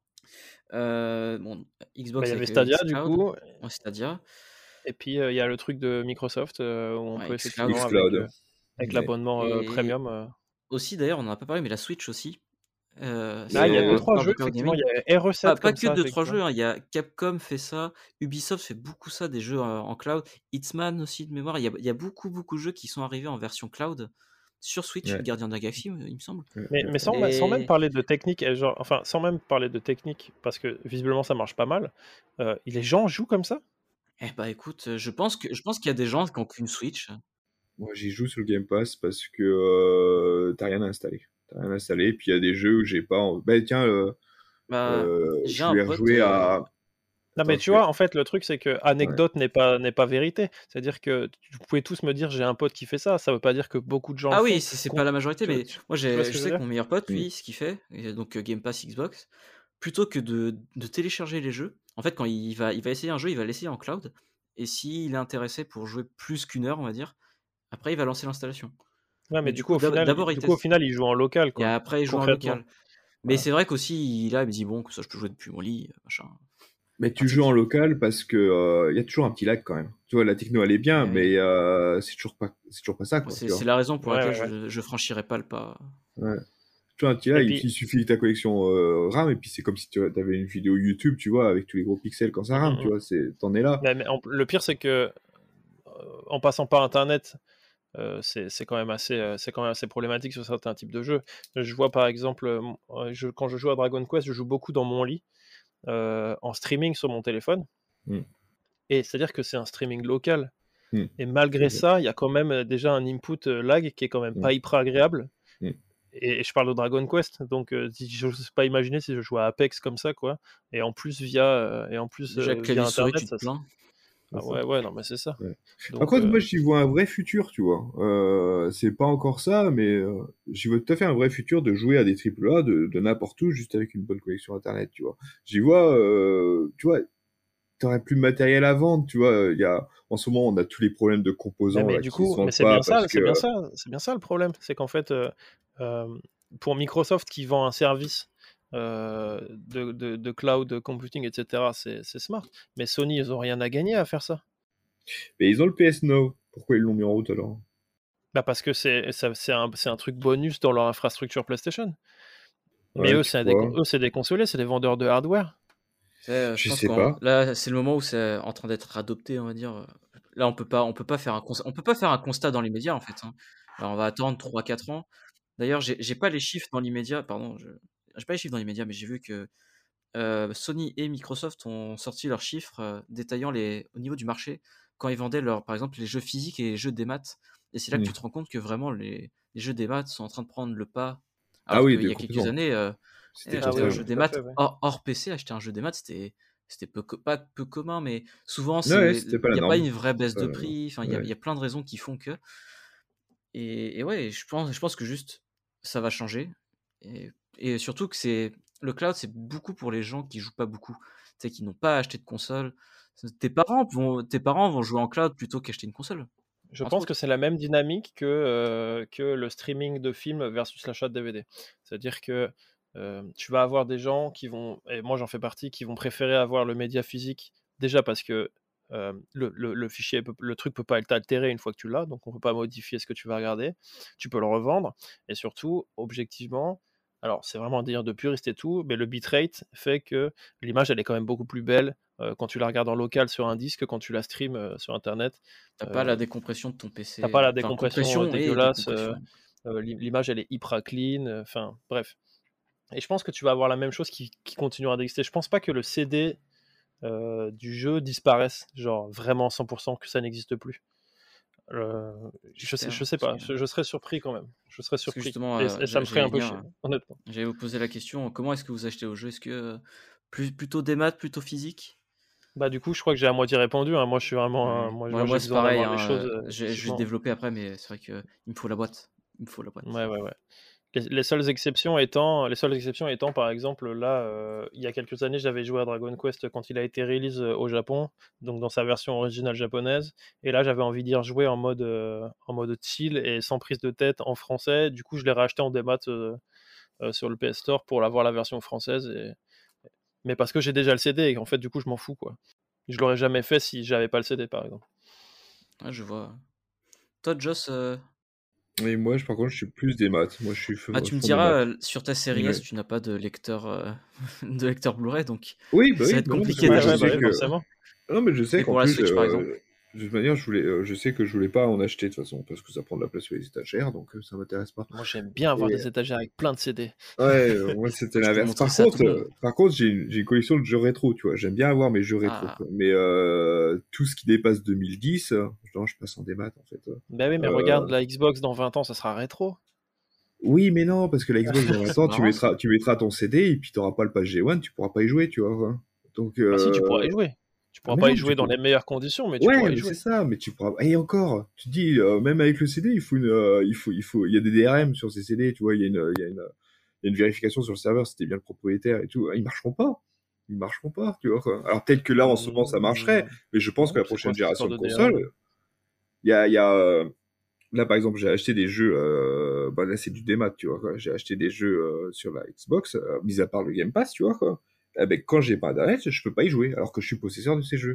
Euh, bon, Bah, Xbox il y avait avec euh, Stadia, du xCloud, coup. ouais, Stadia, Et puis euh, il y a le truc de Microsoft euh, où on ouais, peut xCloud. effectivement avec, Xcloud. euh, avec Ouais. l'abonnement euh, Et premium. euh. aussi, d'ailleurs, on n'en a pas parlé, mais la Switch aussi. Euh, Ah, il y a c'est deux on Ouais. trois parle de jeux, cloud effectivement. Il gaming. y a R E Pas, sept pas comme que ça, deux trois effectivement. jeux, hein, il y a Capcom fait ça, Ubisoft fait beaucoup ça, des jeux euh, en cloud, Hitman aussi de mémoire, il y a, il y a beaucoup beaucoup de jeux qui sont arrivés en version cloud sur Switch, Ouais. Gardien de la Galaxie, il me semble. Ouais, Mais, ouais, mais sans, ouais. ma- sans même Et parler de technique, et genre, enfin, sans même parler de technique, parce que visiblement ça marche pas mal, euh, les gens jouent comme ça? eh bah écoute, euh, je pense que je pense qu'il y a des gens qui ont qu'une Switch. Moi, j'y joue sur le Game Pass parce que euh, t'as rien à installer. T'as rien à installer. Puis il y a des jeux où j'ai pas. en- Bah tiens, euh, Bah, euh, j'ai je un voulais pote. rejouer euh, à. Non, Attends, mais je tu voulais. vois, en fait, le truc, c'est que Ouais. anecdote n'est pas, n'est pas vérité. C'est-à-dire que vous pouvez tous me dire j'ai un pote qui fait ça. Ça veut pas dire que beaucoup de gens le Ah oui, font. c'est c'est Con- pas la majorité, Tu, mais tu- moi tu vois j'ai, ce je que je sais veux que dire? mon meilleur pote, Mm. lui, ce qu'il fait, et donc euh, Game Pass Xbox, plutôt que de, de télécharger les jeux, en fait, quand il va, il va essayer un jeu, il va l'essayer en cloud, et s'il est intéressé pour jouer plus qu'une heure, on va dire, après il va lancer l'installation. Ouais, mais Mais du du coup, coup, au d'ab- final, d'abord il- il du coup, au teste, final, il joue en local, et quoi. après il joue en Concrètement. local. Mais Voilà. c'est vrai qu'aussi, là, il me dit, bon, que ça, je peux jouer depuis mon lit, machin. Mais tu Pratique. joues en local parce que euh, il y a toujours un petit lag quand même. Tu vois, la techno elle est bien, Eh oui. mais euh, c'est toujours pas, c'est toujours pas ça, quoi. C'est Tu c'est vois. la raison pour Ouais, laquelle ouais, ouais. je, je franchirais pas le pas. Ouais. Tu vois, un petit Et lag, il puis, il suffit que ta connexion euh, rame, et puis c'est comme si tu avais une vidéo YouTube, tu vois, avec tous les gros pixels quand ça mm, rame, mm, tu mm. vois, c'est, t'en es là. Mais- mais en- le pire, c'est que euh, en passant par Internet, euh, c'est c'est quand même assez, euh, c'est quand même assez problématique sur certains types de jeux. Je vois par exemple, euh, euh, je- quand je joue à Dragon Quest, je joue beaucoup dans mon lit, euh, en streaming sur mon téléphone. Mm. Et c'est-à-dire que c'est un streaming local. Mm. Et malgré Ok. ça, il y a quand même euh, déjà un input euh, lag qui est quand même Mm. pas hyper agréable. Mm. Et, et je parle de Dragon Quest, donc euh, si- je ne sais pas imaginer si je jouais à Apex comme ça, quoi. Et en plus via, euh, et en plus Déjà, euh, via clavier souris, Internet, tu te ça. se- plains. Ah C'est ça. ouais, ouais, non, mais c'est ça. Ouais. Par Donc, contre, euh, moi, j'y vois un vrai futur, tu vois. Euh, c'est pas encore ça, mais euh, j'y vois tout à fait un vrai futur de jouer à des triple A de, de n'importe où, juste avec une bonne connexion Internet, tu vois. J'y vois, euh, tu vois, t'aurais plus de matériel à vendre, tu vois. Il y a, en ce moment, on a tous les problèmes de ouais, composants mais là, du qui se coup, mais vendent c'est pas bien ça, parce que... c'est bien ça, c'est bien ça le problème, c'est qu'en fait, euh, euh, pour Microsoft qui vend un service euh, de, de, de cloud computing, et cetera, c'est c'est smart. Mais Sony, ils ont rien à gagner à faire ça. Mais ils ont le P S Now. Pourquoi ils l'ont mis en route alors? Bah parce que c'est ça- c'est un, c'est un truc bonus dans leur infrastructure PlayStation. Mais Ouais, eux, tu c'est des, crois? eux, c'est des consolés, c'est des vendeurs de hardware. Tu sais, euh, je Je pense sais que pas. là, c'est le moment où c'est en train d'être adopté, on va dire. Là, on peut pas, on peut pas faire un constat, on peut pas faire un constat dans l'immédiat, en fait, hein. Alors, on va attendre trois quatre ans. D'ailleurs, j'ai j'ai pas les chiffres dans l'immédiat, pardon, je j'ai pas les chiffres dans l'immédiat, mais j'ai vu que euh, Sony et Microsoft ont sorti leurs chiffres euh, détaillant les, au niveau du marché quand ils vendaient leur, par exemple, les jeux physiques et les jeux des maths. Et c'est là que Hmm. tu te rends compte que vraiment les, les jeux des maths sont en train de prendre le pas. Ah Alors oui, qu'il de, y a quelques complètement. années, euh, C'était eh, Ah acheter oui, un rentable. oui, jeu des tout à fait, maths ouais. hors, hors P C, acheter un jeu des maths, c'était c'était peu, co- pas peu commun, mais souvent Ouais, c'est c'était pas il la n'y a pas norme. une vraie baisse Pas de la norme. prix. Enfin, il y a, il Ouais. y a plein de raisons qui font que. Et, et ouais, je pense, je pense que juste ça va changer. Et, et surtout que c'est le cloud, c'est beaucoup pour les gens qui jouent pas beaucoup, tu sais, qui n'ont pas acheté de console. Tes parents vont, tes parents vont jouer en cloud plutôt qu'acheter une console, Je entre pense que autres. c'est la même dynamique que, euh, que le streaming de films versus l'achat de D V D. C'est-à-dire que euh, tu vas avoir des gens qui vont, et moi j'en fais partie, qui vont préférer avoir le média physique, déjà parce que euh, le, le- le fichier, peut- le truc peut pas être altéré une fois que tu l'as, donc on peut pas modifier ce que tu vas regarder, tu peux le revendre, et surtout, objectivement, alors c'est vraiment un délire de puriste et tout, mais le bitrate fait que l'image elle est quand même beaucoup plus belle euh, quand tu la regardes en local sur un disque que quand tu la stream euh, sur internet. T'as pas Euh, la décompression de ton T'as P C. pas euh, la Enfin, décompression euh, compression et dégueulasse, euh, décompression. euh, l'i- l'image elle est hyper clean, euh, enfin bref. Et je pense que tu vas avoir la même chose qui, qui continuera d'exister. Je pense pas que le C D euh, du jeu disparaisse, genre vraiment cent pour cent que ça n'existe plus. Euh, je sais, J'espère. je sais Parce pas, que, je, je serais surpris quand même. Je serais parce que surpris. justement, Et, euh, et ça j'a- me ferait un j'allais peu dire, chier, euh, honnêtement. j'allais vous poser la question, comment est-ce que vous achetez au jeu? Est-ce que euh, plus, plutôt des maths, plutôt physique? Bah du coup, je crois que j'ai à moitié répondu, hein. Moi, je suis vraiment, un- Ouais. moi, Moi, moi, moi j'ai c'est besoin pareil, d'avoir les hein, choses euh, euh, je, je vais physiquement. développer après, mais c'est vrai que il me faut la boîte. Il me faut la boîte. Ouais, ouais, ouais. Les, les seules exceptions étant, les seules exceptions étant, par exemple, là, euh, il y a quelques années, j'avais joué à Dragon Quest quand il a été release euh, au Japon, donc dans sa version originale japonaise. Et là, j'avais envie d'y rejouer en mode, euh, en mode chill et sans prise de tête en français. Du coup, je l'ai racheté en démat euh, euh, sur le P S Store pour avoir la version française. Et... Mais parce que j'ai déjà le C D et en fait, du coup, je m'en fous, quoi. Je l'aurais jamais fait si j'avais pas le C D, par exemple. Ouais, je vois. Toi, Joss, euh, Et moi, je- par contre, je suis plus des maths. Moi, je suis f- ah, tu me fond des diras, maths. euh, sur ta série Ouais. S, tu n'as pas de lecteur, euh, de lecteur Blu-ray, donc Oui, bah ça va oui, être bah non, parce que compliqué moi, Ouais, je ouais, d'acheter bah du sais oui, jeu. que. forcément. Non, mais je sais Mais qu'en pour la plus, Switch, par euh, exemple. de toute manière, je voulais, euh, je sais que je voulais pas en acheter de toute façon, parce que ça prend de la place sur les étagères, donc euh, ça m'intéresse pas. Moi, j'aime bien avoir Et des étagères avec plein de C D. ouais, euh, moi c'était Je peux l'inverse. montrer Par ça à tout contre, le monde. euh, par contre, j'ai une, j'ai une collection de jeux rétro, tu vois. J'aime bien avoir mes jeux rétro, Ah, quoi. Mais euh, tout ce qui dépasse deux mille dix, euh, non, je passe en démat en fait. Bah oui, mais Euh, regarde, la Xbox dans vingt ans, ça sera rétro. oui, mais non, parce que la Xbox dans vingt c'est ans, tu marrant ça. mettras, tu mettras ton C D et puis t'auras pas le patch G un, tu pourras pas y jouer, tu vois. Quoi. Donc, Bah si, tu pourras euh... y jouer. Tu ah, pourras mais pas non, y mais tu jouer dans peux. les meilleures conditions, mais tu Ouais, pourras y mais c'est jouer. ça, mais tu pourras. Et encore, tu dis, euh, même avec le C D, il faut une, euh, il faut, il faut, il y a des D R M sur ces C D, tu vois, il y a une, il y a une, il y a une vérification sur le serveur, si t'es bien le propriétaire et tout. Ils marcheront pas. Ils marcheront pas, tu vois. Quoi. Alors peut-être que là, en ce moment, ça marcherait, Mmh, mais je pense que non, la c'est quoi prochaine cette histoire génération de de D R M? consoles, il y a, il y a, euh, là par exemple, j'ai acheté des jeux, euh, bah là c'est du démat, tu vois. Quoi. J'ai acheté des jeux euh, sur la Xbox, euh, mis à part le Game Pass, tu vois. Quoi. Eh ben, quand j'ai pas internet, je peux pas y jouer, alors que je suis possesseur de ces jeux.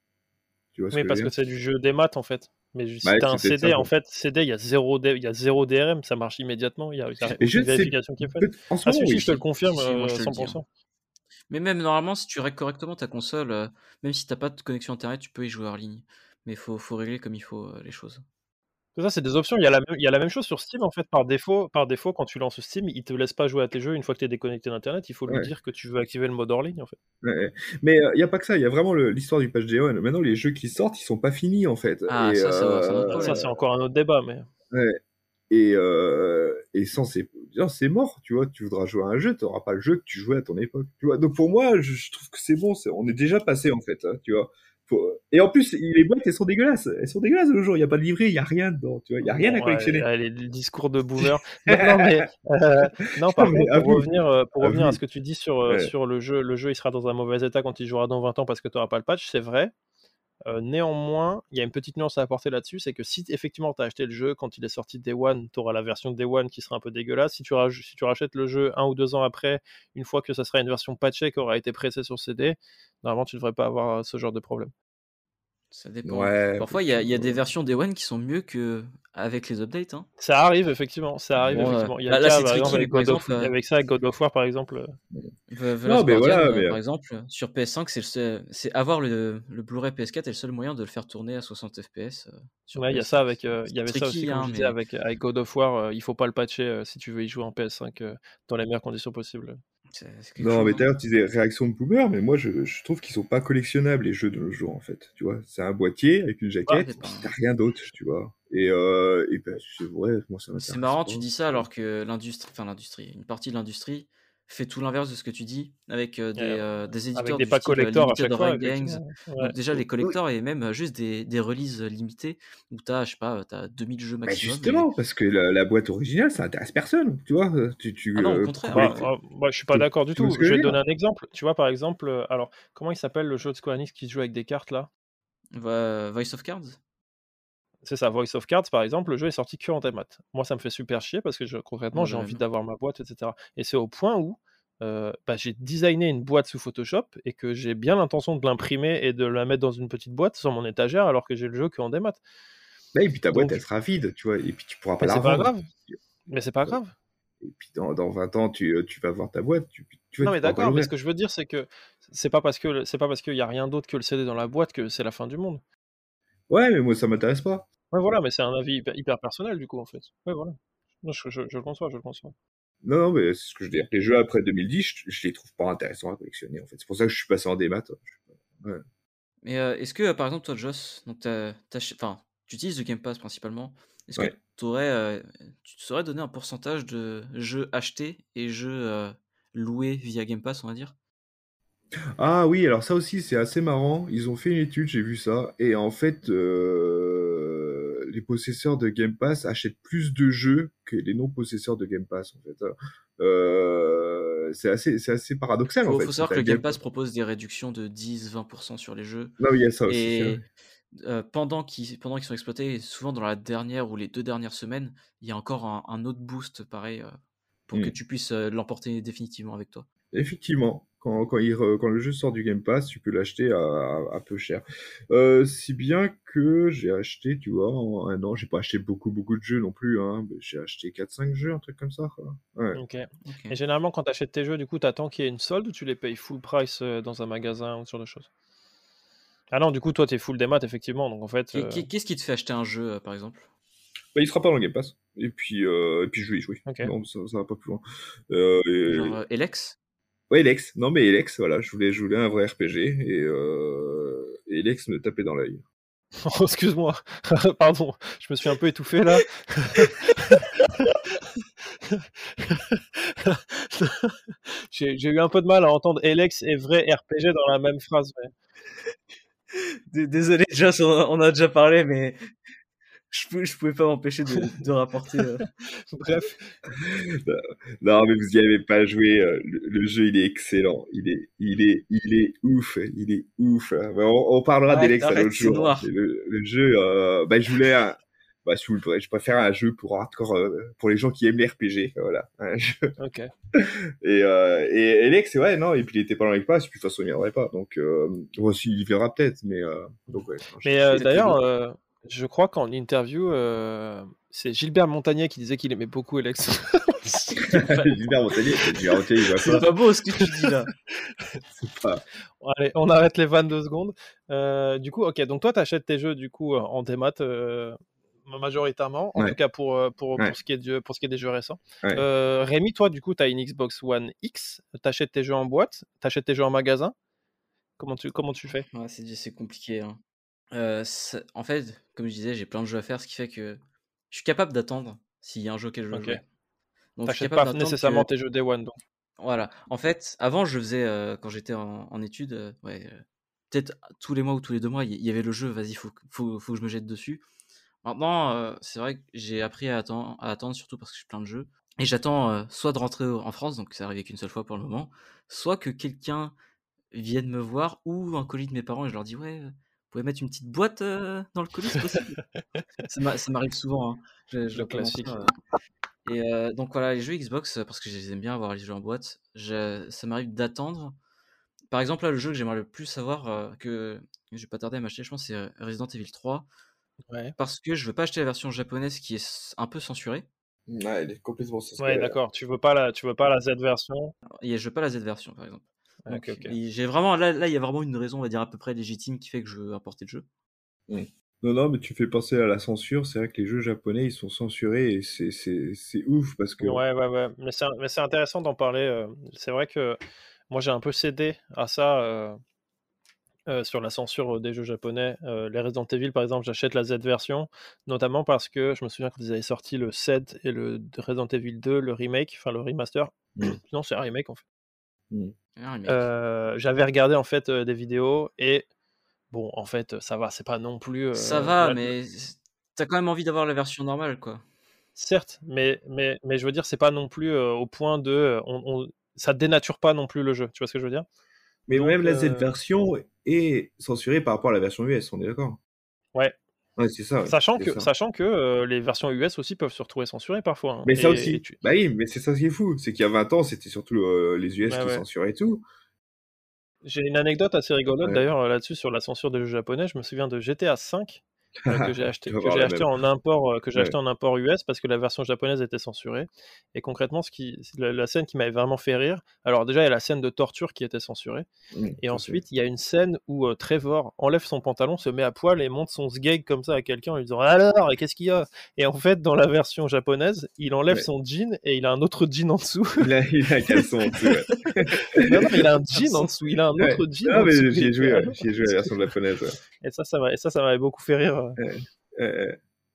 Tu vois ce Oui, que je veux parce que dire? c'est du jeu des maths en fait. Mais ju- si Ouais, t'as un c'est peut-être ça. C D, en Quoi. fait, C D, il y a zéro, D- il y a zéro D R M, ça marche immédiatement, il n'y a, il y a Et je aucune ne sais, vérification qui est faite. peut- en ce Ah moment, si, si, oui. je te le Si, confirme, si, si, moi euh, je te le dis. hein. cent pour cent. Mais même normalement, si tu règles correctement ta console, euh, même si t'as pas de connexion internet, tu peux y jouer hors ligne. Mais faut, faut régler comme il faut euh, les choses. C'est ça, c'est des options. Il y, a la même, il y a la même chose sur Steam en fait. Par défaut, par défaut, quand tu lances Steam, il te laisse pas jouer à tes jeux une fois que tu es déconnecté d'Internet. Il faut lui Ouais, dire que tu veux activer le mode hors ligne en fait. ouais, ouais. Mais il n'y a pas que ça, il y a vraiment le- l'histoire du patch Day One. Maintenant, les jeux qui sortent, ils sont pas finis en fait. Ah, Et, ça, c'est c'est un autre Ça, problème. c'est encore un autre débat, mais. ouais. Et, euh, et sans ces... non, c'est mort, tu vois. Tu voudras jouer à un jeu, tu n'auras pas le jeu que tu jouais à ton époque. Tu vois. Donc pour moi, je, je trouve que c'est bon. c'est- On est déjà passé en fait, hein, tu vois. Faut- Et en plus, les boîtes, elles sont dégueulasses. Elles sont dégueulasses le jour. Il n'y a pas de livret, il n'y a rien dedans. Tu vois. Il n'y a rien à Bon, collectionner. allez, allez, le discours de boomer. Non, non, mais euh, non, par Non, mais contre, pour avoue, revenir, euh, pour revenir à avoue. ce que tu dis sur, euh, Ouais. sur le jeu, le jeu il sera dans un mauvais état quand il jouera dans vingt ans parce que tu n'auras pas le patch, c'est vrai. Euh, néanmoins, il y a une petite nuance à apporter là-dessus, c'est que si effectivement tu as acheté le jeu quand il est sorti Day One, tu auras la version Day One qui sera un peu dégueulasse. Si tu, raj- si tu rachètes le jeu un ou deux ans après, une fois que ça sera une version patchée qui aura été pressée sur C D, normalement tu ne devrais pas avoir euh, ce genre de problème. Ça dépend. Ouais, Parfois, il y a, il y a des versions Day One qui sont mieux que avec les updates. Hein. Ça arrive effectivement, ça arrive Bon, euh, effectivement. Il y a là, le là, cas c'est par exemple tricky, mais avec par God of, exemple, euh, avec ça, avec God of War par exemple. euh, The, The non, Last mais Guardian, voilà, euh, mais par exemple, sur P S cinq, c'est le seul- c'est avoir le, le Blu-ray P S quatre est le seul moyen de le faire tourner à soixante F P S euh, sur Ouais, il y a P S cinq. ça avec, C'est euh, c'est il y avait ça aussi, tricky, comme hein, je disais, mais avec, avec God of War, euh, il faut pas le patcher euh, si tu veux y jouer en P S cinq euh, dans les meilleures conditions possibles. c'est c'est quelque non, chose. mais Hein. d'ailleurs, tu disais réaction de boomer, mais moi, je, je trouve qu'ils sont pas collectionnables, les jeux de nos jours, en fait. Tu vois, c'est un boîtier avec une Ah, jaquette, c'est pas- puis t'as rien d'autre, tu vois. Et, euh, et ben, c'est vrai, moi, ça m'intéresse C'est marrant, pas. tu dis ça alors que l'industrie, enfin l'industrie, une partie de l'industrie fait tout l'inverse de ce que tu dis avec euh, des, Et, euh, euh, des avec éditeurs des du packs style euh, collector à Limited chaque fois, Run Games. effectivement. Ouais. Donc déjà les Oui. collectors et même euh, juste des, des releases limitées où t'as, je sais pas, t'as deux mille jeux Bah, maximum. et- justement, parce que la, la boîte originale, ça intéresse personne, tu vois. Tu, tu, Ah non, au euh, contraire. Bah, collecte- euh, bah, je suis pas tu, d'accord du tu vois tout. ce que Je je vais veux te dire? donner un exemple. Tu vois, par exemple, euh, alors, comment il s'appelle le jeu de Square Enix qui se joue avec des cartes là? Va- Voice of Cards. C'est ça, Voice of Cards par exemple, le jeu est sorti que en démat. Moi ça me fait super chier parce que je, concrètement Moi, j'ai de envie même. d'avoir ma boîte, et cetera. Et c'est au point où euh, bah, j'ai designé une boîte sous Photoshop et que j'ai bien l'intention de l'imprimer et de la mettre dans une petite boîte sur mon étagère alors que j'ai le jeu que en démat. Là, et puis ta boîte, Donc, elle sera vide, tu vois, et puis tu pourras pas mais la c'est pas revendre. grave. Mais c'est pas grave. Et puis dans, dans vingt ans, tu, euh, tu vas voir ta boîte, tu, tu vois, Non tu mais pourras pas d'accord, mais l'ouvrir. ce que je veux dire c'est que c'est pas parce que le- c'est pas parce qu'il y a rien d'autre que le C D dans la boîte que c'est la fin du monde. Ouais, mais moi, ça m'intéresse pas. Ouais voilà, mais c'est un avis hyper, hyper personnel du coup en fait. Ouais voilà. Non, je, je, je le conçois, je le conçois. Non, non, mais c'est ce que je veux dire. Les jeux après deux mille dix, je, je les trouve pas intéressants à collectionner, en fait. C'est pour ça que je suis passé en démat. Ouais. Mais euh, est-ce que, euh, par exemple, toi, Joss, donc t'as, t'ach- enfin, tu utilises le Game Pass principalement, est-ce que Ouais. t'aurais, euh, tu te saurais donner un pourcentage de jeux achetés et jeux euh, loués via Game Pass, on va dire? Ah oui, alors ça aussi, c'est assez marrant. Ils ont fait une étude, j'ai vu ça. Et en fait, euh, les possesseurs de Game Pass achètent plus de jeux que les non-possesseurs de Game Pass, en fait. Euh, c'est assez, c'est assez paradoxal, en Faut, fait. faut Parce que savoir t'as que le le Game Game Pass propose des réductions de dix à vingt pour cent sur les jeux. Non, il y a ça aussi, c'est vrai. Et euh, pendant qu'ils pendant qu'ils sont exploités, souvent dans la dernière ou les deux dernières semaines, il y a encore un, un autre boost pareil euh, pour que Hmm. tu puisses euh, l'emporter définitivement avec toi. Effectivement, quand, quand, il re- quand le jeu sort du Game Pass, tu peux l'acheter à, à- à peu cher. Euh, si bien que j'ai acheté, tu vois, en un an, j'ai pas acheté beaucoup, beaucoup de jeux non plus, hein, mais j'ai acheté quatre cinq jeux, un truc comme ça, quoi. Ouais. Ok. Ok. Et généralement quand t'achètes tes jeux, du coup t'attends qu'il y ait une solde ou tu les payes full price euh, dans un magasin ou ce genre de choses? Ah non, du coup toi t'es full démat effectivement, donc en fait. Qu'est- euh, qu'est- Qu'est-ce qui te fait acheter un jeu, euh, par exemple? Bah, il sera pas dans le Game Pass. Et puis, euh, et puis je vais y jouer. Ok. Non, ça, ça va pas plus loin. Euh, Genre et- euh, Elex? Ouais, Elex. Non, mais Elex, voilà, je voulais, je voulais un vrai R P G, et, euh, et Elex me tapait dans l'œil. Oh, excuse-moi, pardon, je me suis un peu étouffé là. J'ai j'ai eu un peu de mal à entendre Elex et vrai R P G dans la même phrase. mais- D- Désolé, Joss, on a, on a déjà parlé, mais je, pou- je pouvais pas m'empêcher de, de rapporter. euh. Bref, Non, mais vous y avez pas joué. euh, Le, le jeu, il est excellent. Il est, il est, il est ouf. Il est ouf. hein. Mais On, on parlera Arrête, d'Elex à arrête, l'autre c'est jour. hein. noir. Mais Le, le jeu, euh, bah, je voulais un, bah, si vous le voulez, je préfère un jeu pour hardcore, euh, pour les gens qui aiment les R P G. Voilà. Un jeu. ok. Et, euh, et Elex, ouais, non, et puis il était pas dans les passes, puis de toute façon, il viendrait pas. Donc, euh, bon, si, il viendra peut-être, mais, euh, donc, ouais. non, Mais j'ai- euh, Peut-être que d'ailleurs, d'autres. euh, je crois qu'en interview, euh, c'est Gilbert Montagnier qui disait qu'il aimait beaucoup Elex. Gilbert Montagnier, Gilbert Montagnier, il voit C'est pas. pas beau ce que tu dis là. C'est pas. Bon, allez, on arrête les vannes deux secondes. Euh, du coup, ok, donc toi, t'achètes tes jeux du coup euh, en démat euh, majoritairement, en Ouais. tout cas pour, euh, pour, Ouais. pour, ce qui est de, pour ce qui est des jeux récents. Ouais. Euh, Rémi, toi, du coup, t'as une Xbox One X, t'achètes tes jeux en boîte, t'achètes tes jeux en magasin. Comment tu, comment tu fais? Ouais, c'est c'est compliqué. hein. Euh, ça- en fait, comme je disais, j'ai plein de jeux à faire, ce qui fait que je suis capable d'attendre s'il y a un jeu auquel je veux Ok. jouer. Donc je suis T'achètes capable pas d'attendre nécessairement que. tes jeux Day One, donc. Voilà. En fait, avant, je faisais, euh, quand j'étais en, en études, euh, ouais, euh, peut-être tous les mois ou tous les deux mois, il y, il y avait le jeu, vas-y, faut, que- faut, faut que je me jette dessus. Maintenant, euh, c'est vrai que j'ai appris à attendre, à attendre, surtout parce que j'ai plein de jeux. Et j'attends euh, soit de rentrer au- en France, donc c'est arrivé qu'une seule fois pour le moment, soit que quelqu'un vienne me voir ou un colis de mes parents et je leur dis, ouais, euh, vous pouvez mettre une petite boîte euh, dans le colis, c'est possible. Ça m'a- ça m'arrive souvent, hein. Je, je Le dois pas mentir, classique. euh. Et euh, donc voilà, les jeux Xbox, euh, parce que je les aime bien avoir les jeux en boîte, je- ça m'arrive d'attendre. Par exemple, là, le jeu que j'aimerais le plus avoir, euh, que je vais pas tarder à m'acheter, je pense, c'est euh, Resident Evil trois. Ouais. Parce que je veux pas acheter la version japonaise qui est s- un peu censurée. Ouais, il est complètement Ouais, censuré. d'accord. Tu veux pas la, tu veux pas la Z version. Et je veux pas la Z version, par exemple. Ouais, Donc, ok, ok. et j'ai vraiment, là, là, il y a vraiment une raison, on va dire, à peu près légitime qui fait que je veux importer le jeu. Non, non, mais tu fais penser à la censure. C'est vrai que les jeux japonais, ils sont censurés et c'est, c'est, c'est ouf parce que. Ouais, ouais, ouais. Mais c'est, mais c'est intéressant d'en parler. euh. C'est vrai que moi, j'ai un peu cédé à ça euh, euh, sur la censure des jeux japonais. Euh, les Resident Evil, par exemple, j'achète la Z version, notamment parce que je me souviens quand ils avaient sorti le sept et le Resident Evil deux, le remake, enfin le remaster. Mm. Non, c'est un remake en fait. Mm. Un remake. Euh, j'avais regardé en fait euh, des vidéos et bon, en fait, ça va, c'est pas non plus. euh, Ça va, la- mais c- t'as quand même envie d'avoir la version normale, quoi. Certes, mais, mais, mais je veux dire, c'est pas non plus euh, au point de. euh, on, on- ça dénature pas non plus le jeu, tu vois ce que je veux dire? Mais Donc, même la Z euh, version est censurée par rapport à la version U S, on est d'accord? ouais. Ouais, c'est ça, ouais, Sachant c'est que, ça. sachant que euh, les versions U S aussi peuvent se retrouver censurées parfois. hein. Mais ça Et, et aussi. tu... Bah oui, mais c'est ça qui est fou. C'est qu'il y a vingt ans, c'était surtout euh, les U S Ouais, qui ouais. censuraient tout. J'ai une anecdote assez rigolote Ouais. d'ailleurs euh, là-dessus sur la censure des jeux japonais. Je me souviens de G T A cinq euh, que j'ai Tu acheté, vas que voir j'ai la acheté même. en import, euh, que j'ai Ouais. acheté en import U S parce que la version japonaise était censurée. Et concrètement, ce qui, la, la scène qui m'avait vraiment fait rire. Alors déjà, il y a la scène de torture qui était censurée. Mmh, Et ça, c'est- ensuite, il y a une scène où euh, Trevor enlève son pantalon, se met à poil et monte son sgeg comme ça à quelqu'un en lui disant alors, et qu'est-ce qu'il y a? Et en fait, dans la version japonaise, il enlève Ouais. son jean et il a un autre jean en dessous. Il a, il a un caleçon en dessous, ouais. non, non, il a un jean en dessous, il a un Ouais. autre jean Ah, en dessous. mais j'y ai Et, joué, ouais. J'y ai joué à la version japonaise, ouais. et ça, ça m'a- et ça, ça m'avait beaucoup fait rire. euh. Ouais. Ouais,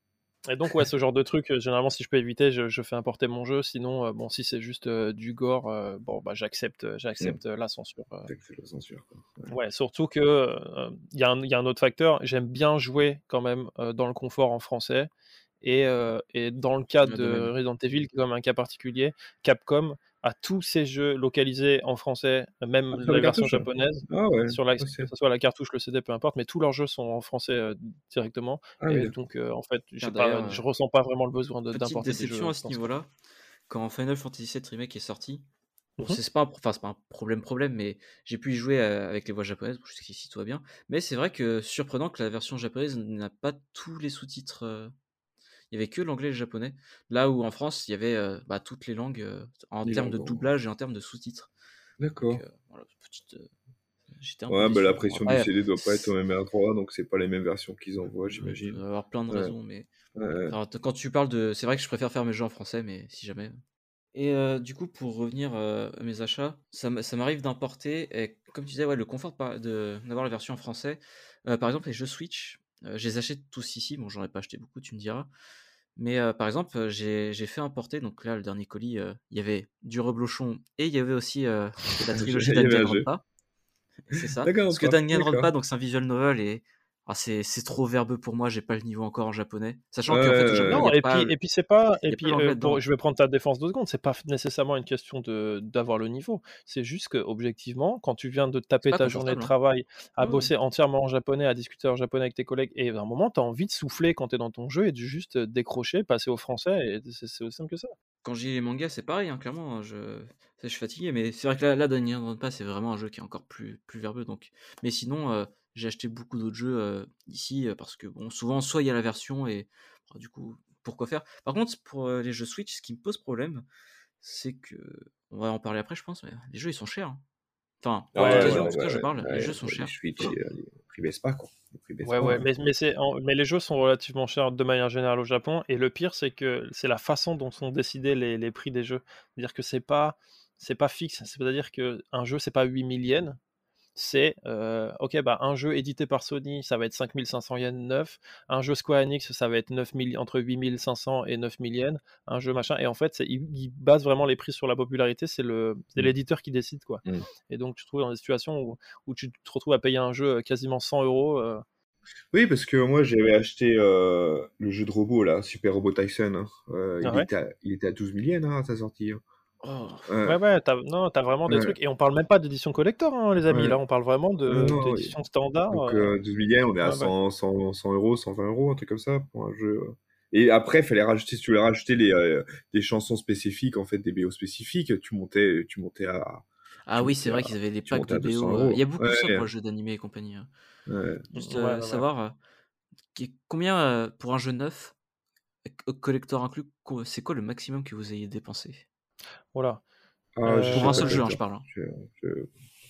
Et donc, ouais, ce genre de truc, euh, généralement, si je peux éviter, je, je fais importer mon jeu. Sinon, euh, bon, si c'est juste euh, du gore, euh, bon, bah, j'accepte, euh, j'accepte euh, la censure. euh. c'est que c'est la censure, quoi. Ouais. Ouais, surtout que euh, il y, a un- il y a un autre facteur. J'aime bien jouer quand même euh, dans le confort en français. Et, euh, et dans le cas Le de domaine. Resident Evil, qui est comme un cas particulier, Capcom a tous ses jeux localisés en français, même Ah, sur la les version cartouches, hein. japonaise, Ah ouais. sur la, Ah, que c'est- ce soit la cartouche, le C D, peu importe, mais tous leurs jeux sont en français euh, directement. ah Et oui, donc, euh, en fait, j'ai Tiens, pas, d'ailleurs, je euh, ressens pas vraiment le besoin de- petite d'importer des déception jeux à ce dans ce cas. niveau-là. Quand Final Fantasy sept Remake est sorti, bon, Mhm. c'est c'est pas, un pro- enfin, c'est pas un problème problème, mais j'ai pu y jouer euh, avec les voix japonaises, bon, jusqu'ici tout va bien. Mais c'est vrai que surprenant que la version japonaise n'a pas tous les sous-titres. euh, Il y avait que l'anglais et le japonais. Là où en France, il y avait euh, bah, toutes les langues euh, en Les termes de langues, doublage et en termes de sous-titres. Donc D'accord. euh, voilà, petite. euh, J'étais un peu Ouais, bah la déçu. Bon, pression du après, C D doit pas être c'est- au même endroit, donc c'est pas les mêmes versions qu'ils envoient, il peut j'imagine. y avoir plein de Ouais. raisons, mais Ouais. alors, t- quand tu parles de, c'est vrai que je préfère faire mes jeux en français, mais si jamais. Et euh, du coup, pour revenir euh, à mes achats, ça, m- ça m'arrive d'importer, et comme tu disais, ouais, le confort par- de d'avoir la version en français. Euh, par exemple, les jeux Switch, euh, je les achète tous ici. Bon, j'en ai pas acheté beaucoup, tu me diras. Mais euh, par exemple, euh, j'ai j'ai fait importer, donc là, le dernier colis, euh, il y avait du reblochon et il y avait aussi euh, la trilogie Il y avait un jeu. Danganronpa. C'est ça. D'accord, Parce que pas. Danganronpa, D'accord. donc c'est un visual novel et ah, c'est c'est trop verbeux pour moi, j'ai pas le niveau encore en japonais. Sachant qu'en fait, au Japon, il Non, n'y a et pas, puis, l- et puis c'est pas, il et y a pas puis euh, l'anglais pour, dedans. je vais prendre ta défense deux secondes. C'est pas nécessairement une question de d'avoir le niveau. C'est juste que objectivement, quand tu viens de te C'est taper pas ta journée de confortable, hein. travail à Ouais, ouais. bosser entièrement en japonais, à discuter en japonais avec tes collègues, et à un moment, tu as envie de souffler quand tu es dans ton jeu et de juste décrocher, passer au français, et c'est c'est aussi simple que ça. Quand j'ai les mangas, c'est pareil, hein, clairement. hein, Je... ça, je suis fatigué, mais c'est vrai que là, là Danganronpa, c'est vraiment un jeu qui est encore plus, plus verbeux. Donc... Mais sinon, euh, j'ai acheté beaucoup d'autres jeux euh, ici euh, parce que bon, souvent, soit il y a la version et bon, du coup, pourquoi faire. Par contre, pour euh, les jeux Switch, ce qui me pose problème, c'est que. On va en parler après, je pense, mais les jeux, ils sont chers. hein. Enfin, Ah en Ouais, ouais, occasion, en ouais, voilà. tout ouais, cas, je ouais, parle, les ouais, jeux sont ouais, les chers. Switch, et, euh, les prix baissent pas, quoi. Les prix baissent Ouais, pas. ouais, hein. mais, mais, c'est, en- mais les jeux sont relativement chers de manière générale au Japon, et le pire, c'est que c'est la façon dont sont décidés les, les prix des jeux. C'est-à-dire que c'est pas, c'est pas fixe, c'est-à-dire qu'un jeu, c'est pas huit mille yens, c'est, euh, ok, bah, un jeu édité par Sony, ça va être cinq mille cinq cents yens neuf, un jeu Square Enix, ça va être neuf mille, entre huit mille cinq cents et neuf mille yens, un jeu machin, et en fait, c'est, ils, ils basent vraiment les prix sur la popularité, c'est, le, c'est Mm. l'éditeur qui décide, quoi. Mm. Et donc, tu te trouves dans des situations où, où tu te retrouves à payer un jeu quasiment cent euros. euh, Oui, parce que moi, j'avais acheté euh, le jeu de robot, là, Super Robot Tyson. hein. Euh, Ah il, ouais. était à, il était à douze mille yens hein, à sa sortie. hein. Oh, Ouais, Ouais, ouais, t'as, non, t'as vraiment des ouais, trucs. Et on parle même pas d'édition collector, hein, les amis. ouais. Là, on parle vraiment Non, de, non, oui. d'édition standard. Donc, euh, euh, douze mille yens, on est à ouais, ouais. cent, cent, cent euros, cent vingt euros, un truc comme ça, pour un jeu. Et après, il fallait rajouter, si tu voulais rajouter les, euh, des chansons spécifiques, en fait, des B O spécifiques, tu montais, tu montais à, Ah tu oui, c'est montais vrai à, qu'ils avaient des tu packs montais de à deux cents B O. euh, Il y a euros. beaucoup de ça Ouais, pour les jeux d'animé et compagnie. hein. ouais. Juste Ouais, euh, ouais, ouais. savoir euh, qui- combien euh, pour un jeu neuf, euh, collector inclus, co- c'est quoi le maximum que vous ayez dépensé? Voilà. Ah, je Euh, Pour sais un pas seul te jeu, le hein, je dire. parle. hein. Je, je-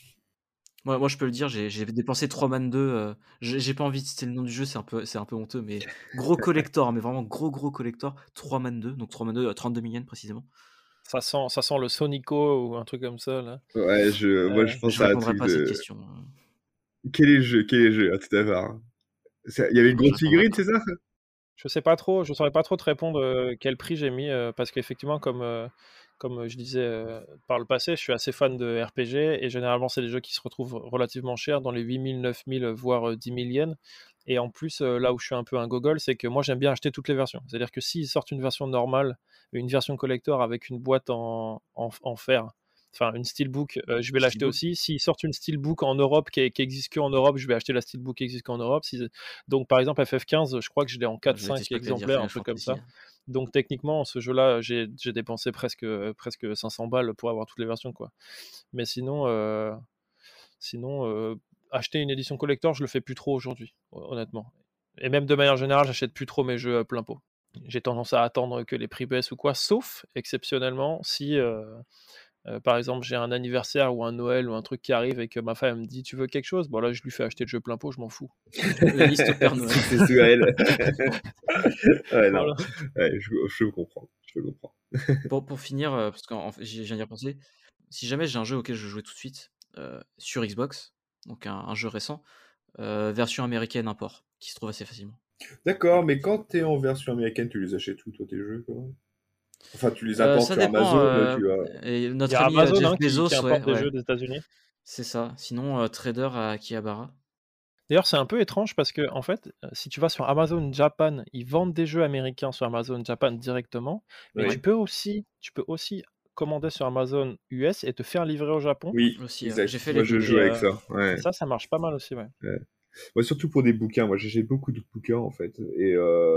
Moi, moi, je peux le dire, j'ai j'ai dépensé trois man deux. euh, j'ai j'ai pas envie de citer le nom du jeu, c'est un peu, c'est un peu honteux, mais gros collector, mais vraiment gros gros collector, trois man deux, donc trois man deux, euh, trente-deux mille yens précisément. ça sent, ça sent le Sonico ou un truc comme ça, là. Ouais, je, moi, Euh, je Je pense à un répondrai truc pas à cette de. question. euh, Quel est le jeu? Quel est le jeu? Ah, tout à fait. hein. Ça- Il y avait une Je grosse répondrai figurine, pas. c'est ça? Je sais pas trop, je saurais pas trop te répondre euh, quel prix j'ai mis, euh, parce qu'effectivement, comme, euh, comme je disais euh, par le passé, je suis assez fan de R P G, et généralement, c'est des jeux qui se retrouvent relativement chers, dans les huit mille, neuf mille, voire euh, dix mille yens. Et en plus, euh, là où je suis un peu un gogol, c'est que moi, j'aime bien acheter toutes les versions. C'est-à-dire que s'ils sortent une version normale, une version collector avec une boîte en, en, en fer, enfin une steelbook, euh, je vais l'acheter Steelbook. aussi. S'ils sortent une steelbook en Europe qui, est- qui existe que en Europe, je vais acheter la steelbook qui existe qu'en Europe. Si- Donc par exemple F F quinze, je crois que je l'ai en Je vais quatre cinq t'expliquer dire exemplaires, un Final truc comme Fantasy. ça. Donc techniquement, ce jeu-là, j'ai j'ai dépensé presque, euh, presque cinq cents balles pour avoir toutes les versions, quoi. Mais sinon, euh, sinon euh, acheter une édition collector, je le fais plus trop aujourd'hui, honnêtement. Et même de manière générale, j'achète plus trop mes jeux à plein pot. J'ai tendance à attendre que les prix baissent ou quoi, sauf exceptionnellement si, euh, euh, par exemple, j'ai un anniversaire ou un Noël ou un truc qui arrive et que ma femme me dit tu veux quelque chose, bon là je lui fais acheter le jeu plein pot, je m'en fous. La liste au Père Noël. C'est sous elle. Ouais, non. Voilà. Ouais, je, je comprends. Je comprends. Pour, pour finir, euh, parce que j'y viens d'y repenser, si jamais j'ai un jeu auquel je jouais tout de suite euh, sur Xbox, donc un, un jeu récent, euh, version américaine import, qui se trouve assez facilement. D'accord, mais quand t'es en version américaine, tu les achètes où, toi, tes jeux, quoi? Enfin, tu les Euh, importes ça sur dépend. Amazon, euh, tu vas... et Il y notre a ami euh, Amazon Jeff hein, qui, Bezos, qui ouais, importe des ouais, jeux des États-Unis. c'est ça. Sinon, euh, trader à Akihabara. D'ailleurs, c'est un peu étrange parce que, en fait, euh, si tu vas sur Amazon Japan, ils vendent des jeux américains sur Amazon Japan directement, mais Oui. tu peux aussi, tu peux aussi commander sur Amazon U S et te faire livrer au Japon. Oui, Aussi, euh, exact. j'ai fait Moi, les je deux. joue Et, avec euh, ça. Ouais. Et ça, ça marche pas mal aussi, ouais. Ouais. Moi, surtout pour des bouquins. Moi, j'achète beaucoup de bouquins, en fait. Et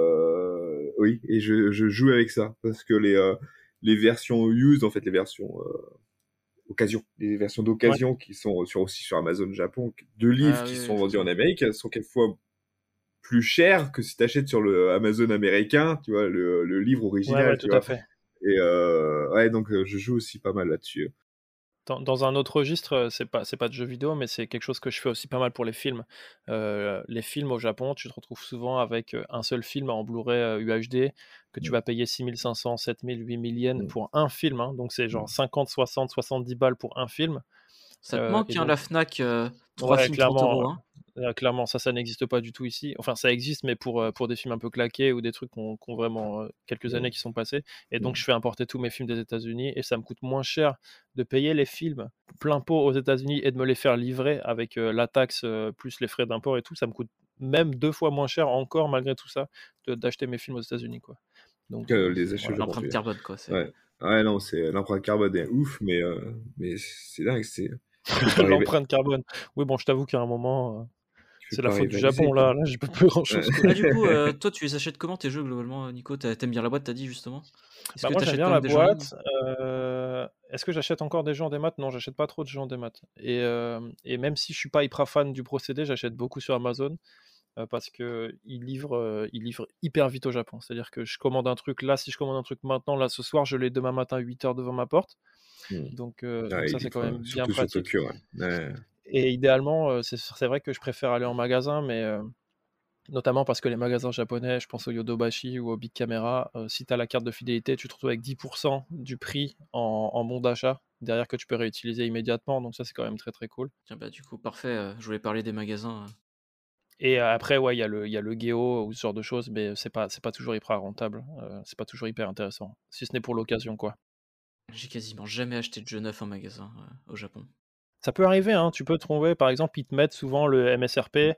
euh... oui, et je, je joue avec ça. Parce que les, euh, les versions used, en fait, les versions euh, occasion, les versions d'occasion qui sont sur, aussi sur Amazon Japon, de livres Ah qui oui, oui, sont vendus en forcément. Amérique, elles sont quelquefois plus chères que si t'achètes sur le Amazon américain, tu vois, le, le livre Ouais, original, ouais, tu tout à vois. fait. Et euh, ouais, donc euh, je joue aussi pas mal là-dessus. Dans, dans un autre registre, euh, c'est pas, c'est pas de jeux vidéo, mais c'est quelque chose que je fais aussi pas mal pour les films. Euh, les films au Japon, tu te retrouves souvent avec euh, un seul film en Blu-ray euh, U H D que tu Mm. vas payer six mille cinq cents, sept mille, huit mille yens Mm. pour un film. Hein. Donc c'est genre cinquante, soixante, soixante-dix balles pour un film. Ça te Euh, manque, et hein, donc, la Fnac, euh, trois ouais, films, trente clairement, euros. Hein. euh, clairement, ça, ça n'existe pas du tout ici. Enfin, ça existe, mais pour, euh, pour des films un peu claqués ou des trucs qui ont, qui ont vraiment euh, quelques Mm. années qui sont passées. Et donc, Mm. je fais importer tous mes films des États-Unis et ça me coûte moins cher de payer les films plein pot aux États-Unis et de me les faire livrer avec euh, la taxe euh, plus les frais d'import et tout. Ça me coûte même deux fois moins cher encore, malgré tout ça, de- d'acheter mes films aux États-Unis, quoi. Donc, Euh, euh, les achats voilà. L'empreinte japonais. carbone, quoi. C'est... Ouais. Ouais, non, c'est l'empreinte carbone est ouf, mais euh, mais c'est dingue, c'est tu peux pas rival- L'empreinte carbone. Oui, bon, je t'avoue qu'à un moment, euh, tu peux c'est la pas faute du rivaliser, Japon, quoi. là. Là, j'y peux plus grand-chose, Ouais. quoi. Ah, du coup, euh, toi, tu les achètes comment tes jeux globalement, Nico? T'a- T'aimes bien la boîte, t'as dit justement? Est-ce Bah que moi j'aime t'achètes bien quand la même des jeux en ligne? boîte. Euh, Est-ce que j'achète encore des jeux en démat? Non, j'achète pas trop de jeux en démat. Et, euh, et même si je suis pas hyper fan du procédé, j'achète beaucoup sur Amazon euh, parce que ils livrent, euh, ils livrent hyper vite au Japon. C'est-à-dire que je commande un truc là, si je commande un truc maintenant, là ce soir, je l'ai demain matin à huit heures devant ma porte. Mm. Donc, euh, Ah, donc il ça c'est quand livre, même euh, bien surtout sur pratique. Tokyo, ouais. Ouais. Et idéalement, euh, c'est c'est vrai que je préfère aller en magasin, mais euh, notamment parce que les magasins japonais, je pense au Yodobashi ou au Big Camera, euh, si tu as la carte de fidélité, tu te retrouves avec dix pour cent du prix en, en bon d'achat, derrière que tu peux réutiliser immédiatement, donc ça c'est quand même très très cool. Tiens, bah, du coup, parfait. euh, je voulais parler des magasins. euh. Et euh, après, ouais, il y a le, il y a le Geo ou ce genre de choses, mais c'est pas, c'est pas toujours hyper rentable, euh, c'est pas toujours hyper intéressant, si ce n'est pour l'occasion, quoi. J'ai quasiment jamais acheté de jeu neuf en magasin euh, au Japon. Ça peut arriver, hein, tu peux trouver, par exemple, ils te mettent souvent le M S R P,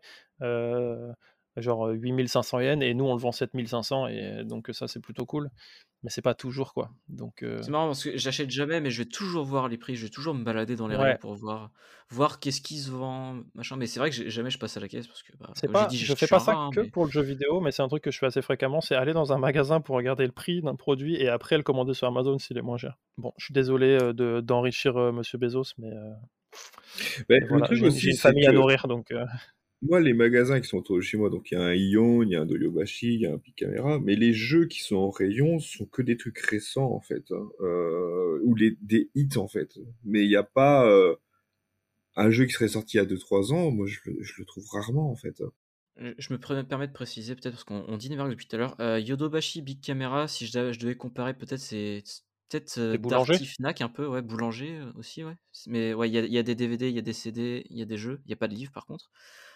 euh, genre huit mille cinq cents yens, et nous on le vend sept mille cinq cents, et donc ça c'est plutôt cool, mais c'est pas toujours, quoi. Donc, euh, C'est marrant parce que j'achète jamais, mais je vais toujours voir les prix. Je vais toujours me balader dans les rayons ouais. pour voir, voir qu'est-ce qui se vend, machin. Mais c'est vrai que j'ai- jamais je passe à la caisse parce que, bah, C'est comme j'ai pas, dit, je je fais suis un pas ça rat. hein, que mais... pour le jeu vidéo, mais c'est un truc que je fais assez fréquemment, c'est aller dans un magasin pour regarder le prix d'un produit et après le commander sur Amazon s'il est moins cher. Bon, je suis désolé euh, de, d'enrichir euh, Monsieur Bezos, mais, euh, Ben, mais le voilà, truc j'ai une, j'ai aussi, une c'est famille à que nourrir, donc euh, moi, les magasins qui sont autour de chez moi, donc il y a un Ion, il y a un Doyobashi, il y a un Picamera, mais les jeux qui sont en rayon sont que des trucs récents, en fait, hein, euh, ou les, des hits, en fait. Mais il n'y a pas euh, un jeu qui serait sorti il y a deux trois ans, moi, je, le- je le trouve rarement, en fait. Je je me pre- permets de préciser peut-être parce qu'on on dit une marque depuis tout à l'heure. Euh, Yodobashi, Big Camera, si je, devais- je devais comparer, peut-être c'est c'est peut-être euh, des boulangers. Darty Fnac un peu, ouais, boulanger euh, aussi, ouais. C'est- Mais ouais, il y a, il y a des D V D, il y a des C D, il y a des jeux, il n'y a pas de livres par contre.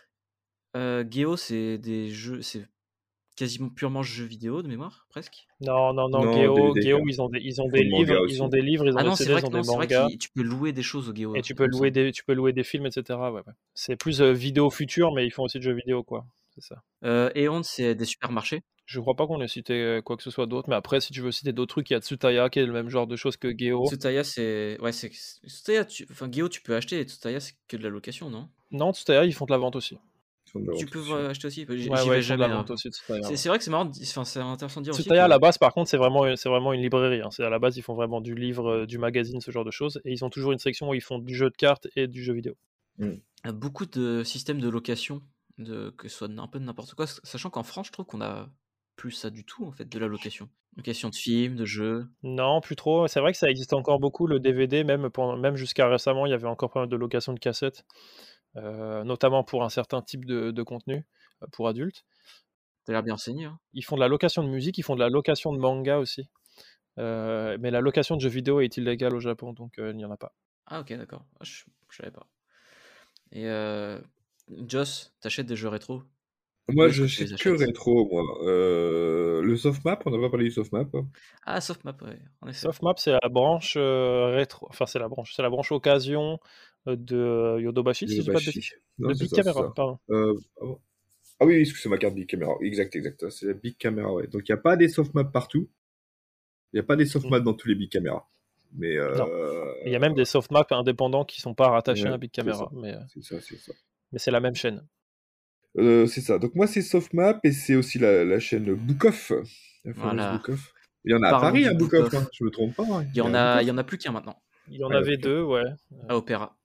Euh, Geo, c'est des jeux, c'est quasiment purement jeux vidéo de mémoire, presque. Non, non, non, Non, Geo, D V D, Geo, quand même. ils ont des, ils ont Ils font des le manga livres, ils aussi. ont des livres, ils ont Ah des non, c'est C D, vrai ils ont que des non, c'est vrai mangas, que tu peux louer des choses au Geo, et tu peux il me louer semble. des, tu peux louer des films, et cetera. Ouais, ouais. C'est plus euh, vidéo future, mais ils font aussi de jeux vidéo, quoi. C'est ça. Euh, Eon, c'est des supermarchés. Je crois pas qu'on ait cité euh, quoi que ce soit d'autre, mais après, si tu veux citer d'autres trucs, il y a Tsutaya qui est le même genre de choses que Geo. Tsutaya, c'est. Ouais, c'est. Tsutaya, tu... enfin, Geo, tu peux acheter, et Tsutaya, c'est que de la location, non? Non, Tsutaya, ils font de la vente aussi. Ils font de la Tu vente peux aussi. euh, acheter aussi? J'y Ouais, j'y ouais, vais ils font de la jamais. vente hein. aussi, Tsutaya. C'est ouais. c'est vrai que c'est marrant, de- enfin, c'est intéressant de dire aussi Tsutaya, à la que. base, par contre, c'est vraiment, c'est vraiment une librairie. hein. C'est à la base, ils font vraiment du livre, euh, du magazine, ce genre de choses. Et ils ont toujours une section où ils font du jeu de cartes et du jeu vidéo. a beaucoup de systèmes de location, de, que ce soit un peu de n'importe quoi, sachant qu'en France, je trouve qu'on a plus ça du tout, en fait, de la location. Location de films, de jeux. Non, plus trop. C'est vrai que ça existe encore beaucoup, le D V D, même, pendant, même jusqu'à récemment, il y avait encore pas mal de location de cassettes, euh, notamment pour un certain type de, de contenu, euh, pour adultes. T'as l'air bien renseigné, hein. Ils font de la location de musique, ils font de la location de manga aussi. Euh, mais la location de jeux vidéo est illégale au Japon, donc euh, il n'y en a pas. Ah, ok, d'accord. Ah, je, je savais pas. Et euh, Joss, t'achètes des jeux rétro? Moi, Où est-ce que tu les j'achète que achètes? rétro, moi. Euh, le softmap, on n'a pas parlé du softmap. Ah, Softmap, ouais, en effet. Softmap, c'est la branche euh, rétro, enfin c'est la branche, c'est la branche occasion euh, de Yodobashi, si je dis pas de Yodobashi. bêtises. Non, De c'est Big ça, c'est Camera, ça. pardon. Euh, ah bon. Ah oui, excusez ma carte Big Camera. Exact, exact. C'est la Big Camera, ouais. Donc, il n'y a pas des softmaps partout. Il n'y a pas des softmaps dans tous les Big Camera. Mais. Non. Euh... Il y a même des softmaps indépendants qui sont pas rattachés ouais, à Big c'est Camera, ça. mais, euh, C'est ça, c'est ça. mais c'est la même chaîne. Euh, c'est ça. Donc, moi, c'est softmap et c'est aussi la, la chaîne Bookoff. La fameuse Voilà. Bookoff. Il y en a à Parlons Paris, du un Bookoff. Bookoff. Hein. Je me trompe pas. Hein. Il y en a un a, il y Bookoff. en a plus qu'un maintenant, Il y en Ah, il y en a avait plus qu'un. deux, ouais. à Opéra.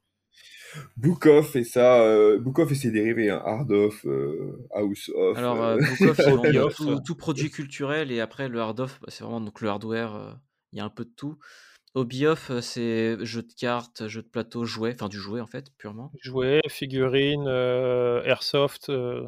Bookoff et ça, euh, Bookoff et ses dérivés, hein, Hard Off, euh, House Off. Alors, euh, euh, Bookoff, ils Hobby vendent Off. tout, tout produit culturel, et après, le hard off, bah, c'est vraiment donc le hardware, euh, il y a un peu de tout. Hobby off, euh, c'est jeux de cartes, jeux de plateau, jouets, enfin du jouet en fait, purement. Jouets, figurines, euh, airsoft, euh,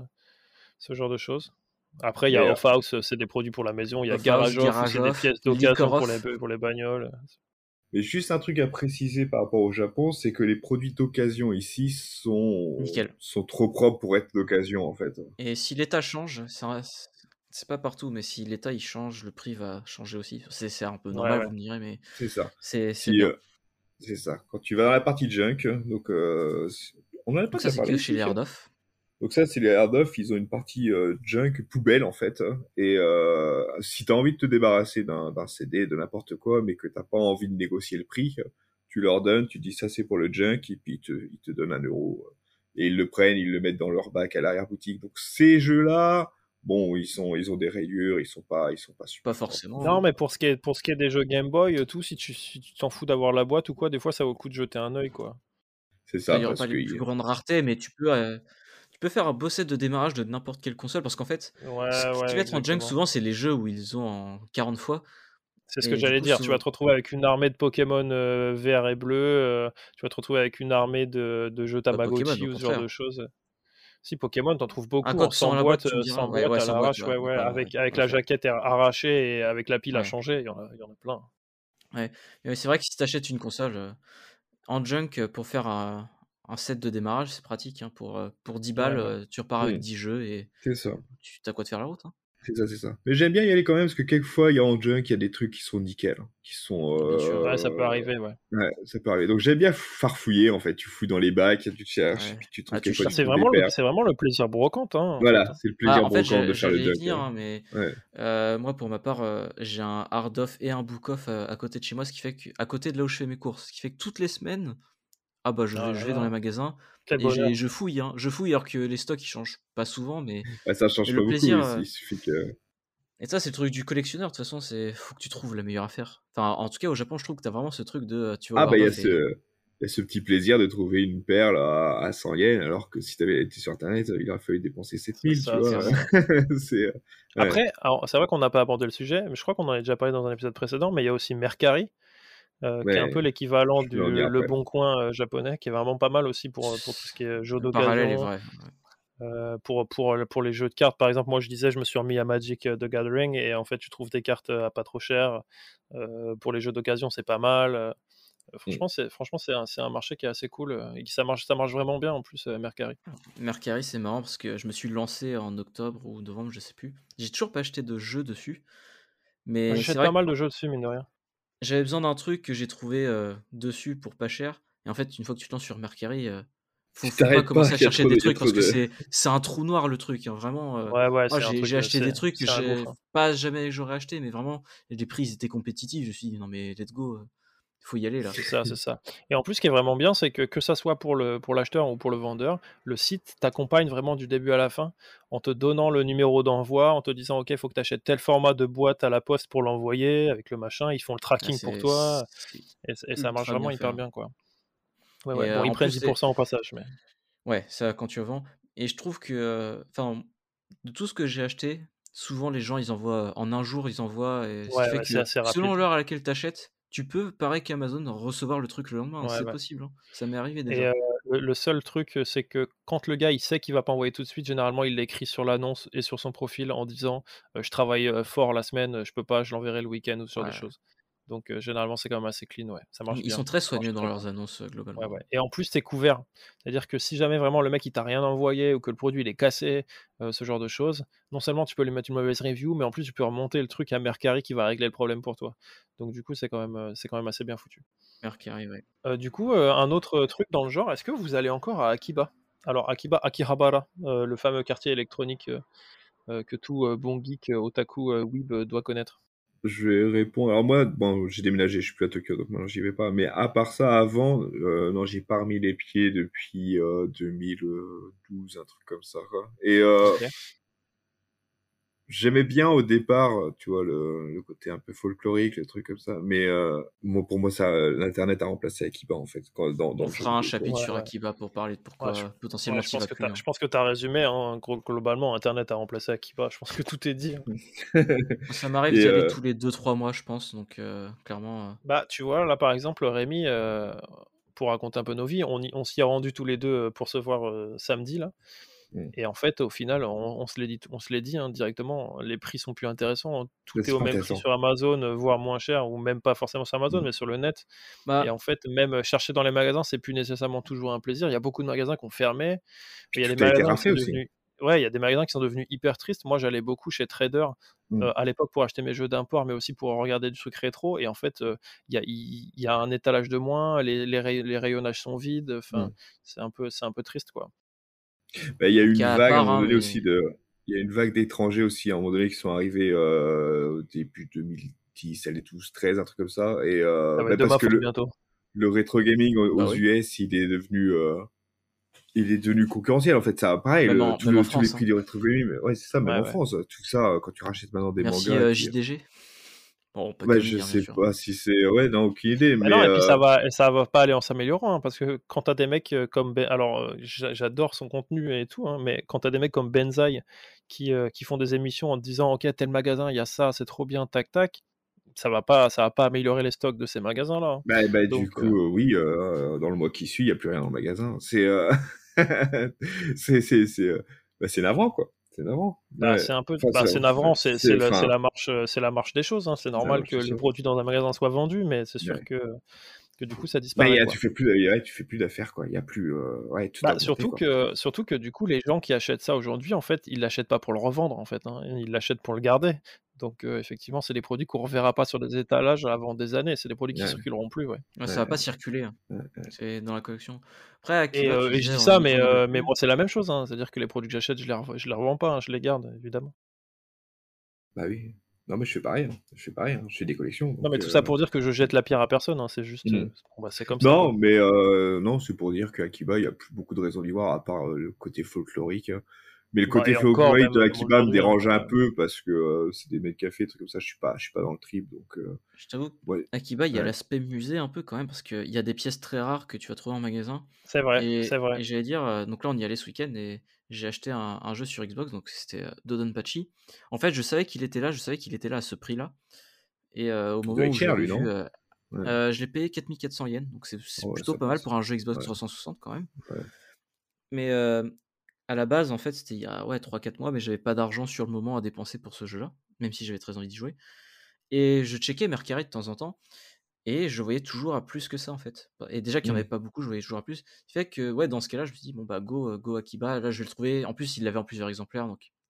ce genre de choses. Après, il y Et, a euh, Off House, c'est des produits pour la maison. Il y a Off house, Garage Off, où garage c'est des off, pièces liquor d'occasion pour les, off. pour les bagnoles. mais juste un truc à préciser par rapport au Japon, c'est que les produits d'occasion ici sont, Nickel. sont trop propres pour être d'occasion en fait. Et si l'État change, c'est un- c'est pas partout, mais si l'État il change, le prix va changer aussi. C'est c'est un peu Ouais, normal, ouais. vous me direz, mais C'est ça. c'est c'est Si, bien. euh, c'est ça. Quand tu vas dans la partie junk, donc euh, c'est- on en a pas Donc ça, déjà c'est parlé que ici, chez les tiens. hard off. Donc ça, c'est les hard off, ils ont une partie euh, junk poubelle en fait. Et euh, si t'as envie de te débarrasser d'un d'un C D, de n'importe quoi, mais que t'as pas envie de négocier le prix, tu leur donnes, tu dis ça c'est pour le junk, et puis ils te, ils te donnent un euro. Et ils le prennent, ils le mettent dans leur bac à l'arrière-boutique. Donc ces jeux-là, bon, ils sont, ils ont des rayures, ils sont pas, ils sont pas super Pas forts. forcément. Non, hein. mais pour ce qui est, pour ce qui est des jeux Game Boy, euh, tout, si tu si tu t'en fous d'avoir la boîte ou quoi, des fois ça vaut le coup de jeter un œil, quoi. C'est Il ça, n'y aura parce pas que les plus ils- grandes raretés, mais tu peux, euh, tu peux faire un beau set de démarrage de n'importe quelle console, parce qu'en fait, Ouais, ce qui ouais, va être en junk exactement. souvent, c'est les jeux où ils ont en quarante fois. C'est ce que Et du j'allais coup, dire. Tu souvent- vas te retrouver avec une armée de Pokémon euh, vert et bleu. euh, tu vas te retrouver avec une armée de, de jeux Pas Pokémon, Tamagotchi au ou ce genre contraire. de choses. Si Pokémon, t'en trouves Ah, beaucoup quoi en que cent sans la boîte, boîtes, tu me euh, diras. cent Ouais, boîtes ouais, à sans boîte, l'arrache, ouais, ouais, on est ouais, pas- avec, ouais, avec en la effet. jaquette ar- arrachée et avec la pile à Ouais. changer, il y en a, il y en a plein. Ouais. Mais c'est vrai que si tu achètes une console euh, en junk euh, pour faire un, un set de démarrage, c'est pratique. Hein, pour, euh, pour dix balles, Ouais, ouais. euh, tu repars avec Mm. dix jeux et c'est ça. tu as quoi de faire la route. Hein. C'est ça, c'est ça. Mais j'aime bien y aller quand même parce que quelquefois, il y a en junk, il y a des trucs qui sont nickel, hein, qui sont. Bien sûr. Euh... Ouais, ça peut arriver, ouais. Ouais, ça peut arriver. Donc j'aime bien farfouiller en fait. Tu fouilles dans les bacs, tu cherches, Ouais. puis tu trouves Ah, tu quelquefois Bah, tu c'est trouves vraiment des le, perles. c'est vraiment le plaisir brocante, hein, en Voilà, fait. c'est le Ah, plaisir en fait, brocante de j'ai- faire le j'allais y junk. venir, hein. hein, mais Ouais. euh, moi, pour ma part, euh, j'ai un hard off et un book off euh, à côté de chez moi, ce qui fait que, à côté de là où je fais mes courses, ce qui fait que toutes les semaines, ah bah je Ah vais, là je vais dans les là, magasins quel et bonheur. j'ai- je fouille, hein, je fouille alors que les stocks ils changent pas souvent, mais, Bah, ça mais change pas le beaucoup, plaisir. il, euh, il suffit que. Et ça, c'est le truc du collectionneur. De toute façon, c'est faut que tu trouves la meilleure affaire. Enfin, en tout cas, au Japon, je trouve que t'as vraiment ce truc de euh, tu vas au Ah bah il y a hard off et ce, il y a ce petit plaisir de trouver une perle à, à cent yens, alors que si t'avais été sur internet, il aurait fallu dépenser sept C'est mille, tu ça, vois. c'est ça. c'est. euh, ouais. Après, alors, c'est vrai qu'on n'a pas abordé le sujet, mais je crois qu'on en a déjà parlé dans un épisode précédent, mais il y a aussi Mercari, euh, qui est un peu Ouais, l'équivalent je du vais en dire Le après. Bon Coin euh, japonais, qui est vraiment pas mal aussi pour, pour tout ce qui est jeux le parallèle est d'occasion. vrai. Ouais. Euh, pour, pour, pour les jeux de cartes, par exemple, moi je disais, je me suis remis à Magic euh, the Gathering et en fait, tu trouves des cartes euh, à pas trop cher. Euh, pour les jeux d'occasion, c'est pas mal. Euh, Mm. franchement, c'est franchement c'est un, c'est un marché qui est assez cool euh, et qui ça marche, ça marche vraiment bien en plus, euh, Mercari. Mercari, c'est marrant parce que je me suis lancé en octobre ou novembre, je sais plus. J'ai toujours pas acheté de jeu dessus, mais c'est J'achète vrai pas que mal de jeux dessus, mine de rien. j'avais besoin d'un truc que j'ai trouvé euh, dessus pour pas cher. Et en fait, une fois que tu te lances sur Mercari, euh, faut, Tu faut pas t'arrêtes pas, commencer à il y a chercher trop des de, il y a trucs trop parce que de. c'est c'est un trou noir le truc. Hein, vraiment, euh, Ouais, ouais, moi c'est un j'ai truc, j'ai euh, acheté des c'est trucs que c'est un j'ai gouffre. hein. pas jamais j'aurais acheté, mais vraiment les prix ils étaient compétitifs. Je me suis dit non mais let's go, euh, faut y aller là. C'est ça, c'est ça. Et en plus, ce qui est vraiment bien, c'est que que ça soit pour le pour l'acheteur ou pour le vendeur, le site t'accompagne vraiment du début à la fin en te donnant le numéro d'envoi, en te disant OK, il faut que tu achètes tel format de boîte à la poste pour l'envoyer avec le machin, ils font le Ah, tracking pour c'est toi c'est et, et ça marche ultra vraiment bien fait. hyper Hein. bien quoi. Ouais, ouais. Et Bon, euh, ils en prennent plus c'est dix pour cent au passage, mais ouais ça quand tu vends. Et je trouve que enfin de tout ce que j'ai acheté, souvent les gens ils envoient en un jour ils envoient et ce qui ouais, fait ouais, c'est que assez selon rapide. l'heure à laquelle tu achètes, tu peux pareil qu'Amazon recevoir le truc le lendemain. Hein, Ouais, c'est ouais. possible. Hein. Ça m'est arrivé Et déjà. euh, le, le seul truc, euh, c'est que quand le gars il sait qu'il va pas envoyer tout de suite, généralement il l'écrit sur l'annonce et sur son profil en disant euh, je travaille euh, fort la semaine, euh, je peux pas, je l'enverrai le week-end ou ce genre de Ouais. choses. Donc euh, généralement c'est quand même assez clean, ouais. Ça marche Ils sont bien, très ça marche soigneux dans très bien. leurs annonces euh, Ouais, globalement. ouais. Et en plus, t'es couvert. C'est-à-dire que si jamais vraiment le mec il t'a rien envoyé ou que le produit il est cassé, euh, ce genre de choses, non seulement tu peux lui mettre une mauvaise review, mais en plus tu peux remonter le truc à Mercari qui va régler le problème pour toi. Donc du coup, c'est quand même, euh, c'est quand même assez bien foutu. Mercari, ouais. Euh, du coup, euh, un autre euh, truc dans le genre, est-ce que vous allez encore à Akiba? Alors Akiba, Akihabara, euh, le fameux quartier électronique euh, euh, que tout euh, bon geek, euh, otaku, euh, weeb euh, doit connaître. Je vais répondre. Alors moi, bon, j'ai déménagé, je suis plus à Tokyo, donc maintenant j'y vais pas. Mais à part ça, avant, euh, non, j'ai pas remis les pieds depuis euh, deux mille douze, un truc comme ça, quoi. Et euh, Ok. j'aimais bien au départ, tu vois, le, le côté un peu folklorique, le truc comme ça. Mais euh, moi, pour moi, ça, l'internet a remplacé Akiba en fait, quand, dans, dans On le jeu fera un vidéo. Pour chapitre moi. Ouais, sur ouais. Akiba pour parler de Ouais, je, pourquoi ouais, potentiellement je t'y pense vas que plus. t'as, Hein. je pense que t'as résumé. Hein, gros- globalement, Internet a remplacé Akiba. Je pense que tout est dit. hein. Ça m'arrive Et d'y aller euh, tous les deux trois mois, je pense. Donc euh, clairement, euh, Bah, tu vois, là par exemple, Rémi, euh, pour raconter un peu nos vies, on, y- on s'y est rendu tous les deux euh, pour se voir euh, samedi là. mm. Et en fait, au final, on, on se l'est dit, on se l'est dit hein, directement, les prix sont plus intéressants. Tout Là, est c'est au pas même prix intéressant. sur Amazon, euh, voire moins cher, ou même pas forcément sur Amazon, Mm. mais sur le net. Et bah en fait, même euh, chercher dans les magasins, c'est plus nécessairement toujours un plaisir. Il y a beaucoup de magasins qui ont fermé. Puis Il y a des tout a été magasins qui raflé sont aussi. devenus, ouais, il y a des magasins qui sont devenus hyper tristes. Moi, j'allais beaucoup chez Trader Mm. euh, à l'époque pour acheter mes jeux d'import, mais aussi pour regarder du truc rétro. Et en fait, euh, il y a, il il y a un étalage de moins, les, les, ray- les rayonnages sont vides. Enfin, Mm. c'est un peu, c'est un peu triste, quoi. Bah, il y a eu une cas à vague à un part, moment hein, donné aussi mais de, il y a une vague d'étrangers aussi à un moment donné qui sont arrivés euh, au début deux mille dix, allez douze, treize, un truc comme ça. Et Ça euh, va être bah, de parce ma que faute le, bientôt. le rétro gaming aux, aux bah oui. U S, il est devenu, euh, il est devenu concurrentiel en fait. Ça, pareil, Même le, en tout même en le, tous les France. prix Hein. du rétro gaming, mais ouais, c'est ça, même Ouais, en ouais. France, tout ça, quand tu rachètes maintenant des Merci mangas et euh, puis, euh, J D G. Bon, pas bah, que je lui, hein, bien sais sûr. pas si c'est, ouais, non, aucune idée, Bah mais non, et puis euh, ça va, et ça va pas aller en s'améliorant, hein, parce que quand t'as des mecs euh, comme Ben, alors euh, j'a- j'adore son contenu et tout, hein, mais quand t'as des mecs comme Benzaï qui, euh, qui font des émissions en te disant ok tel magasin il y a ça, c'est trop bien, tac tac, ça va pas, ça va pas améliorer les stocks de ces magasins-là. hein. bah, bah, du Donc euh, coup, euh, oui, euh, dans le mois qui suit, il y a plus rien dans le magasin. C'est, euh, c'est, c'est, c'est, euh, bah, c'est navrant, quoi. C'est navrant. bah Ouais. c'est un peu, Enfin, bah c'est, c'est navrant, c'est c'est c'est, la, c'est enfin, la marche, euh, c'est la marche des choses, hein. C'est c'est normal que c'est les sûr. produits dans un magasin soient vendus, mais c'est sûr Ouais. que que du coup ça Bah, il y disparaît a, quoi. tu fais plus, ouais, tu fais plus d'affaires, quoi. Il y a plus, euh, ouais, tout a Bah, augmenté, surtout quoi. que surtout que du coup, les gens qui achètent ça aujourd'hui, en fait, ils l'achètent pas pour le revendre, en fait, hein. Ils l'achètent pour le garder. Donc, heu, effectivement, c'est des produits qu'on reverra pas sur des étalages avant des années. C'est des produits qui Ouais, circuleront plus, ouais. Ouais, ça va pas ouais, circuler. Hein. ouais, ouais. C'est dans la collection. Après, Et Akiba, heu, tu et je disais, dis on ça, y, mais on y va heu, mais plus. moi, c'est la même chose, hein. C'est-à-dire que les produits que j'achète, je les rev je les revends pas, hein, je les garde, évidemment. Bah oui. Non, mais je fais pareil, hein. Je fais pareil, hein. Je fais des collections, Non, donc, mais tout ça euh, pour dire que je jette la pierre à personne, hein. C'est juste, hmm. heu, bon, bah, c'est comme ça, Non, quoi. mais euh, non, c'est pour dire qu'Akiba, il y a plus beaucoup de raisons d'y voir, à part euh, le côté folklorique. hein. Mais le Bah, côté et encore, folklorique même de même Akiba me aujourd'hui, hein, dérange un ouais. peu parce que euh, c'est des mecs cafés, trucs comme ça. Je suis pas, je suis pas dans le trip, donc euh, Je t'avoue, ouais, Akiba, il y a ouais. l'aspect musée un peu quand même, parce qu'il y a des pièces très rares que tu vas trouver en magasin. C'est vrai, c'est Et, vrai. et j'allais dire, euh, donc là, on y allait ce week-end et j'ai acheté un, un jeu sur Xbox, donc c'était euh, Dodonpachi. En fait, je savais qu'il était là, je savais qu'il était là à ce prix-là. Et euh, au Il doit moment être où je cher, l'avais lui, vu, non? euh, Ouais. euh, je l'ai payé quatre mille quatre cents yens, donc c'est c'est Oh, ouais, plutôt ça pas mal passe. pour un jeu Xbox Ouais, trois cent soixante quand même. ouais. Mais euh, à la base, en fait, c'était il y a ouais, trois quatre mois, mais j'avais pas d'argent sur le moment à dépenser pour ce jeu-là, même si j'avais très envie d'y jouer. Et je checkais Mercari de temps en temps, et je voyais toujours à plus que ça, en fait. Et déjà qu'il y en Hmm. avait pas beaucoup, je voyais toujours à plus. Ce qui fait que, ouais, dans ce cas-là, je me suis dit, bon, bah, go, euh, go Akiba, là, je vais le trouver. En plus, il l'avait en plusieurs exemplaires, donc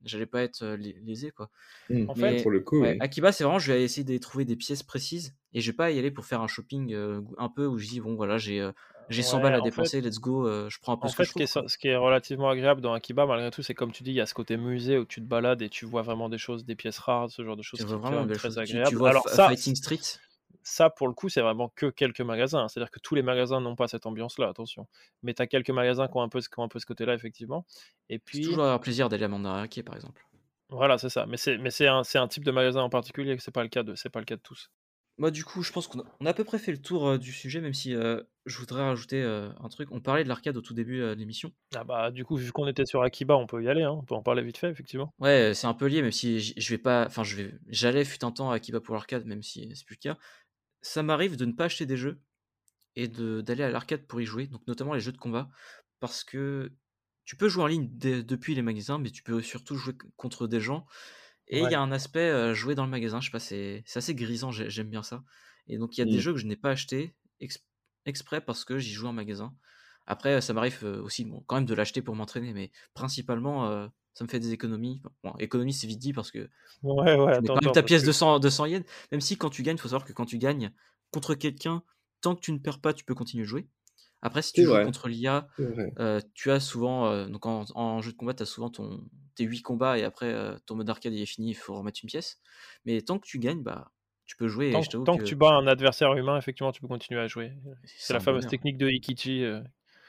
j'allais pas être euh, lé- lésé quoi. Mm. En Mais fait, Pour le coup, ouais, oui. Akiba, c'est vraiment, je vais essayer de trouver des pièces précises et je vais pas y aller pour faire un shopping euh, un peu où je dis bon voilà j'ai euh, j'ai cent balles ouais, à en fait, dépenser, let's go, euh, je prends un peu en ce que fait, je ce qui trouve est, quoi. so- ce qui est relativement agréable dans Akiba, malgré tout, c'est comme tu dis, il y a ce côté musée où tu te balades et tu vois vraiment des choses, des pièces rares, ce genre de Tu choses vois qui, qui est vraiment quand une même belle très chose. Tu, tu agréable. vois Alors F- ça, Fighting c- Street. ça pour le coup, c'est vraiment que quelques magasins. C'est-à-dire que tous les magasins n'ont pas cette ambiance-là, attention. Mais tu as quelques magasins qui ont un peu, ce- qui ont un peu ce côté-là, effectivement. Et C'est puis, toujours un plaisir d'aller à Mandarake par exemple. voilà, c'est ça. Mais c'est, mais c'est un, c'est un type de magasin en particulier que c'est pas le cas de, c'est pas le cas de tous. Moi, du coup, je pense qu'on a, on a à peu près fait le tour euh, du sujet, même si euh, je voudrais rajouter euh, un truc. On parlait de l'arcade au tout début euh, de l'émission. Ah bah, du coup, vu qu'on était sur Akiba, on peut y aller, hein. On peut en parler vite fait, effectivement. Ouais, c'est un peu lié, même si j- je vais pas. Enfin, je vais. J'allais fut un temps à Akiba pour l'arcade, même si c'est plus le cas. Ça m'arrive de ne pas acheter des jeux et de d'aller à l'arcade pour y jouer, donc notamment les jeux de combat, parce que tu peux jouer en ligne dès- depuis les magasins, mais tu peux surtout jouer c- contre des gens. Et il y Ouais. a un aspect euh, jouer dans le magasin, je sais pas, c'est c'est assez grisant, j'ai- j'aime bien ça. Et donc il y a des Mm. jeux que je n'ai pas achetés ex- exprès parce que j'y joue en magasin. Après, ça m'arrive euh, aussi, bon, quand même de l'acheter pour m'entraîner, mais principalement, euh, ça me fait des économies. Bon, économie, c'est vite dit parce que Ouais, ouais, tu mets attends, quand même attends, ta parce pièce que. de cent, de cent yens, même si quand tu gagnes, il faut savoir que quand tu gagnes contre quelqu'un, tant que tu ne perds pas, tu peux continuer de jouer. Après, si tu C'est joues vrai. contre l'I A, C'est vrai. euh, tu as souvent, euh, donc en, en jeu de combat, tu as souvent ton, tes huit combats et après euh, ton mode arcade il est fini, il faut remettre une pièce. Mais tant que tu gagnes, bah, tu peux jouer et Tant, je t'avoue tant que que tu bats un adversaire humain, effectivement, tu peux continuer à jouer. C'est c'est la un fameuse bonheur. technique de Ikichi. euh,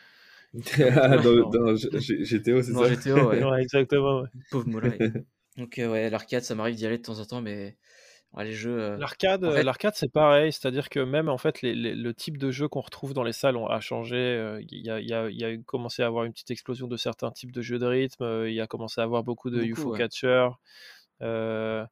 comme on dit Ouais, dans, dans. dans G- G- GTA, c'est dans ça? G T A, ouais, Ouais, exactement. Ouais. pauvre Molai. Donc euh, ouais, l'arcade, ça m'arrive d'y aller de temps en temps, mais ouais, les jeux... euh, L'arcade, En euh, fait, l'arcade, c'est pareil, c'est-à-dire que même en fait, les- les- le type de jeu qu'on retrouve dans les salles ont- a changé. euh, Il y a, il y a- il y a eu- commencé à avoir une petite explosion de certains types de jeux de rythme. euh, Il y a commencé à avoir beaucoup de beaucoup, U F O ouais. catcher. euh,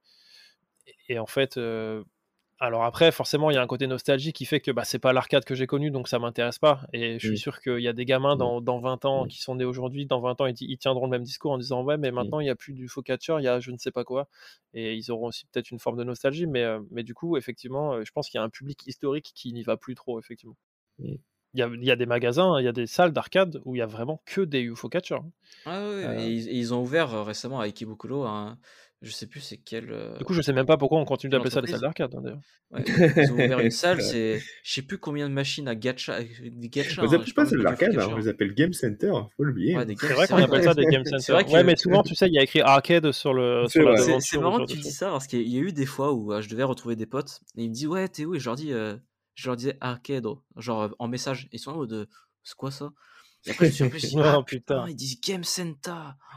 et en fait, euh, alors après, forcément, il y a un côté nostalgie qui fait que bah, c'est pas l'arcade que j'ai connu, donc ça m'intéresse pas. Et je suis Mm. sûr qu'il y a des gamins Mm. dans, dans vingt ans Mm. qui sont nés aujourd'hui, dans vingt ans, ils, ils tiendront le même discours en disant ouais, mais Mm. maintenant il n'y a plus du faux catcher, il y a je ne sais pas quoi. Et ils auront aussi peut-être une forme de nostalgie, mais, euh, mais du coup, effectivement, euh, je pense qu'il y a un public historique qui n'y va plus trop, effectivement. Mm. Il y a, il y a des magasins, il y a des salles d'arcade où il y a vraiment que des U F O catchers. Ah ouais, Euh, et ils, et ils ont ouvert euh, récemment à Ikebukuro, un... je sais plus c'est quelle, euh, du coup, je sais même pas pourquoi on continue quelle d'appeler ça des salles entreprise. d'arcade, hein, d'ailleurs. Ouais, ils ont ouvert une salle, c'est je sais plus combien de machines à gacha, des gachas, On les hein, appelle je pas parle ça même de pas du l'arcade, full hein, on catcher. les appelle Game Center, faut l'oublier. Ouais, des C'est games, vrai c'est qu'on vrai appelle que ça des game c'est centers. vrai que Ouais, mais souvent, tu sais, il y a écrit arcade sur, le, C'est sur la vrai. c'est c'est devanture ou ce marrant genre que de tu dis choses. ça parce qu'il y a eu des fois où euh, je devais retrouver des potes et ils me disent ouais t'es où et je leur dis euh, je leur disais arcade genre euh, en message et ils sont en mode c'est quoi ça et après je me suis rappelé je dis ah Oh putain putain. ils disent Game Center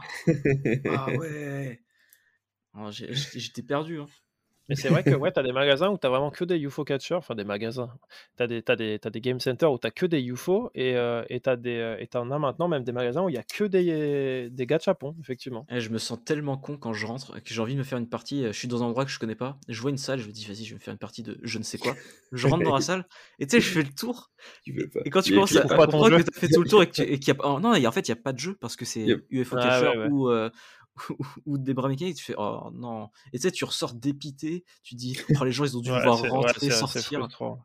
ah ouais. Alors, j'ai- j'étais j'étais perdu hein. Mais c'est vrai que ouais, t'as des magasins où t'as vraiment que des U F O catchers, enfin des magasins. T'as des, t'as des, t'as des game centers où t'as que des U F O et euh, et t'as des, euh, et t'en as maintenant même des magasins où il y a que des, des gachapons, effectivement. Et je me sens tellement con quand je rentre que j'ai envie de me faire une partie. euh, Je suis dans un endroit que je connais pas. Je vois une salle, je me dis, vas-y, je vais me faire une partie de je ne sais quoi. Je rentre dans la salle et tu sais, je fais le tour. Tu veux pas. Et quand tu Il y a commences écrit- à, trouves à pas ton comprendre jeu. que tu as fait tout le tour et que tu- et qu'il y a oh, non, et en fait, il n'y a pas de jeu parce que c'est Yep. U F O Ah Catcher ouais, ouais. ou, euh, ou, ou des bras mécaniques. Tu fais, oh non. Et tu sais, tu ressors dépité. Tu dis, oh, les gens, ils ont dû me Ouais, voir c'est, ouais, rentrer, c'est, c'est sortir. frustrant.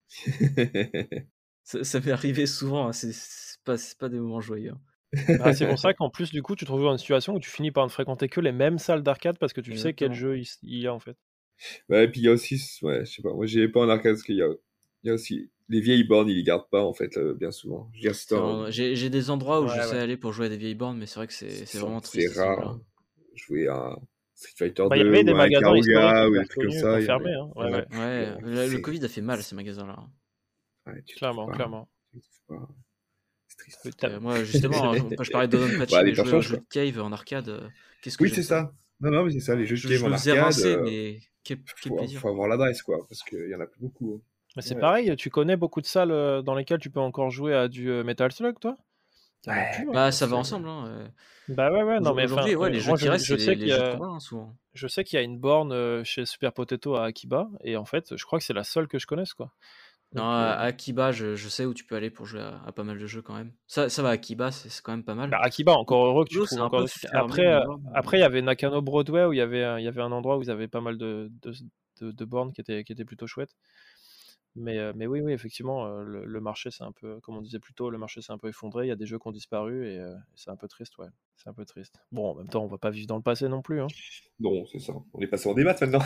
Ça, ça m'est arrivé souvent. hein, C'est c'est pas, c'est pas des moments joyeux. Bah, c'est pour ça qu'en plus, du coup, tu te retrouves dans une situation où tu finis par ne fréquenter que les mêmes salles d'arcade parce que tu sais quel Exactement. jeu il, s- il y a en fait. Ouais, et puis il y a aussi, ouais, je sais pas, moi j'y vais pas en arcade parce qu'il y a, il y a aussi les vieilles bornes, ils les gardent pas en fait, euh, bien souvent. Je veux dire, c'est C'est un- vraiment- J'ai j'ai des endroits où je Ouais, sais ouais. aller pour jouer à des vieilles bornes, mais c'est vrai que c'est c'est c'est vraiment c'est triste à ce rare. niveau-là. hein. Jouer à Street Fighter Bah, il y deux avait des ou à un magasins historiques Karuga ou hyper des trucs comme connus ça. qui ont il y en a- fermé. Hein. il y Ouais, en a ouais. plus, Ouais, hein. le, le C'est- Covid a fait mal à ces magasins-là. ouais, tu le Clairement, trouves pas, clairement. tu le trouves pas. C'est triste. Euh, Donc, t'as- euh, moi, justement, hein, je, je parlais de Dodonpachi, Bah, les mais temps jouer aux changent, jeux quoi. de cave en arcade, euh, qu'est-ce que Oui, j'aime c'est ça. ça. Non, non, mais c'est ça, les jeux de Je, game je en me faisais arcade, rincer, euh, mais quel, quel faut, plaisir. faut avoir l'adresse, quoi, parce qu'il y en a plus beaucoup. hein. Mais c'est Ouais. pareil, tu connais beaucoup de salles euh, dans lesquelles tu peux encore jouer à du euh, Metal Slug, toi? Il y en a Ouais, plus, hein. Bah, ça va c'est- ensemble. Hein. euh. Bah ouais, ouais, non, Aujourd- mais enfin, Aujourd'hui, ouais, euh, les jeux moi qui je, restent, je c'est sais les, qu'il les y jeux de a, combat, hein, souvent. je sais qu'il y a une borne euh, chez Super Potato à Akiba, et en fait, je crois que c'est la seule que je connaisse, quoi. Non, Donc, à euh, à Akiba, je, je sais où tu peux aller pour jouer à, à pas mal de jeux quand même. Ça, ça va, Akiba, c'est c'est quand même pas mal. bah, Akiba, encore heureux que tu Ikebukuro, trouves c'est un encore peu des trucs. fermé Après, euh, maintenant. mais- après, il y avait Nakano Broadway où il y avait, un- il y avait un endroit où ils avaient pas mal de, de, de, de bornes qui étaient, qui étaient plutôt chouettes. Mais, euh, mais oui, oui, effectivement, euh, le, le marché, c'est un peu, comme on disait plus tôt, le marché s'est un peu effondré. Il y a des jeux qui ont disparu et, euh, et c'est un peu triste, ouais. C'est un peu triste. Bon, en même temps, on va pas vivre dans le passé non plus, hein. Non, c'est ça. On est passé en débat maintenant.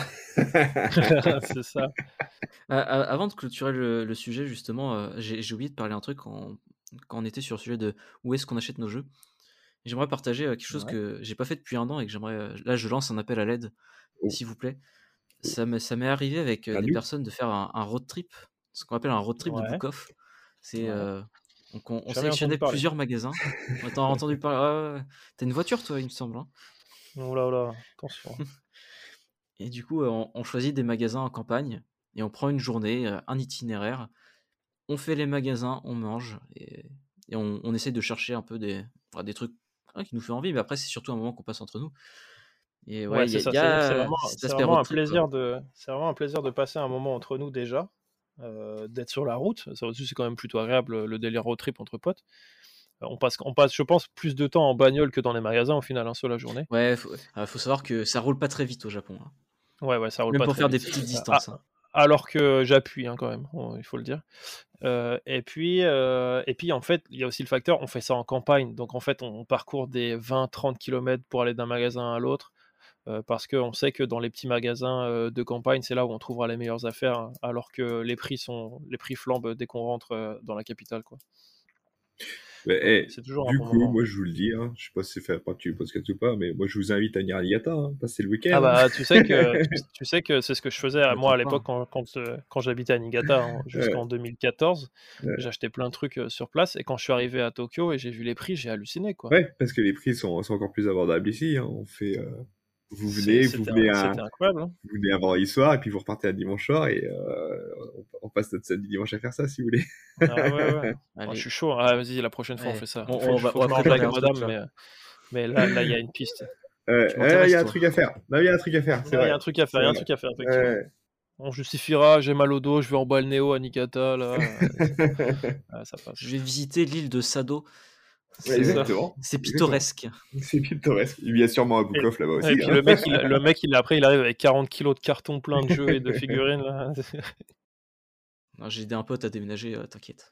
C'est ça. Euh, euh, avant de clôturer le, le sujet, justement, euh, j'ai j'ai oublié de parler un truc quand, quand on était sur le sujet de où est-ce qu'on achète nos jeux. J'aimerais partager euh, quelque chose Ouais. que j'ai pas fait depuis un an et que j'aimerais. euh, Là, je lance un appel à l'aide, Oh. s'il vous plaît. Ça m'est ça m'est arrivé avec euh, À des nous. personnes de faire un, un road trip, ce qu'on appelle un road trip de Ouais. book off. C'est Ouais. euh, donc on, on Jamais entendu sélectionnait parler. plusieurs magasins. Ouais, T'en as entendu parler? Ouais, ouais, ouais. T'as une voiture, toi, il me semble. Hein. Oh là là, attention. Et du coup, euh, on, on choisit des magasins en campagne et on prend une journée, euh, un itinéraire. On fait les magasins, on mange et, et on, on essaie de chercher un peu des, enfin, des trucs ouais, qui nous fait envie. Mais après, c'est surtout un moment qu'on passe entre nous. Et ouais, Ouais, il y, c'est a- ça. il y C'est c'est a vraiment, cet c'est aspect vraiment road un trip, quoi. plaisir de, c'est vraiment un plaisir de passer un moment entre nous déjà, euh, d'être sur la route. Ça aussi, c'est quand même plutôt agréable le délire road trip entre potes. Euh, On passe, on passe, je pense, plus de temps en bagnole que dans les magasins au final, hein, sur la journée. Ouais, faut, euh, faut savoir que ça roule pas très vite au Japon. Hein. Ouais, ouais, ça roule Même pas pour très faire des vite. petites Euh, distances. ah, Hein. alors que j'appuie hein, quand même, on- il faut le dire. Euh, et puis, euh, et puis en fait, il y a aussi le facteur, on fait ça en campagne, donc en fait, on, on parcourt des vingt trente kilomètres pour aller d'un magasin à l'autre, euh, parce qu'on sait que dans les petits magasins euh, de campagne, c'est là où on trouvera les meilleures affaires, hein, alors que les prix sont, les prix flambent dès qu'on rentre euh, dans la capitale, quoi. Mais, Donc, eh, c'est toujours un du bon coup, moment. moi je vous le dis, hein, je sais pas si c'est fait partie du podcast ou pas, mais moi je vous invite à venir à Niigata, hein, passer le week-end. Ah hein. bah, tu sais que, tu, tu sais que c'est ce que je faisais à Le moi à temps l'époque part. quand, quand, euh, quand j'habitais à Niigata hein, jusqu'en deux mille quatorze. Ouais. J'achetais plein de trucs euh, sur place et quand je suis arrivé à Tokyo et j'ai vu les prix, j'ai halluciné quoi. Ouais, parce que les prix sont, sont encore plus abordables ici. hein. On fait, euh, vous C'est- venez, vous C'était venez un- à, c'était incroyable. hein. vous venez un vendredi soir et puis vous repartez un dimanche soir et euh, on, on passe notre samedi dimanche à faire ça si vous voulez. Ah ouais, ouais. Moi, je Allez. suis chaud. Ah, vas-y, la prochaine fois on Ouais. fait ça. On, Faut, on va, faut on que va je m'arrange préparer avec un truc madame, là. mais, mais là, là, il y a une piste. Euh, Tu euh, m'intéresses, Il y a un toi. truc à faire. Non, il y a un truc à faire, c'est Il y vrai. a un truc à faire, il y a un C'est truc à faire, effectivement. Ouais. On justifiera, j'ai mal au dos, je vais en balnéo à Niigata, là. Ah, ça passe. Je vais visiter l'île de Sado. C'est ça. Exactement. C'est pittoresque. C'est pittoresque. Il y a sûrement un book Et, off là-bas aussi. et puis hein. le mec, il, le mec, il, après, il arrive avec quarante kilos de carton plein de jeux et de figurines, là. Non, J'ai aidé un pote à déménager, euh, t'inquiète.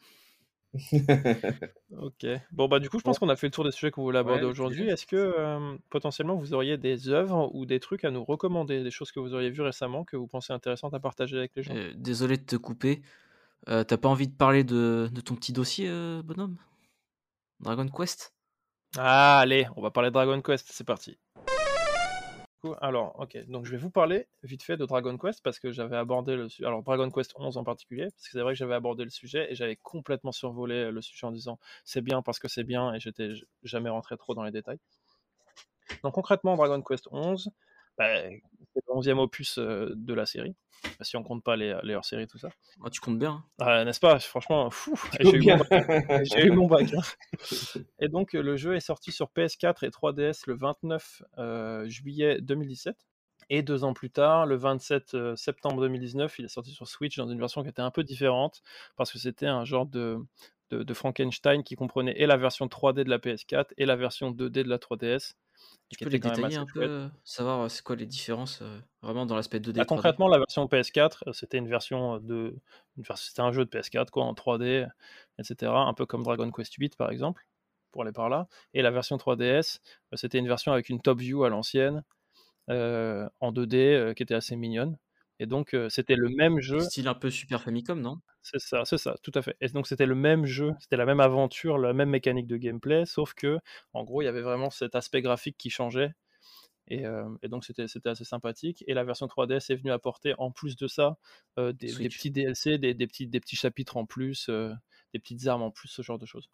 Ok. Bon, bah, du coup, je pense qu'on a fait le tour des sujets qu'on voulait aborder Ouais, aujourd'hui. sujet. Est-ce que euh, potentiellement vous auriez des œuvres ou des trucs à nous recommander, des choses que vous auriez vues récemment que vous pensez intéressantes à partager avec les gens? Euh, désolé de te couper. Euh, T'as pas envie de parler de, de ton petit dossier, euh, bonhomme Dragon Quest Ah, allez, on va parler de Dragon Quest, c'est parti. Du coup, Alors, ok, donc je vais vous parler vite fait de Dragon Quest parce que j'avais abordé le sujet, alors Dragon Quest onze en particulier, parce que c'est vrai que j'avais abordé le sujet et j'avais complètement survolé le sujet en disant c'est bien parce que c'est bien et j'étais j- jamais rentré trop dans les détails. Donc concrètement, Dragon Quest onze, bah, c'est le onzième opus euh, de la série, si on compte pas les, les hors-séries, tout ça. Ah, Tu comptes bien. hein. Ah, n'est-ce pas? Franchement, fou, et Faut j'ai eu bien. mon bac. hein. J'ai eu mon bac. hein. Et donc, euh, le jeu est sorti sur P S quatre et trois D S le vingt-neuf euh, juillet deux mille dix-sept. Et deux ans plus tard, le vingt-sept euh, septembre deux mille dix-neuf, il est sorti sur Switch dans une version qui était un peu différente, parce que c'était un genre de, de, de Frankenstein qui comprenait et la version trois D de la P S quatre et la version deux D de la trois D S. et Tu qui peux était les quand même détailler assez un peu, chouette. euh, savoir euh, c'est quoi les différences euh, vraiment dans l'aspect deux D Bah, et trois D concrètement, la version P S quatre, euh, c'était une version de, une vers- c'était un jeu de P S quatre quoi, en trois D, et cetera. Un peu comme Dragon Quest huit par exemple, pour aller par là. Et la version trois D S, euh, c'était une version avec une top view à l'ancienne, euh, en deux D, euh, qui était assez mignonne. Et donc, euh, c'était le même jeu. Style un peu Super Famicom, non C'est ça, c'est ça, tout à fait. Et donc, c'était le même jeu, c'était la même aventure, la même mécanique de gameplay, sauf que, en gros, il y avait vraiment cet aspect graphique qui changeait. Et, euh, et donc c'était c'était assez sympathique. Et la version trois D S est venue apporter en plus de ça euh, des, des Switch. petits D L C, des, des petits, des petits chapitres en plus, euh, des petites armes en plus, ce genre de choses.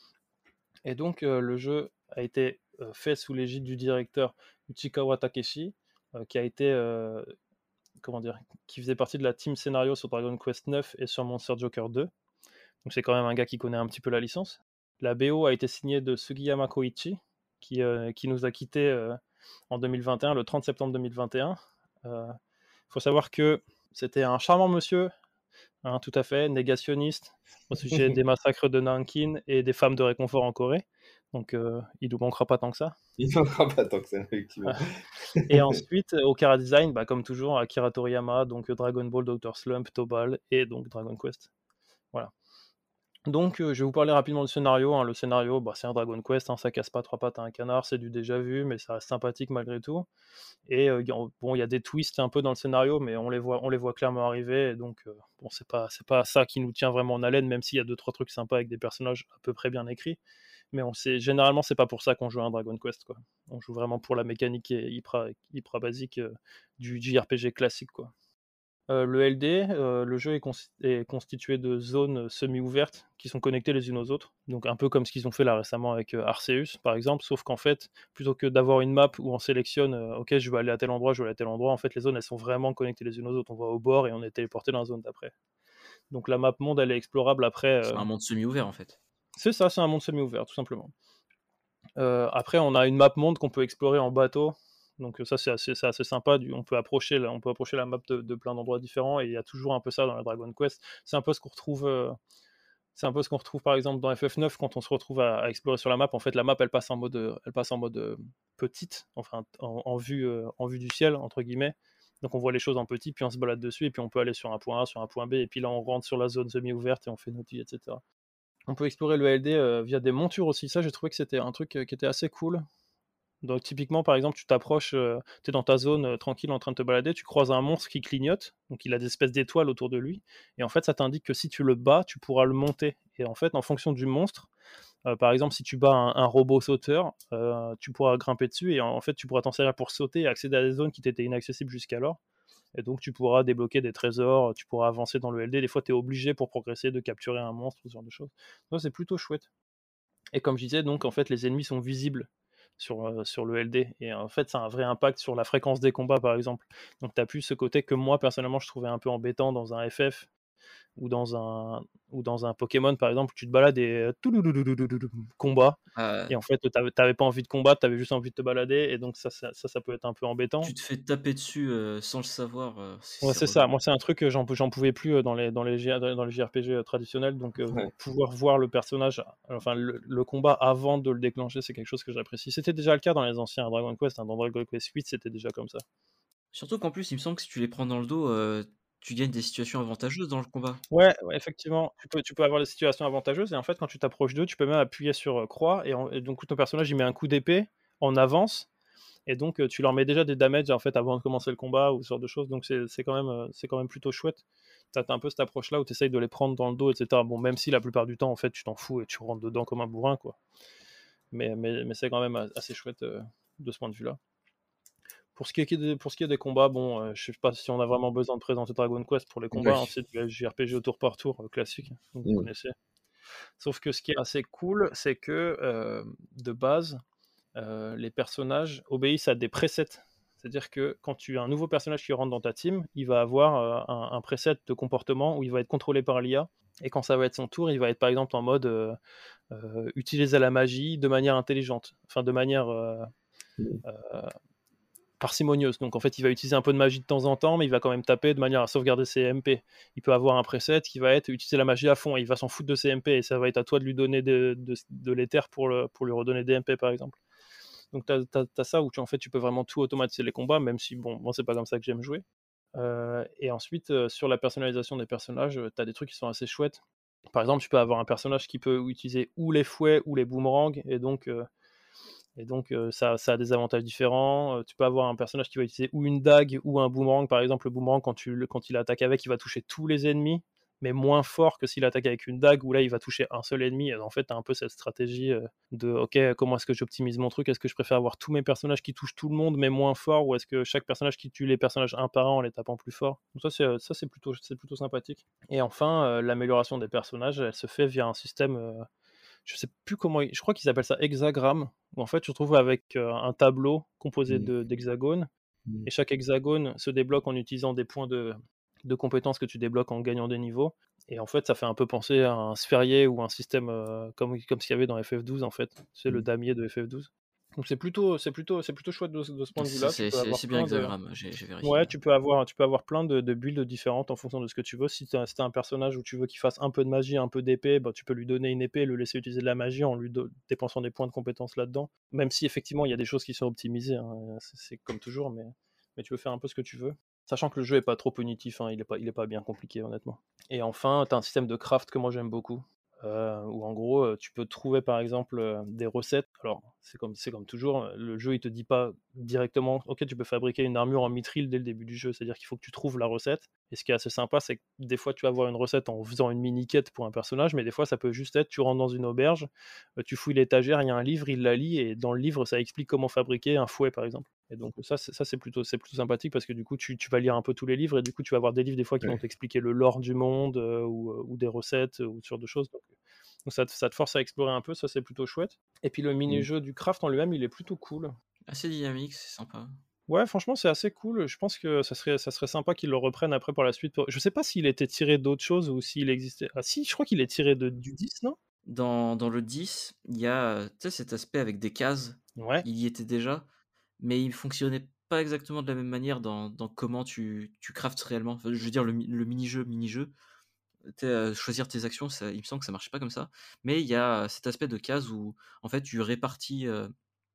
Et donc euh, le jeu a été euh, fait sous l'égide du directeur Uchikawa Takeshi, euh, qui a été euh, comment dire, qui faisait partie de la team scénario sur Dragon Quest neuf et sur Monster Joker deux. Donc c'est quand même un gars qui connaît un petit peu la licence. La B O a été signée de Sugiyama Koichi, qui, euh, qui nous a quittés euh, en deux mille vingt et un, le trente septembre deux mille vingt et un. Il euh, faut savoir que c'était un charmant monsieur, hein, tout à fait, négationniste au sujet des massacres de Nankin et des femmes de réconfort en Corée. Donc euh, il nous manquera pas tant que ça. Il n'en fera pas tant que ça, effectivement. Et ensuite, au Chara Design, bah, comme toujours, Akira Toriyama, donc Dragon Ball, docteur Slump, Tobal et donc Dragon Quest. Voilà. Donc euh, je vais vous parler rapidement du scénario. Hein. Le scénario, bah, c'est un Dragon Quest, hein, ça casse pas trois pattes à un canard, c'est du déjà vu, mais ça reste sympathique malgré tout. Et euh, y a- bon, il y a des twists un peu dans le scénario, mais on les voit, on les voit clairement arriver. Et donc, euh, bon, c'est pas, c'est pas ça qui nous tient vraiment en haleine, même s'il y a deux trois trucs sympas avec des personnages à peu près bien écrits. Mais on sait, généralement, c'est pas pour ça qu'on joue à un Dragon Quest, quoi. On joue vraiment pour la mécanique qui est hyper, hyper basique euh, du J R P G classique, quoi. Euh, le L D, euh, le jeu est, cons- est constitué de zones semi-ouvertes qui sont connectées les unes aux autres. Donc un peu comme ce qu'ils ont fait là récemment avec euh, Arceus, par exemple, sauf qu'en fait, plutôt que d'avoir une map où on sélectionne, euh, ok, je vais aller à tel endroit, je vais aller à tel endroit, en fait, les zones, elles sont vraiment connectées les unes aux autres. On va au bord et on est téléporté dans la zone d'après. Donc la map monde, elle est explorable après. C'est euh, un monde semi-ouvert en fait. C'est ça, c'est un monde semi-ouvert, tout simplement. Euh, après, on a une map monde qu'on peut explorer en bateau. Donc ça, c'est assez, c'est assez sympa. Du- On peut approcher, la- on peut approcher la map de, de plein d'endroits différents. Et il y a toujours un peu ça dans la Dragon Quest. C'est un peu ce qu'on retrouve. euh, c'est un peu ce qu'on retrouve par exemple dans F F neuf quand on se retrouve à, à explorer sur la map. En fait, la map, elle passe en mode, euh, elle passe en mode euh, petite, enfin en, en vue, euh, en vue du ciel entre guillemets. Donc on voit les choses en petit, puis on se balade dessus, et puis on peut aller sur un point A, sur un point B, et puis là on rentre sur la zone semi-ouverte et on fait notre vie, et cetera. On peut explorer le L D euh, via des montures aussi. Ça, j'ai trouvé que c'était un truc euh, qui était assez cool. Donc typiquement, par exemple, tu t'approches, euh, tu es dans ta zone euh, tranquille en train de te balader, tu croises un monstre qui clignote, donc il a des espèces d'étoiles autour de lui, et en fait ça t'indique que si tu le bats, tu pourras le monter. Et en fait, en fonction du monstre, euh, par exemple, si tu bats un, un robot sauteur, euh, tu pourras grimper dessus, et en, en fait tu pourras t'en servir pour sauter et accéder à des zones qui t'étaient inaccessibles jusqu'alors. Et donc tu pourras débloquer des trésors, tu pourras avancer dans le L D, des fois tu es obligé pour progresser de capturer un monstre, ce genre de choses. Ça c'est plutôt chouette. Et comme je disais, donc en fait les ennemis sont visibles sur, euh, sur le L D. Et en fait, ça a un vrai impact sur la fréquence des combats, par exemple. Donc, tu as plus ce côté que moi, personnellement, je trouvais un peu embêtant dans un F F ou dans un, ou dans un Pokémon, par exemple, où tu te balades et euh, touloulouloulouloulou, combat. Euh, Et en fait, t'avais t'avais pas envie de combattre, t'avais juste envie de te balader. Et donc, ça, ça, ça, ça peut être un peu embêtant. tu te fais taper dessus euh, sans le savoir. euh, c'est Ouais, c'est c'est ça. relou. Moi, c'est un truc que j'en, j'en pouvais plus euh, dans les, dans les, J- dans les J R P G euh, traditionnels. Donc, euh, Ouais. pouvoir voir le personnage, enfin, le, le combat avant de le déclencher, c'est quelque chose que j'apprécie. C'était déjà le cas dans les anciens Dragon Quest. Hein. Dans Dragon Quest huit, c'était déjà comme ça. Surtout qu'en plus, il me semble que si tu les prends dans le dos, euh, tu gagnes des situations avantageuses dans le combat. Ouais, ouais, effectivement, tu peux, tu peux avoir des situations avantageuses. Et en fait, quand tu t'approches d'eux, tu peux même appuyer sur euh, croix. Et, en- et donc, ton personnage, il met un coup d'épée en avance. Et donc, euh, tu leur mets déjà des damages en fait avant de commencer le combat ou ce genre de choses. Donc, c'est c'est quand même, euh, c'est quand même plutôt chouette. T'as t'as un peu cette approche-là où tu essayes de les prendre dans le dos, et cetera. Bon, même si la plupart du temps, en fait, tu t'en fous et tu rentres dedans comme un bourrin, quoi. Mais, mais, mais c'est quand même a- assez chouette euh, de ce point de vue-là. Pour ce qui est des, pour ce qui est des combats, bon, euh, je sais pas si on a vraiment besoin de présenter Dragon Quest pour les combats. Hein, Oui. c'est du J R P G au tour par tour euh, classique, donc vous Mm. connaissez. Sauf que ce qui est assez cool, c'est que euh, de base, euh, les personnages obéissent à des presets. C'est-à-dire que quand tu as un nouveau personnage qui rentre dans ta team, il va avoir euh, un, un preset de comportement où il va être contrôlé par l'I A. Et quand ça va être son tour, il va être par exemple en mode euh, euh, utiliser la magie de manière intelligente, enfin de manière euh, Mm. euh, parcimonieuse. Donc en fait, il va utiliser un peu de magie de temps en temps, mais il va quand même taper de manière à sauvegarder ses M P. Il peut avoir un preset qui va être utiliser la magie à fond et il va s'en foutre de ses M P et ça va être à toi de lui donner de, de, de l'éther pour, le, pour lui redonner des M P par exemple. Donc tu as ça où tu, en fait, tu peux vraiment tout automatiser les combats, même si bon, moi c'est pas comme ça que j'aime jouer. Euh, et ensuite, euh, sur la personnalisation des personnages, tu as des trucs qui sont assez chouettes. Par exemple, tu peux avoir un personnage qui peut utiliser ou les fouets ou les boomerangs, et donc euh, et donc, euh, ça, ça a des avantages différents. Euh, tu peux avoir un personnage qui va utiliser ou une dague ou un boomerang. Par exemple, le boomerang, quand, tu, quand il attaque avec, il va toucher tous les ennemis, mais moins fort que s'il attaque avec une dague, où là, il va toucher un seul ennemi. Et en fait, tu as un peu cette stratégie euh, de, OK, comment est-ce que j'optimise mon truc? Est-ce que je préfère avoir tous mes personnages qui touchent tout le monde, mais moins fort? Ou est-ce que chaque personnage qui tue les personnages un par un en les tapant plus fort? Donc ça, c'est, ça, c'est, plutôt, c'est plutôt sympathique. Et enfin, euh, l'amélioration des personnages, elle se fait via un système... Euh, je sais plus comment, je crois qu'ils appellent ça hexagramme, où en fait tu te retrouves avec euh, un tableau composé Mm. de, d'hexagones, Mm. et chaque hexagone se débloque en utilisant des points de, de compétences que tu débloques en gagnant des niveaux. Et en fait, ça fait un peu penser à un sphérié ou un système euh, comme, comme ce qu'il y avait dans F F douze, en fait. C'est le Mm. damier de F F douze. Donc c'est plutôt, c'est plutôt, c'est plutôt chouette de, ce de ce point de C'est vue-là. Tu c'est- peux c'est- avoir c'est bien plein de, hexagramme, j'ai j'ai vérifié. ouais, tu peux avoir, tu peux avoir plein de, de builds différentes en fonction de ce que tu veux. Si tu as, un personnage où tu veux qu'il fasse un peu de magie, un peu d'épée, bah, tu peux lui donner une épée, le laisser utiliser de la magie en lui do- dépensant des points de compétence là-dedans. Même si effectivement il y a des choses qui sont optimisées, hein, c'est c'est comme toujours, mais, mais tu peux faire un peu ce que tu veux. Sachant que le jeu est pas trop punitif, hein, il est pas, il est pas bien compliqué honnêtement. Et enfin, tu as un système de craft que moi j'aime beaucoup. Euh, où en gros euh, tu peux trouver par exemple euh, des recettes. Alors c'est comme, c'est comme toujours, euh, le jeu il te dit pas directement ok tu peux fabriquer une armure en mithril dès le début du jeu, c'est à dire qu'il faut que tu trouves la recette. Et ce qui est assez sympa c'est que des fois tu vas avoir une recette en faisant une mini quête pour un personnage, mais des fois ça peut juste être tu rentres dans une auberge, euh, tu fouilles l'étagère, il y a un livre, il la lit et dans le livre ça explique comment fabriquer un fouet par exemple. Et donc ça c'est, ça, c'est plutôt, c'est plutôt sympathique parce que du coup tu, tu vas lire un peu tous les livres et du coup tu vas avoir des livres des fois qui Ouais. vont t'expliquer le lore du monde euh, ou, euh, ou des recettes euh, ou ce genre de choses. Donc, donc ça, te, ça te force à explorer un peu, ça c'est plutôt chouette. Et puis le mini-jeu du craft en lui-même, il est plutôt cool. Assez dynamique, c'est sympa. Ouais, franchement, c'est assez cool. Je pense que ça serait, ça serait sympa qu'ils le reprennent après par la suite. Je sais pas s'il était tiré d'autre chose ou s'il existait. Ah si, je crois qu'il est tiré de, du dix, non? Dans, dans le dix, il y a tu sais, cet aspect avec des cases. Ouais. Il y était déjà, mais il fonctionnait pas exactement de la même manière dans, dans comment tu, tu craftes réellement. Enfin, je veux dire, le, mi- le mini-jeu, mini-jeu, tu sais, euh, choisir tes actions, ça, il me semble que ça marchait pas comme ça. Mais il y a cet aspect de cases où, en fait, tu répartis, euh,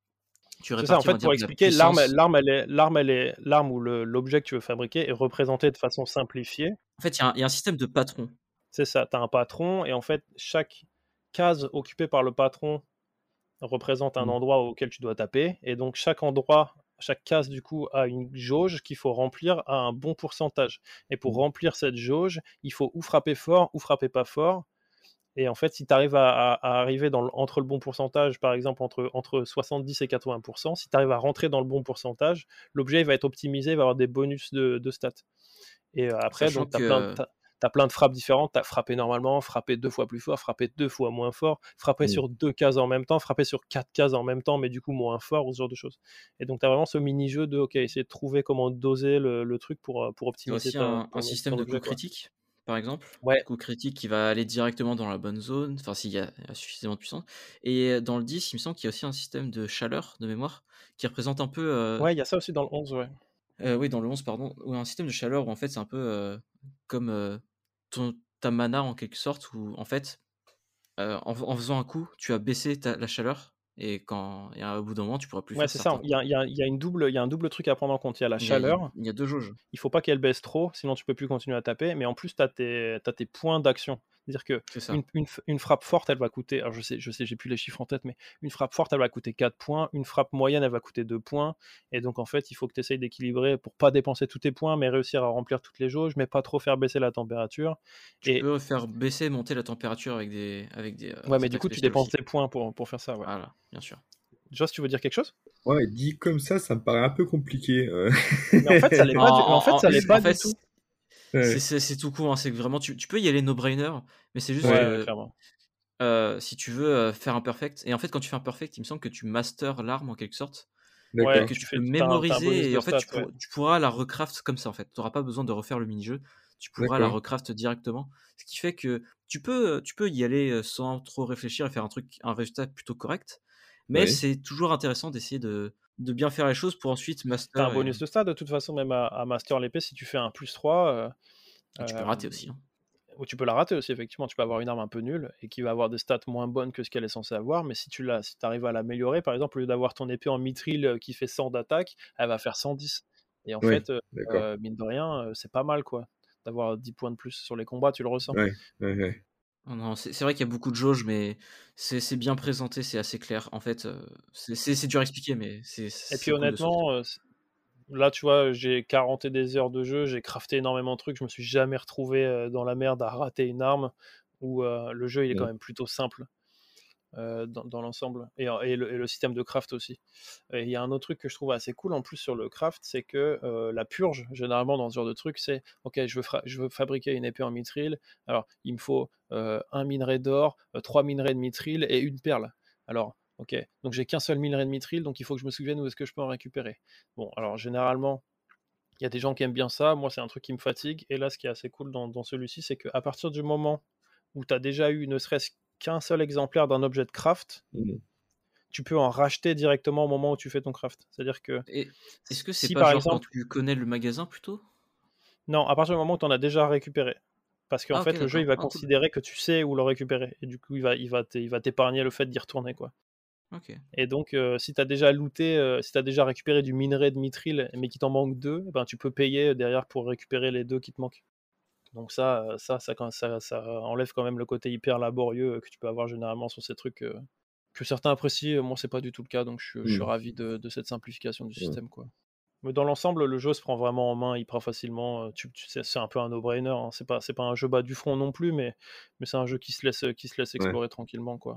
tu C'est ça, en répartis, on va fait, dire, pour de la expliquer, l'arme, puissance. l'arme, elle est, l'arme, elle est, l'arme ou le- l'objet que tu veux fabriquer est représenté de façon simplifiée. En fait, il y, a un- il y a un système de patron. C'est ça, tu as un patron et en fait, chaque case occupée par le patron représente un Mm. endroit auquel tu dois taper. Et donc, chaque endroit, chaque case, du coup, a une jauge qu'il faut remplir à un bon pourcentage. Et pour Mm. remplir cette jauge, il faut ou frapper fort ou frapper pas fort. Et en fait, si tu arrives à, à- à arriver dans le- entre le bon pourcentage, par exemple entre, entre soixante-dix et quatre-vingts pour cent, si tu arrives à rentrer dans le bon pourcentage, l'objet il va être optimisé, il va avoir des bonus de, de stats. Et euh, après, Sachant donc, tu as plein, de- que t'as- t'as plein de frappes différentes. Tu as frappé normalement, frappé deux fois plus fort, frappé deux fois moins fort, frappé Mm. sur deux cases en même temps, frappé sur quatre cases en même temps, mais du coup moins fort, ou ce genre de choses. Et donc, tu as vraiment ce mini-jeu de, ok, essayer de trouver comment doser le, le truc pour, euh, pour tu as optimiser aussi ta, un, un ton, système ton de objet, coup quoi. critique, par exemple. Ouais, Coup critique qui va aller directement dans la bonne zone, enfin s'il y a il y a suffisamment de puissance. Et dans le dix, il me semble qu'il y a aussi un système de chaleur, de mémoire, qui représente un peu... euh, ouais, il y a ça aussi dans le onze, ouais. euh, oui, dans le onze, pardon, où un système de chaleur où en fait c'est un peu euh, comme euh, ton, ta mana en quelque sorte, où en fait, euh, en, en faisant un coup, tu as baissé ta- la chaleur, et, quand, et au bout d'un moment, tu pourras plus Ouais, faire c'est ça. certains Il y a, coups. il y a- il y a une double, il y a un double truc à prendre en compte. Il y a la Il y a, il y a- chaleur. il y a deux jauges. Il faut pas qu'elle baisse trop, sinon tu peux plus continuer à taper. Mais en plus, tu as tes, t'as tes points d'action. C'est-à-dire que C'est ça. une, une, une frappe forte, elle va coûter. Alors je sais, je sais, j'ai plus les chiffres en tête, mais une frappe forte, elle va coûter quatre points. Une frappe moyenne, elle va coûter deux points. Et donc en fait, il faut que tu essayes d'équilibrer pour pas dépenser tous tes points, mais réussir à remplir toutes les jauges, mais pas trop faire baisser la température. Tu Et peux faire baisser, monter la température avec des, avec des euh, ouais, mais du attaques coup, tu spéciales dépenses aussi. des points pour, pour faire ça. Ouais. Voilà, bien sûr. Joss, tu veux dire quelque chose? Ouais, dit comme ça, ça me paraît un peu compliqué. euh. Mais en fait, ça l'est En, pas, du... en fait, en- ça en- l'est en pas du fait, tout. Ouais. c'est- c'est c'est tout court, hein, c'est que vraiment, tu, tu peux y aller no-brainer, mais c'est juste Ouais, que ouais, clairement. euh, si tu veux euh, faire un perfect, et en fait, quand tu fais un perfect, il me semble que tu masters l'arme en quelque sorte, et Ouais, D'accord. que tu tu fais, peux t'as un, t'as un bonus mémoriser, et de en fait, tu, stats, ouais. pour- tu pourras la recraft comme ça, en fait. Tu n'auras pas besoin de refaire le mini-jeu, tu pourras la D'accord. recraft directement, ce qui fait que tu peux, tu peux y aller euh, sans trop réfléchir et faire un truc, un résultat plutôt correct, mais Oui. c'est toujours intéressant d'essayer de, de bien faire les choses pour ensuite T'as un master, et, bonus de stats de toute façon, même à, à Master l'épée, si tu fais un plus trois, euh, et tu peux euh, rater aussi. hein. ou tu peux la rater aussi, effectivement. Tu peux avoir une arme un peu nulle et qui va avoir des stats moins bonnes que ce qu'elle est censée avoir, mais si tu la, si arrives à l'améliorer, par exemple, au lieu d'avoir ton épée en mithril euh, qui fait cent d'attaque, elle va faire cent dix. Et en Oui, fait, euh, d'accord. euh, mine de rien, euh, c'est pas mal, quoi. D'avoir dix points de plus sur les combats, tu le ressens. Ouais, ouais, ouais. Non, non, c'est c'est vrai qu'il y a beaucoup de jauges, mais c'est c'est bien présenté, c'est assez clair. En fait, euh, c'est c'est- c'est dur à expliquer, mais c'est Et c'est puis cool de ce côté. honnêtement, euh, c'est- là, tu vois, j'ai quarante et des heures de jeu, j'ai crafté énormément de trucs, je me suis jamais retrouvé euh, dans la merde à rater une arme, où euh, le jeu il est quand Ouais. même plutôt simple euh, dans, dans l'ensemble, et, et le, et le système de craft aussi. Et il y a un autre truc que je trouve assez cool en plus sur le craft, c'est que euh, la purge, généralement dans ce genre de truc, c'est ok, je veux, fra- je veux fabriquer une épée en mithril, alors il me faut euh, un minerai d'or, euh, trois minerais de mithril et une perle. Alors, ok, donc j'ai qu'un seul minerai de mithril, donc il faut que je me souvienne où est-ce que je peux en récupérer. Bon, alors généralement, il y a des gens qui aiment bien ça, moi c'est un truc qui me fatigue, et là ce qui est assez cool dans, dans celui-ci, c'est qu'à partir du moment où tu as déjà eu ne serait-ce qu'un seul exemplaire d'un objet de craft, Mhm. tu peux en racheter directement au moment où tu fais ton craft. C'est-à-dire que Et est-ce que c'est si pas par genre exemple, quand tu connais le magasin plutôt? non, à partir du moment où tu en as déjà récupéré. Parce qu'en Ah ok fait, le jeu, il va d'accord. Ah cool. considérer que tu sais où le récupérer. Et du coup, il va, il va, t'é- il va t'épargner le fait d'y retourner, quoi. Ok. Et donc, euh, si tu as déjà looté, euh, si tu as déjà récupéré du minerai de mithril, mais qu'il t'en manque deux, eh ben, tu peux payer derrière pour récupérer les deux qui te manquent. Donc ça, euh, ça, ça, quand- ça, ça enlève quand même le côté hyper laborieux euh, que tu peux avoir généralement sur ces trucs euh, que certains apprécient. Moi, c'est pas du tout le cas, donc je, je suis Hmm. ravi de, de cette simplification du Ouais. système, quoi. Mais dans l'ensemble, le jeu se prend vraiment en main hyper facilement. euh, Tu, tu sais, c'est un peu un no-brainer. Hein. C'est pas, c'est pas un jeu bas du front non plus, mais, mais c'est un jeu qui se laisse, qui se laisse Ouais. explorer tranquillement, quoi.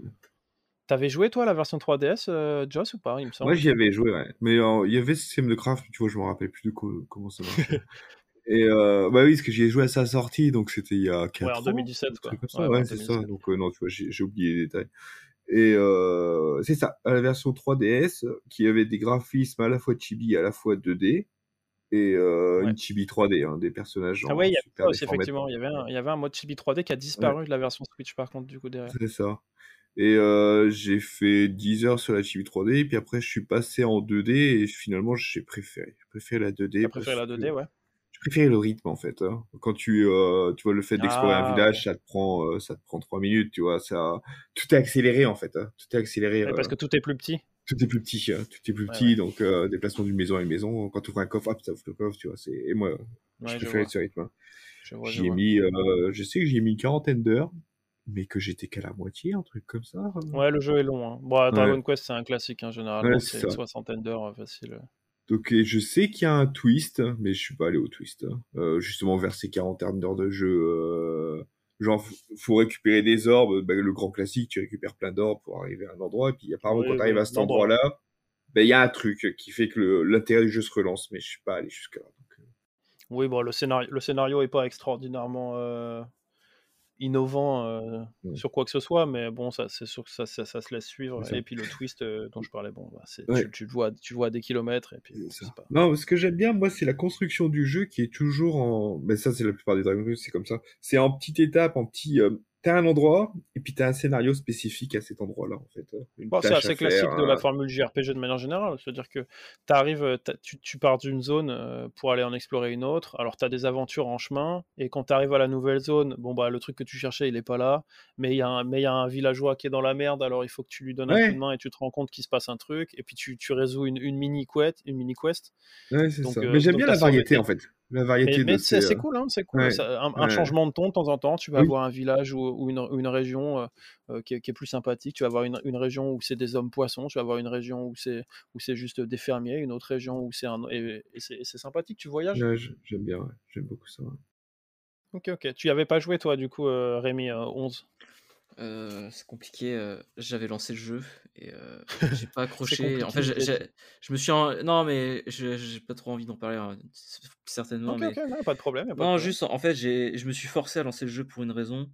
T'avais joué toi à la version trois D S, euh, Joss, ou pas, il me Moi, semble? j'y avais joué, ouais. Mais euh, il y avait ce système de craft, tu vois, je me rappelle plus de co- comment ça marchait. Et euh, bah oui, parce que j'y ai joué à sa sortie, donc c'était il y a Ouais, en quatre ans, deux mille un dix-sept, quoi. truc comme ça. Ouais, ouais, Ouais, en c'est ça. deux mille dix-sept. Donc euh, non, tu vois, j'ai j'ai oublié les détails. Et euh, c'est ça, à la version trois D S, qui avait des graphismes à la fois chibi, à la fois deux D, et euh, Ouais. une chibi trois D, hein, des personnages Ah en ouais, il y avait super ça aussi, déformés. effectivement. Il y avait un, il y avait un mode chibi trois D qui a Ouais, disparu de la version Switch, par contre, du coup, derrière. c'est ça. Et euh, j'ai fait dix heures sur la chibi trois D, et puis après je suis passé en deux D, et finalement j'ai préféré. J'ai préféré la deux D T'as préféré parce la deux que D, ouais. je préférais le rythme en fait. Hein. Quand tu, euh, tu vois le fait d'explorer un Ah, ok. village, ça te prend, euh, ça te prend trois minutes, tu vois. Ça, tout est accéléré en fait. Hein. Tout est accéléré. Ouais, Euh, parce que tout est plus petit. tout est plus petit. Hein. Tout est plus Ouais, petit, ouais. donc euh, déplacement d'une maison à une maison. Quand tu ouvres un coffre, hop, ça ouvre le coffre, tu vois. C'est et moi, je Ouais, je préférais vois. ce rythme. Hein. Je vois, je J'y ai vois. mis, euh, je sais que j'y ai mis une quarantaine d'heures, mais que j'étais qu'à la moitié, un truc comme ça. Ouais, le jeu est long. Hein. Bon, Ouais, Dragon Quest, c'est un classique, hein. ouais, Généralement, c'est c'est une ça. soixantaine d'heures euh, facile. Donc et je sais qu'il y a un twist, mais je suis pas allé au twist. Hein. Euh, justement vers ces quarante heures de jeu, euh, genre f- faut récupérer des orbes, bah, le grand classique, tu récupères plein d'orbes pour arriver à un endroit, et puis apparemment quand Oui, tu arrives oui, à cet l'endroit. endroit-là, ben il y a un truc qui fait que le- l'intérêt du jeu se relance, mais je suis pas allé jusque-là. Donc, euh, Oui, bon, le scénario, le scénario est pas extraordinairement euh, innovant euh, ouais. sur quoi que ce soit, mais bon, ça, c'est sûr que ça, ça, ça se laisse C'est suivre. ça. Et puis le twist euh, dont je parlais, bon, bah, c'est, tu, Ouais, tu le vois, tu le vois à des kilomètres, et puis c'est bon, ça. c'est pas. Non, ce que j'aime bien, moi, c'est la construction du jeu qui est toujours en. Mais ça, c'est la plupart des Dragon Quest, c'est comme ça. C'est en petites étapes, en petits. Euh, T'as un endroit, et puis t'as un scénario spécifique à cet endroit-là, en fait. Hein. Une Bon, c'est tâche à assez faire. classique de la Un... formule J R P G de manière générale. C'est-à-dire que t'arrives, euh, t'as- tu, tu pars d'une zone euh, pour aller en explorer une autre. Alors, tu as des aventures en chemin. Et quand tu arrives à la nouvelle zone, bon, bah, le truc que tu cherchais, il est pas là. Mais il y, a un- mais il y a un villageois qui est dans la merde. Alors, il faut que tu lui donnes un coup de Ouais, main et tu te rends compte qu'il se passe un truc. Et puis, tu, tu résous une, une mini quest. Une mini quest. ouais, c'est Donc, ça. Mais euh, j'aime donc bien tu as la sauvé. variété, en fait. La Mais, variété de mais ces. c'est c'est euh, cool, hein, c'est cool. Ouais, Ça- un, un ouais. changement de ton de temps en temps, tu vas Oui, avoir un village ou, ou une, ou une région euh, euh, qui, est, qui est plus sympathique. Tu vas avoir une, une région où c'est des hommes poissons, tu vas avoir une région où c'est où c'est juste des fermiers, une autre région où c'est un et, et c'est et c'est sympathique. Tu voyages. ouais, j- j'aime bien, ouais. J'aime beaucoup ça. Ouais. Ok, ok. Tu y avais pas joué toi du coup, euh, Rémi, euh, onze. Euh, c'est compliqué. euh, J'avais lancé le jeu et euh, j'ai pas C'est accroché. En fait, compliqué, il j'ai- t'a dit. j'ai- je me suis. en- Non, mais je- j'ai pas trop envie d'en parler, hein, c- certainement. Ok, ok, Mais non, pas de problème, y a pas de non, problème. juste en fait, j'ai, je me suis forcé à lancer le jeu pour une raison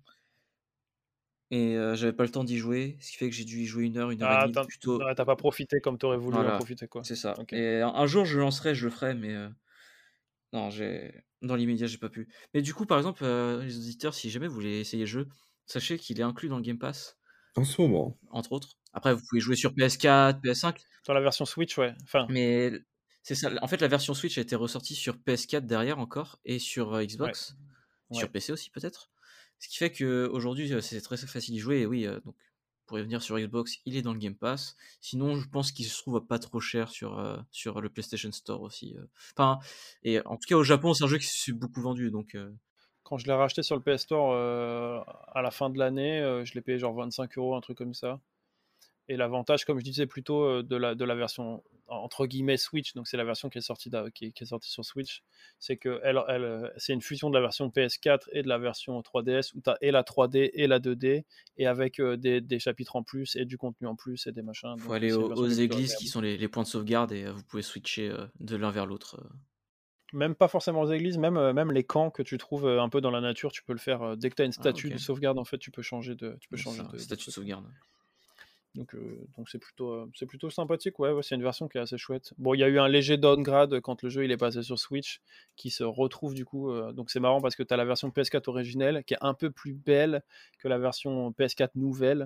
et euh, j'avais pas le temps d'y jouer, ce qui fait que j'ai dû y jouer une heure, une heure et Ah, demie t'as plutôt. ouais, t'as pas profité comme t'aurais voulu en Voilà, profiter, quoi. c'est ça. Ok. Et un, un jour, je le lancerai, je le ferai, mais euh, non, j'ai dans l'immédiat, j'ai pas pu. Mais du coup, par exemple, euh, les auditeurs, si jamais vous voulez essayer le jeu, sachez qu'il est inclus dans le Game Pass, En ce moment. entre autres. Après, vous pouvez jouer sur P S quatre, P S cinq, Dans la version Switch, ouais. Enfin, mais c'est ça. En fait, la version Switch a été ressortie sur P S quatre derrière encore et sur euh, ouais, Xbox, sur ouais. P C aussi peut-être. Ce qui fait que aujourd'hui, euh, c'est très facile d'y jouer. Et oui, euh, donc pour y venir sur Xbox, il est dans le Game Pass. Sinon, je pense qu'il se trouve pas trop cher sur euh, sur le PlayStation Store aussi. euh. Enfin, et en tout cas au Japon, c'est un jeu qui s'est beaucoup vendu, donc. euh, Quand je l'ai racheté sur le P S Store euh, à la fin de l'année, euh, je l'ai payé genre vingt-cinq euros, un truc comme ça. Et l'avantage, comme je disais plutôt, euh, de la, de la version entre guillemets Switch, donc c'est la version qui est sortie, d'a- qui est, qui est sortie sur Switch, c'est que elle, elle, euh, c'est une fusion de la version P S quatre et de la version trois D S où tu as et la trois D et la deux D, et avec euh, des, des chapitres en plus et du contenu en plus et des machins. faut Donc euh, aller c'est une aux, version aux qui est plutôt églises qui agréable. sont les, les points de sauvegarde et euh, vous pouvez switcher euh, de l'un vers l'autre. euh. Même pas forcément aux églises, même, euh, même les camps que tu trouves euh, un peu dans la nature, tu peux le faire. euh, dès que tu as une Ah, statue ok. de sauvegarde, en fait, tu peux changer de, tu peux Ouais, c'est changer ça, de, de statut de truc. sauvegarde. Donc, euh, donc c'est plutôt, euh, c'est plutôt sympathique, ouais, ouais, c'est une version qui est assez chouette. Bon, il y a eu un léger downgrade quand le jeu il est passé sur Switch, qui se retrouve du coup, euh, donc c'est marrant parce que tu as la version P S quatre originelle qui est un peu plus belle que la version P S quatre nouvelle,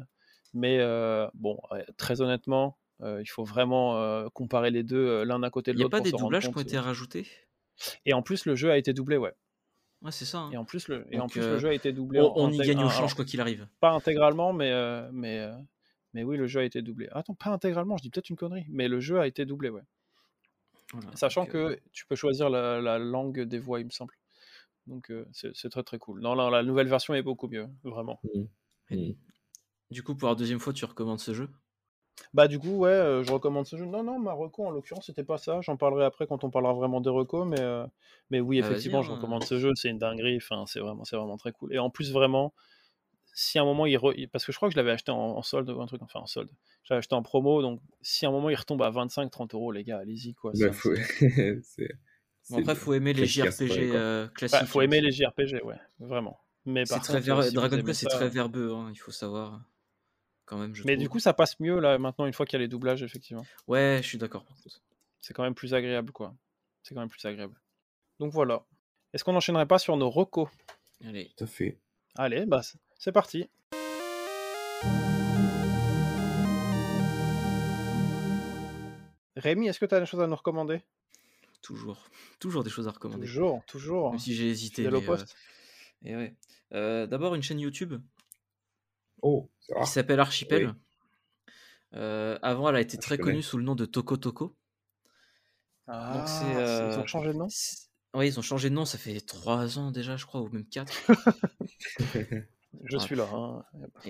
Mais euh, bon, ouais, très honnêtement, euh, il faut vraiment euh, comparer les deux euh, l'un à côté Il de n'y a l'autre pas pour des s'en rendre doublages qui ont compte. été rajoutés? Et en plus, le jeu a été doublé, ouais. Ouais, c'est ça. Hein. Et en plus, le, et en Donc, plus, le euh, jeu a été doublé on, en, on en y intég- gagne au un- change alors, quoi qu'il arrive. pas intégralement, mais, euh, mais, euh, mais oui, le jeu a été doublé. Attends, pas intégralement, je dis peut-être une connerie, mais le jeu a été doublé, ouais. Voilà, Sachant donc, euh, que tu peux choisir la, la langue des voix, il me semble. Donc euh, c'est c'est très très cool. Non, non, la nouvelle version est beaucoup mieux, vraiment. Mm. et Mm. du coup, pour la deuxième fois, tu recommandes ce jeu? Bah du coup, ouais, euh, je recommande ce jeu. Non, non, ma reco en l'occurrence, c'était pas ça. J'en parlerai après quand on parlera vraiment des recos, mais, euh, mais oui, Bah, vas-y. effectivement, je Hein. recommande ce jeu. C'est une dinguerie. Enfin, c'est vraiment, c'est vraiment très cool. Et en plus, vraiment, si à un moment il, re- il- parce que je crois que je l'avais acheté en, en solde ou un truc, enfin en solde. J'avais acheté en promo, donc si à un moment il retombe à vingt-cinq trente euros, les gars, allez-y quoi. Bah, Ça, faut... c'est- c'est Bon, c'est après, le faut aimer les prix qui reste pareil, J R P G quoi. euh, Bah, classiques. faut Hein. aimer C'est les J R P G, ouais, vraiment. Mais c'est par très contre, euh, ver- si vous Dragon aimez Quest, c'est ça, très verbeux, hein, il faut savoir, quand même, je mais du trouve. coup, ça passe mieux là maintenant une fois qu'il y a les doublages, effectivement. Ouais, je suis d'accord par contre. C'est quand même plus agréable, quoi. C'est quand même plus agréable. Donc voilà. Est-ce qu'on n'enchaînerait pas sur nos recos? Allez. Tout à fait. Allez, bah c'est- c'est parti. Rémi, est-ce que tu as des choses à nous recommander? Toujours. Toujours des choses à recommander. Toujours, toujours. Même si j'ai hésité, Fidèle au mais... euh, poste. Et ouais. Euh, D'abord, une chaîne YouTube Oh, c'est qui rare. s'appelle Archipel. Oui. Euh, avant, elle a été Ah, je très connais. connue sous le nom de Toko Toko. Donc c'est... Ah, c'est- ils euh, ont changé de nom? c'est- Ouais, ils ont changé de nom, ça fait trois ans déjà, je crois, ou même quatre. Je Ouais. suis là. Hein.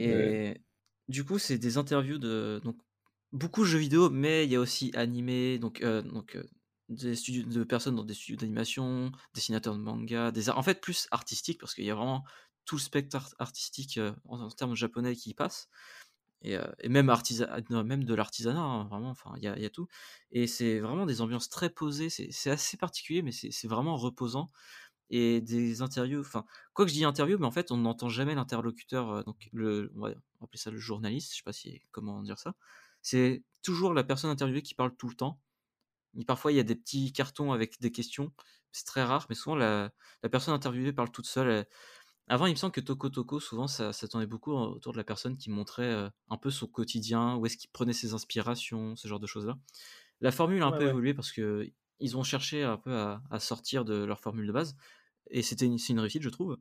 Et du coup, c'est des interviews de donc beaucoup de jeux vidéo, mais il y a aussi animé, donc euh, donc euh, des studios de personnes dans des studios d'animation, dessinateurs de manga, des ar- en fait plus artistique parce qu'il y a vraiment tout le spectre art- artistique euh, en, en termes japonais qui passe et, euh, et même artisa- non, même de l'artisanat hein, vraiment. Enfin, il y a, il y a tout et c'est vraiment des ambiances très posées. C'est c'est assez particulier, mais c'est c'est vraiment reposant et des interviews, enfin, quoi que je dis interview, mais en fait, on n'entend jamais l'interlocuteur, euh, donc le, on va appeler ça le journaliste, je sais pas si, comment dire ça. C'est toujours la personne interviewée qui parle tout le temps. Et parfois, il y a des petits cartons avec des questions, c'est très rare, mais souvent, la, la personne interviewée parle toute seule. Elle- Avant, il me semble que Toko Toko, souvent, ça, ça tournait beaucoup autour de la personne qui montrait euh, un peu son quotidien, où est-ce qu'il prenait ses inspirations, ce genre de choses-là. La formule a un Ouais, peu ouais. évolué parce que ils ont cherché un peu à, à sortir de leur formule de base et c'était une, c'est une réussite, je trouve.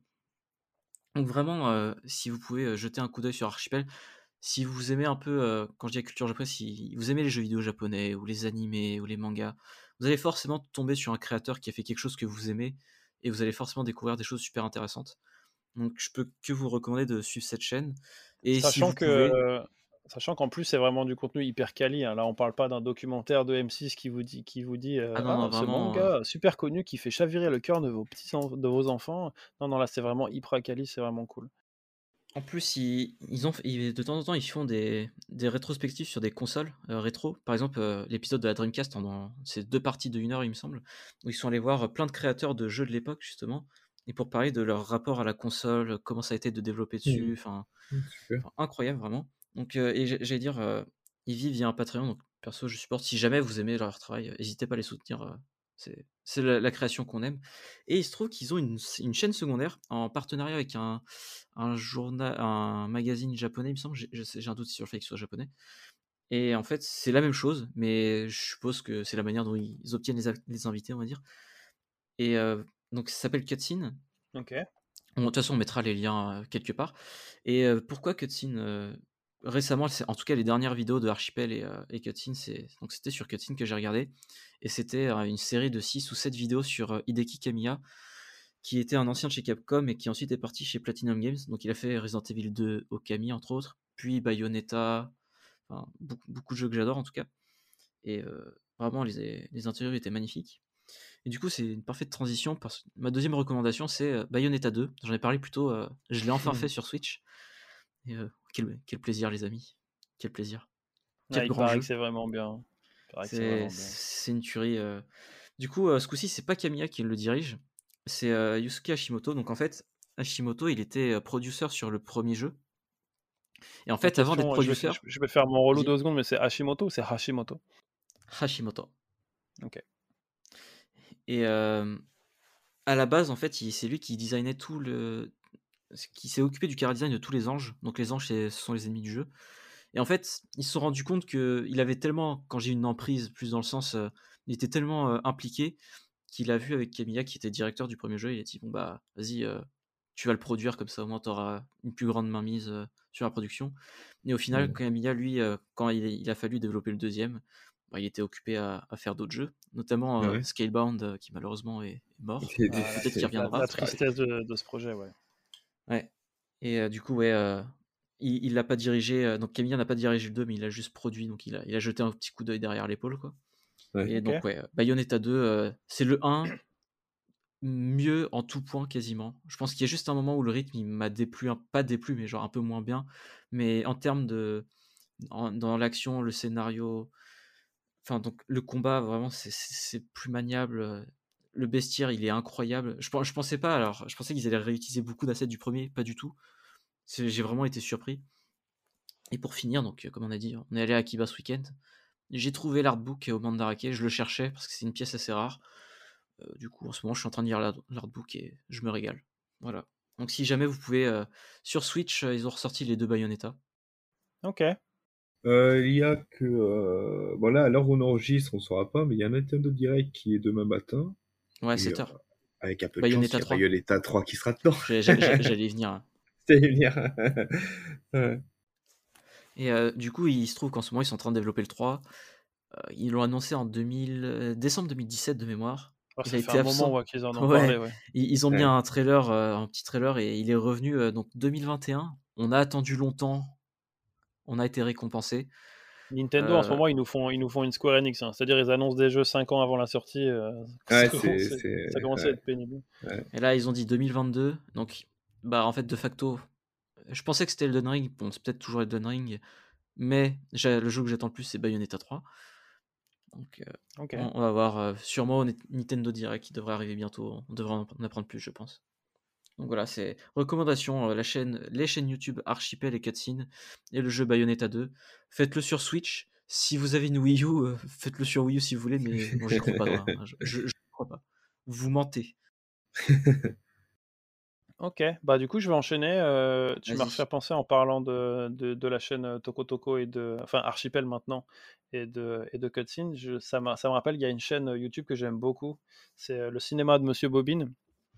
Donc vraiment, euh, si vous pouvez euh, jeter un coup d'œil sur Archipel, si vous aimez un peu, euh, quand je dis la culture japonaise, si vous aimez les jeux vidéo japonais ou les animés ou les mangas, vous allez forcément tomber sur un créateur qui a fait quelque chose que vous aimez et vous allez forcément découvrir des choses super intéressantes. Donc je peux que vous recommander de suivre cette chaîne. Et si Sachant vous que, pouvez, euh, sachant qu'en plus c'est vraiment du contenu hyper quali. Hein. Là, on parle pas d'un documentaire de M six qui vous dit, qui vous dit, euh, ah non, ah, non, ce vraiment, euh, manga super connu qui fait chavirer le cœur de vos petits, en- de vos enfants. Non, non, là c'est vraiment hyper quali, c'est vraiment cool. en plus, ils, ils ont, ils- de temps en temps, ils font des, des rétrospectives sur des consoles euh, rétro. Par exemple, euh, l'épisode de la Dreamcast, en, en- c'est deux parties de une heure, il me semble, où ils sont allés voir euh, plein de créateurs de jeux de l'époque, justement, et pour parler de leur rapport à la console, comment ça a été de développer dessus, enfin, Super. enfin, incroyable, vraiment. Donc, euh, et j'ai- j'allais dire, euh, ils vivent via un Patreon, donc perso, je supporte. Si jamais vous aimez leur travail, euh, n'hésitez pas à les soutenir. euh, c'est c'est la, la création qu'on aime. Et il se trouve qu'ils ont une, une chaîne secondaire en partenariat avec un, un journal, un magazine japonais, il me semble. J'ai je sais- j'ai un doute sur le fait qu'il soit japonais. Et en fait, c'est la même chose, mais je suppose que c'est la manière dont ils obtiennent les, a- les invités, on va dire. Et euh, donc, ça s'appelle Cutscene. Ok. On- De toute façon, on mettra les liens euh, quelque part. Et euh, pourquoi Cutscene euh, Récemment, c'est- en tout cas, les dernières vidéos de Archipel et, euh, et Cutscene, c'est donc c'était sur Cutscene que j'ai regardé. Et c'était euh, une série de six ou sept vidéos sur euh, Hideki Kamiya, qui était un ancien de chez Capcom et qui ensuite est parti chez Platinum Games. Donc, il a fait Resident Evil deux Okami, entre autres, puis Bayonetta, enfin, beaucoup, beaucoup de jeux que j'adore en tout cas. Et euh, vraiment, les, les interviews étaient magnifiques. Et du coup, c'est une parfaite transition parce que ma deuxième recommandation, c'est euh, Bayonetta deux. J'en ai parlé plus tôt, euh, je l'ai enfin fait sur Switch. Et euh, quel, quel plaisir, les amis. Quel plaisir. Quel Ouais, il grand paraît jeu. que c'est vraiment bien. Il paraît que c'est C'est vraiment bien. c'est une tuerie. euh. Du coup, euh, ce coup-ci, c'est pas Kamiya qui le dirige, c'est euh, Yusuke Hashimoto. Donc en fait, Hashimoto, il était euh, producer sur le premier jeu. Et en La fait, avant d'être question, je vais, producer, je- je vais faire mon relou vas-y. deux secondes, mais c'est Hashimoto ou c'est Hashimoto? Hashimoto. Ok. Et euh, à la base, en fait, il- c'est lui qui designait tout le. Qui s'est occupé du chara design de tous les anges. Donc les anges, c'est- ce sont les ennemis du jeu. Et en fait, ils se sont rendus compte qu'il avait tellement, quand j'ai une emprise, plus dans le sens, euh, il était tellement euh, impliqué qu'il a vu avec Camilla, qui était directeur du premier jeu, il a dit bon bah vas-y, euh, tu vas le produire comme ça au moins tu auras une plus grande mainmise euh, sur la production. Et au final, Mm. Camilla, lui, euh, quand il, il a fallu développer le deuxième, bah, il était occupé à, à faire d'autres jeux, notamment Ah euh, ouais. Scalebound euh, qui malheureusement est, est mort. C'est- Ah, la, Peut-être qu'il c'est- la- reviendra. la c'est pareil. tristesse de, de ce projet, ouais. Ouais. Et euh, du coup, ouais, euh, il il l'a pas dirigé. euh, donc Camilla n'a pas dirigé le deux, mais il a juste produit. Donc il a, il a jeté un petit coup d'œil derrière l'épaule, quoi. Ouais. Et Ok. donc, ouais, Bayonetta deux, euh, c'est le un mieux en tout point quasiment. Je pense qu'il y a juste un moment où le rythme il m'a déplu, un- pas déplu, mais genre un peu moins bien. Mais en termes de. en- dans l'action, le scénario. Enfin, donc le combat, vraiment, c'est- c'est c'est plus maniable. euh, Le bestiaire, il est incroyable. Je, pen- je pensais pas, alors, je pensais qu'ils allaient réutiliser beaucoup d'assets du premier, pas du tout. C'est- J'ai vraiment été surpris. Et pour finir, donc, euh, comme on a dit, on est allé à Akiba ce week-end. J'ai trouvé l'artbook au Mandarake, je le cherchais parce que c'est une pièce assez rare. Euh, du coup, en ce moment, je suis en train de lire l'art- l'artbook et je me régale. Voilà. Donc, si jamais vous pouvez. euh, sur Switch, euh, ils ont ressorti les deux Bayonetta. Ok. Euh, il y a que... euh, Bon là, à l'heure où on enregistre, on ne saura pas, mais il y a un Nintendo Direct qui est demain matin. Ouais, Et euh, sept heures. avec un peu de chance, il Bayonetta y a trois. Bayonetta trois qui sera dedans. J'ai- j'ai- j'ai- J'allais y venir. Hein. C'était venir. Ouais. Et euh, du coup, il se trouve qu'en ce moment, ils sont en train de développer le trois. Euh, ils l'ont annoncé en deux mille, euh, décembre deux mille dix-sept de mémoire. Oh, Il ça a fait été un moment absent. ouais, qu'ils en ont Ouais, parlé, ouais. ils, ils ont mis Ouais. un trailer, euh, un petit trailer, et il est revenu euh, donc deux mille vingt et un. On a attendu longtemps, on a été récompensé. Nintendo en ce Euh, moment ils nous font ils nous font une Square Enix, hein. C'est-à-dire ils annoncent des jeux cinq ans avant la sortie, euh, ça, Ouais, c'est... commence, c'est- ça commence à ouais, être pénible. ouais. et là, ils ont dit deux mille vingt-deux. Donc, bah, en fait, de facto, je pensais que c'était Elden Ring. Bon, c'est peut-être toujours Elden Ring, mais j'ai- le jeu que j'attends le plus, c'est Bayonetta trois. Donc, euh, Ok. on, on va voir euh, sûrement au Net- Nintendo Direct qui devrait arriver bientôt. On devrait en en apprendre plus, je pense. Donc voilà, c'est recommandation, euh, la chaîne, les chaînes YouTube Archipel et Cutscene et le jeu Bayonetta deux. Faites-le sur Switch. Si vous avez une Wii U, euh, faites-le sur Wii U si vous voulez, mais bon, j'y crois pas. Là, hein. Je, je, je crois pas. Vous mentez. Ok, bah du coup je vais enchaîner. euh, tu m'as Vas-y. refait penser en parlant de, de, de la chaîne euh, Toko Toko et de, enfin Archipel maintenant et de et de Cutscene. Je, ça m'a- ça me rappelle il y a une chaîne euh, YouTube que j'aime beaucoup. C'est euh, le cinéma de Monsieur Bobine.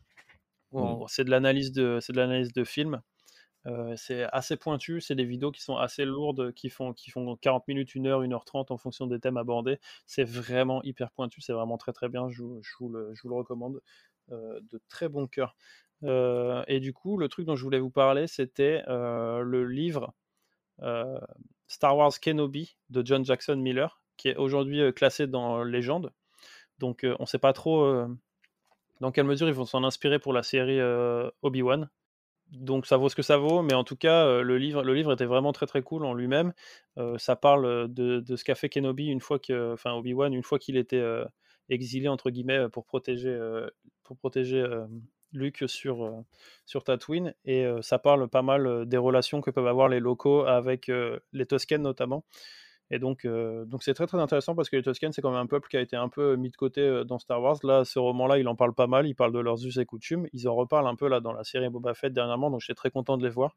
Où Mm. en- c'est de l'analyse de c'est de l'analyse de films. Euh, c'est assez pointu. C'est des vidéos qui sont assez lourdes, qui font qui font quarante minutes, une heure, une heure trente en fonction des thèmes abordés. C'est vraiment hyper pointu. C'est vraiment très très bien. Je, vous- je vous le je vous le recommande euh, de très bon cœur. Euh, et du coup, le truc dont je voulais vous parler, c'était euh, le livre euh, Star Wars Kenobi de John Jackson Miller, qui est aujourd'hui euh, classé dans Légende. Donc, euh, on ne sait pas trop euh, dans quelle mesure ils vont s'en inspirer pour la série euh, Obi-Wan. Donc, ça vaut ce que ça vaut, mais en tout cas, euh, le livre, le livre était vraiment très très cool en lui-même. Euh, ça parle de, de ce qu'a fait Kenobi une fois que, enfin Obi-Wan, une fois qu'il était euh, exilé entre guillemets pour protéger, euh, pour protéger euh, Luke sur euh, sur Tatooine, et euh, ça parle pas mal euh, des relations que peuvent avoir les locaux avec euh, les Tusken notamment. Et donc, euh, donc c'est très très intéressant parce que les Tusken, c'est quand même un peuple qui a été un peu mis de côté euh, dans Star Wars. Là, ce roman-là, il en parle pas mal, il parle de leurs us et coutumes. Ils en reparlent un peu là dans la série Boba Fett dernièrement, donc j'étais très content de les voir.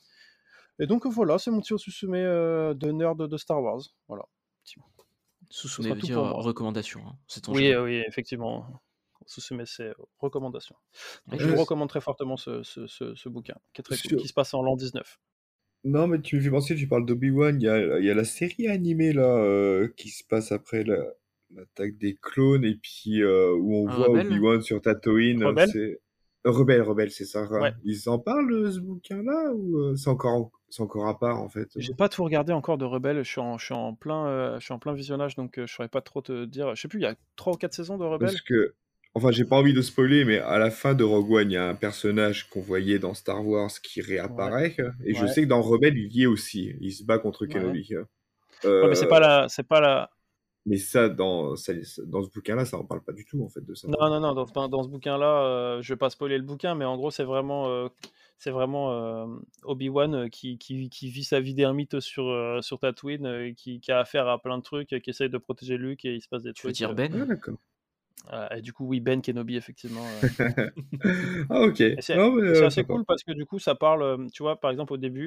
Et donc voilà, c'est mon petit résumé euh, de nerd de Star Wars. Voilà. Ce Sous sera mes tout dire pour moi. recommandations. Hein. C'est ton Oui, jamais. euh, oui, effectivement. Sous-sommet, c'est recommandation. Donc Ouais, je vous Euh, recommande très fortement ce, ce, ce, ce bouquin, qui est très cool, sur- qui se passe en l'an dix-neuf. Non, mais tu me fais penser, tu parles d'Obi-Wan, il y a, il y a la série animée là euh, qui se passe après la- l'attaque des clones et puis euh, où on Un voit rebelle. Obi-Wan sur Tatooine. euh, Rebelle C'est Euh, Rebelle, Rebelle, c'est ça. Ouais. hein. Ils en parlent euh, ce bouquin-là ou euh, c'est encore, en- c'est encore à part en fait? J'ai pas tout regardé encore de Rebelle, je suis en, je suis en, plein, euh, je suis en plein visionnage, donc euh, je saurais pas trop te dire. Je sais plus, il y a trois ou quatre saisons de Rebelle? Parce que, enfin, j'ai pas envie de spoiler, mais à la fin de Rogue One, il y a un personnage qu'on voyait dans Star Wars qui Ouais, réapparaît. Et je ouais, sais que dans Rebelle, il y est aussi. Il se bat contre ouais. Kenobi. Ouais, mais c'est pas Euh, la, c'est pas la. mais ça, dans, ça, dans ce bouquin-là, ça en parle pas du tout en fait de ça. Non, non, non, dans, dans- dans ce bouquin-là, euh, je vais pas spoiler le bouquin, mais en gros, c'est vraiment, euh, c'est vraiment euh, Obi-Wan euh, qui, qui, qui vit sa vie d'ermite sur, euh, sur Tatooine, euh, qui, qui a affaire à plein de trucs, euh, qui essaye de protéger Luke, et il se passe des Tu veux trucs. dire euh, Ah, Ben? d'accord. euh, et du coup, oui, Ben Kenobi, effectivement. euh. Ah, ok. Et c'est Non, mais et c'est euh, assez sympa. cool parce que du coup, ça parle, euh, tu vois, par exemple, au début,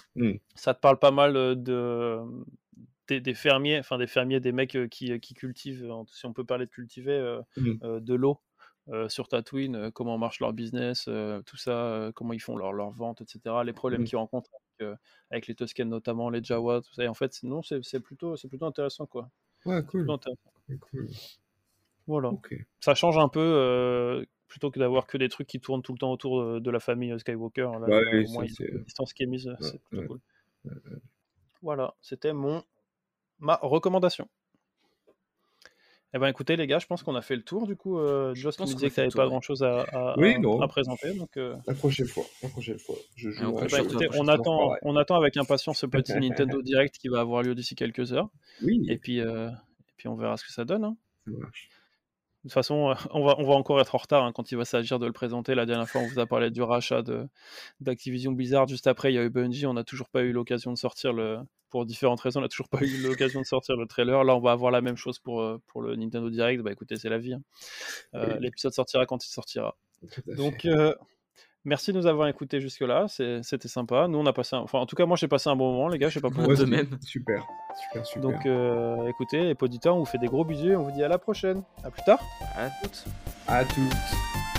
Mm. Ça te parle pas mal euh, de des, des fermiers, enfin des fermiers, des mecs euh, qui, qui cultivent, euh, si on peut parler de cultiver, euh, Mm. euh, de l'eau euh, sur Tatooine, euh, comment marche leur business, euh, tout ça, euh, comment ils font leur, leur vente, et cetera. Les problèmes Mm. qu'ils rencontrent avec, euh, avec les Tusken notamment, les Jawa, tout ça. Et en fait, c'est- non, c'est c'est plutôt, c'est plutôt intéressant, quoi. Ouais, C'est plutôt cool. intéressant. Cool. Voilà. Ok. Ça change un peu, euh, plutôt que d'avoir que des trucs qui tournent tout le temps autour de, de la famille euh, Skywalker. Là, Ouais, il y a- au ça, moins, il y a c'est- une distance qui est mise, Ouais, c'est plutôt ouais. cool. Voilà, c'était mon ma recommandation. Eh ben écoutez les gars, je pense qu'on a fait le tour du coup. Euh, Joss, tu pense me qu'on disais a que fait tu le n'avais tour, pas ouais. grand chose à, à- Oui, à- non. à présenter, donc euh, La prochaine fois. La prochaine fois. Je joue on à peut eh ben, faire chaque écoutez, la on prochaine attend, pareil. on attend avec impatience ce petit Nintendo Direct qui va avoir lieu d'ici quelques heures, et Oui, puis euh, et puis on verra ce que ça donne. Hein. ça marche. De toute façon, euh, on va, on va encore être en retard hein, quand il va s'agir de le présenter. La dernière fois, on vous a parlé du rachat de, d'Activision Blizzard. Juste après, il y a eu Bungie. On n'a toujours pas eu l'occasion de sortir le. Pour différentes raisons, on n'a toujours pas eu l'occasion de sortir le trailer. Là, on va avoir la même chose pour, euh, pour le Nintendo Direct. Bah écoutez, c'est la vie. Hein. Euh, Oui. L'épisode sortira quand il sortira. Tout à Donc, fait. euh, merci de nous avoir écoutés jusque-là. C'est- C'était sympa. Nous, on a passé. Un... Enfin, en tout cas, moi, j'ai passé un bon moment, les gars. Je sais pas pour Ouais, vous. de même. Super. Super, super. Donc, euh, écoutez, les auditeurs, on vous fait des gros bisous. Et on vous dit à la prochaine. À plus tard. À toutes. À toutes.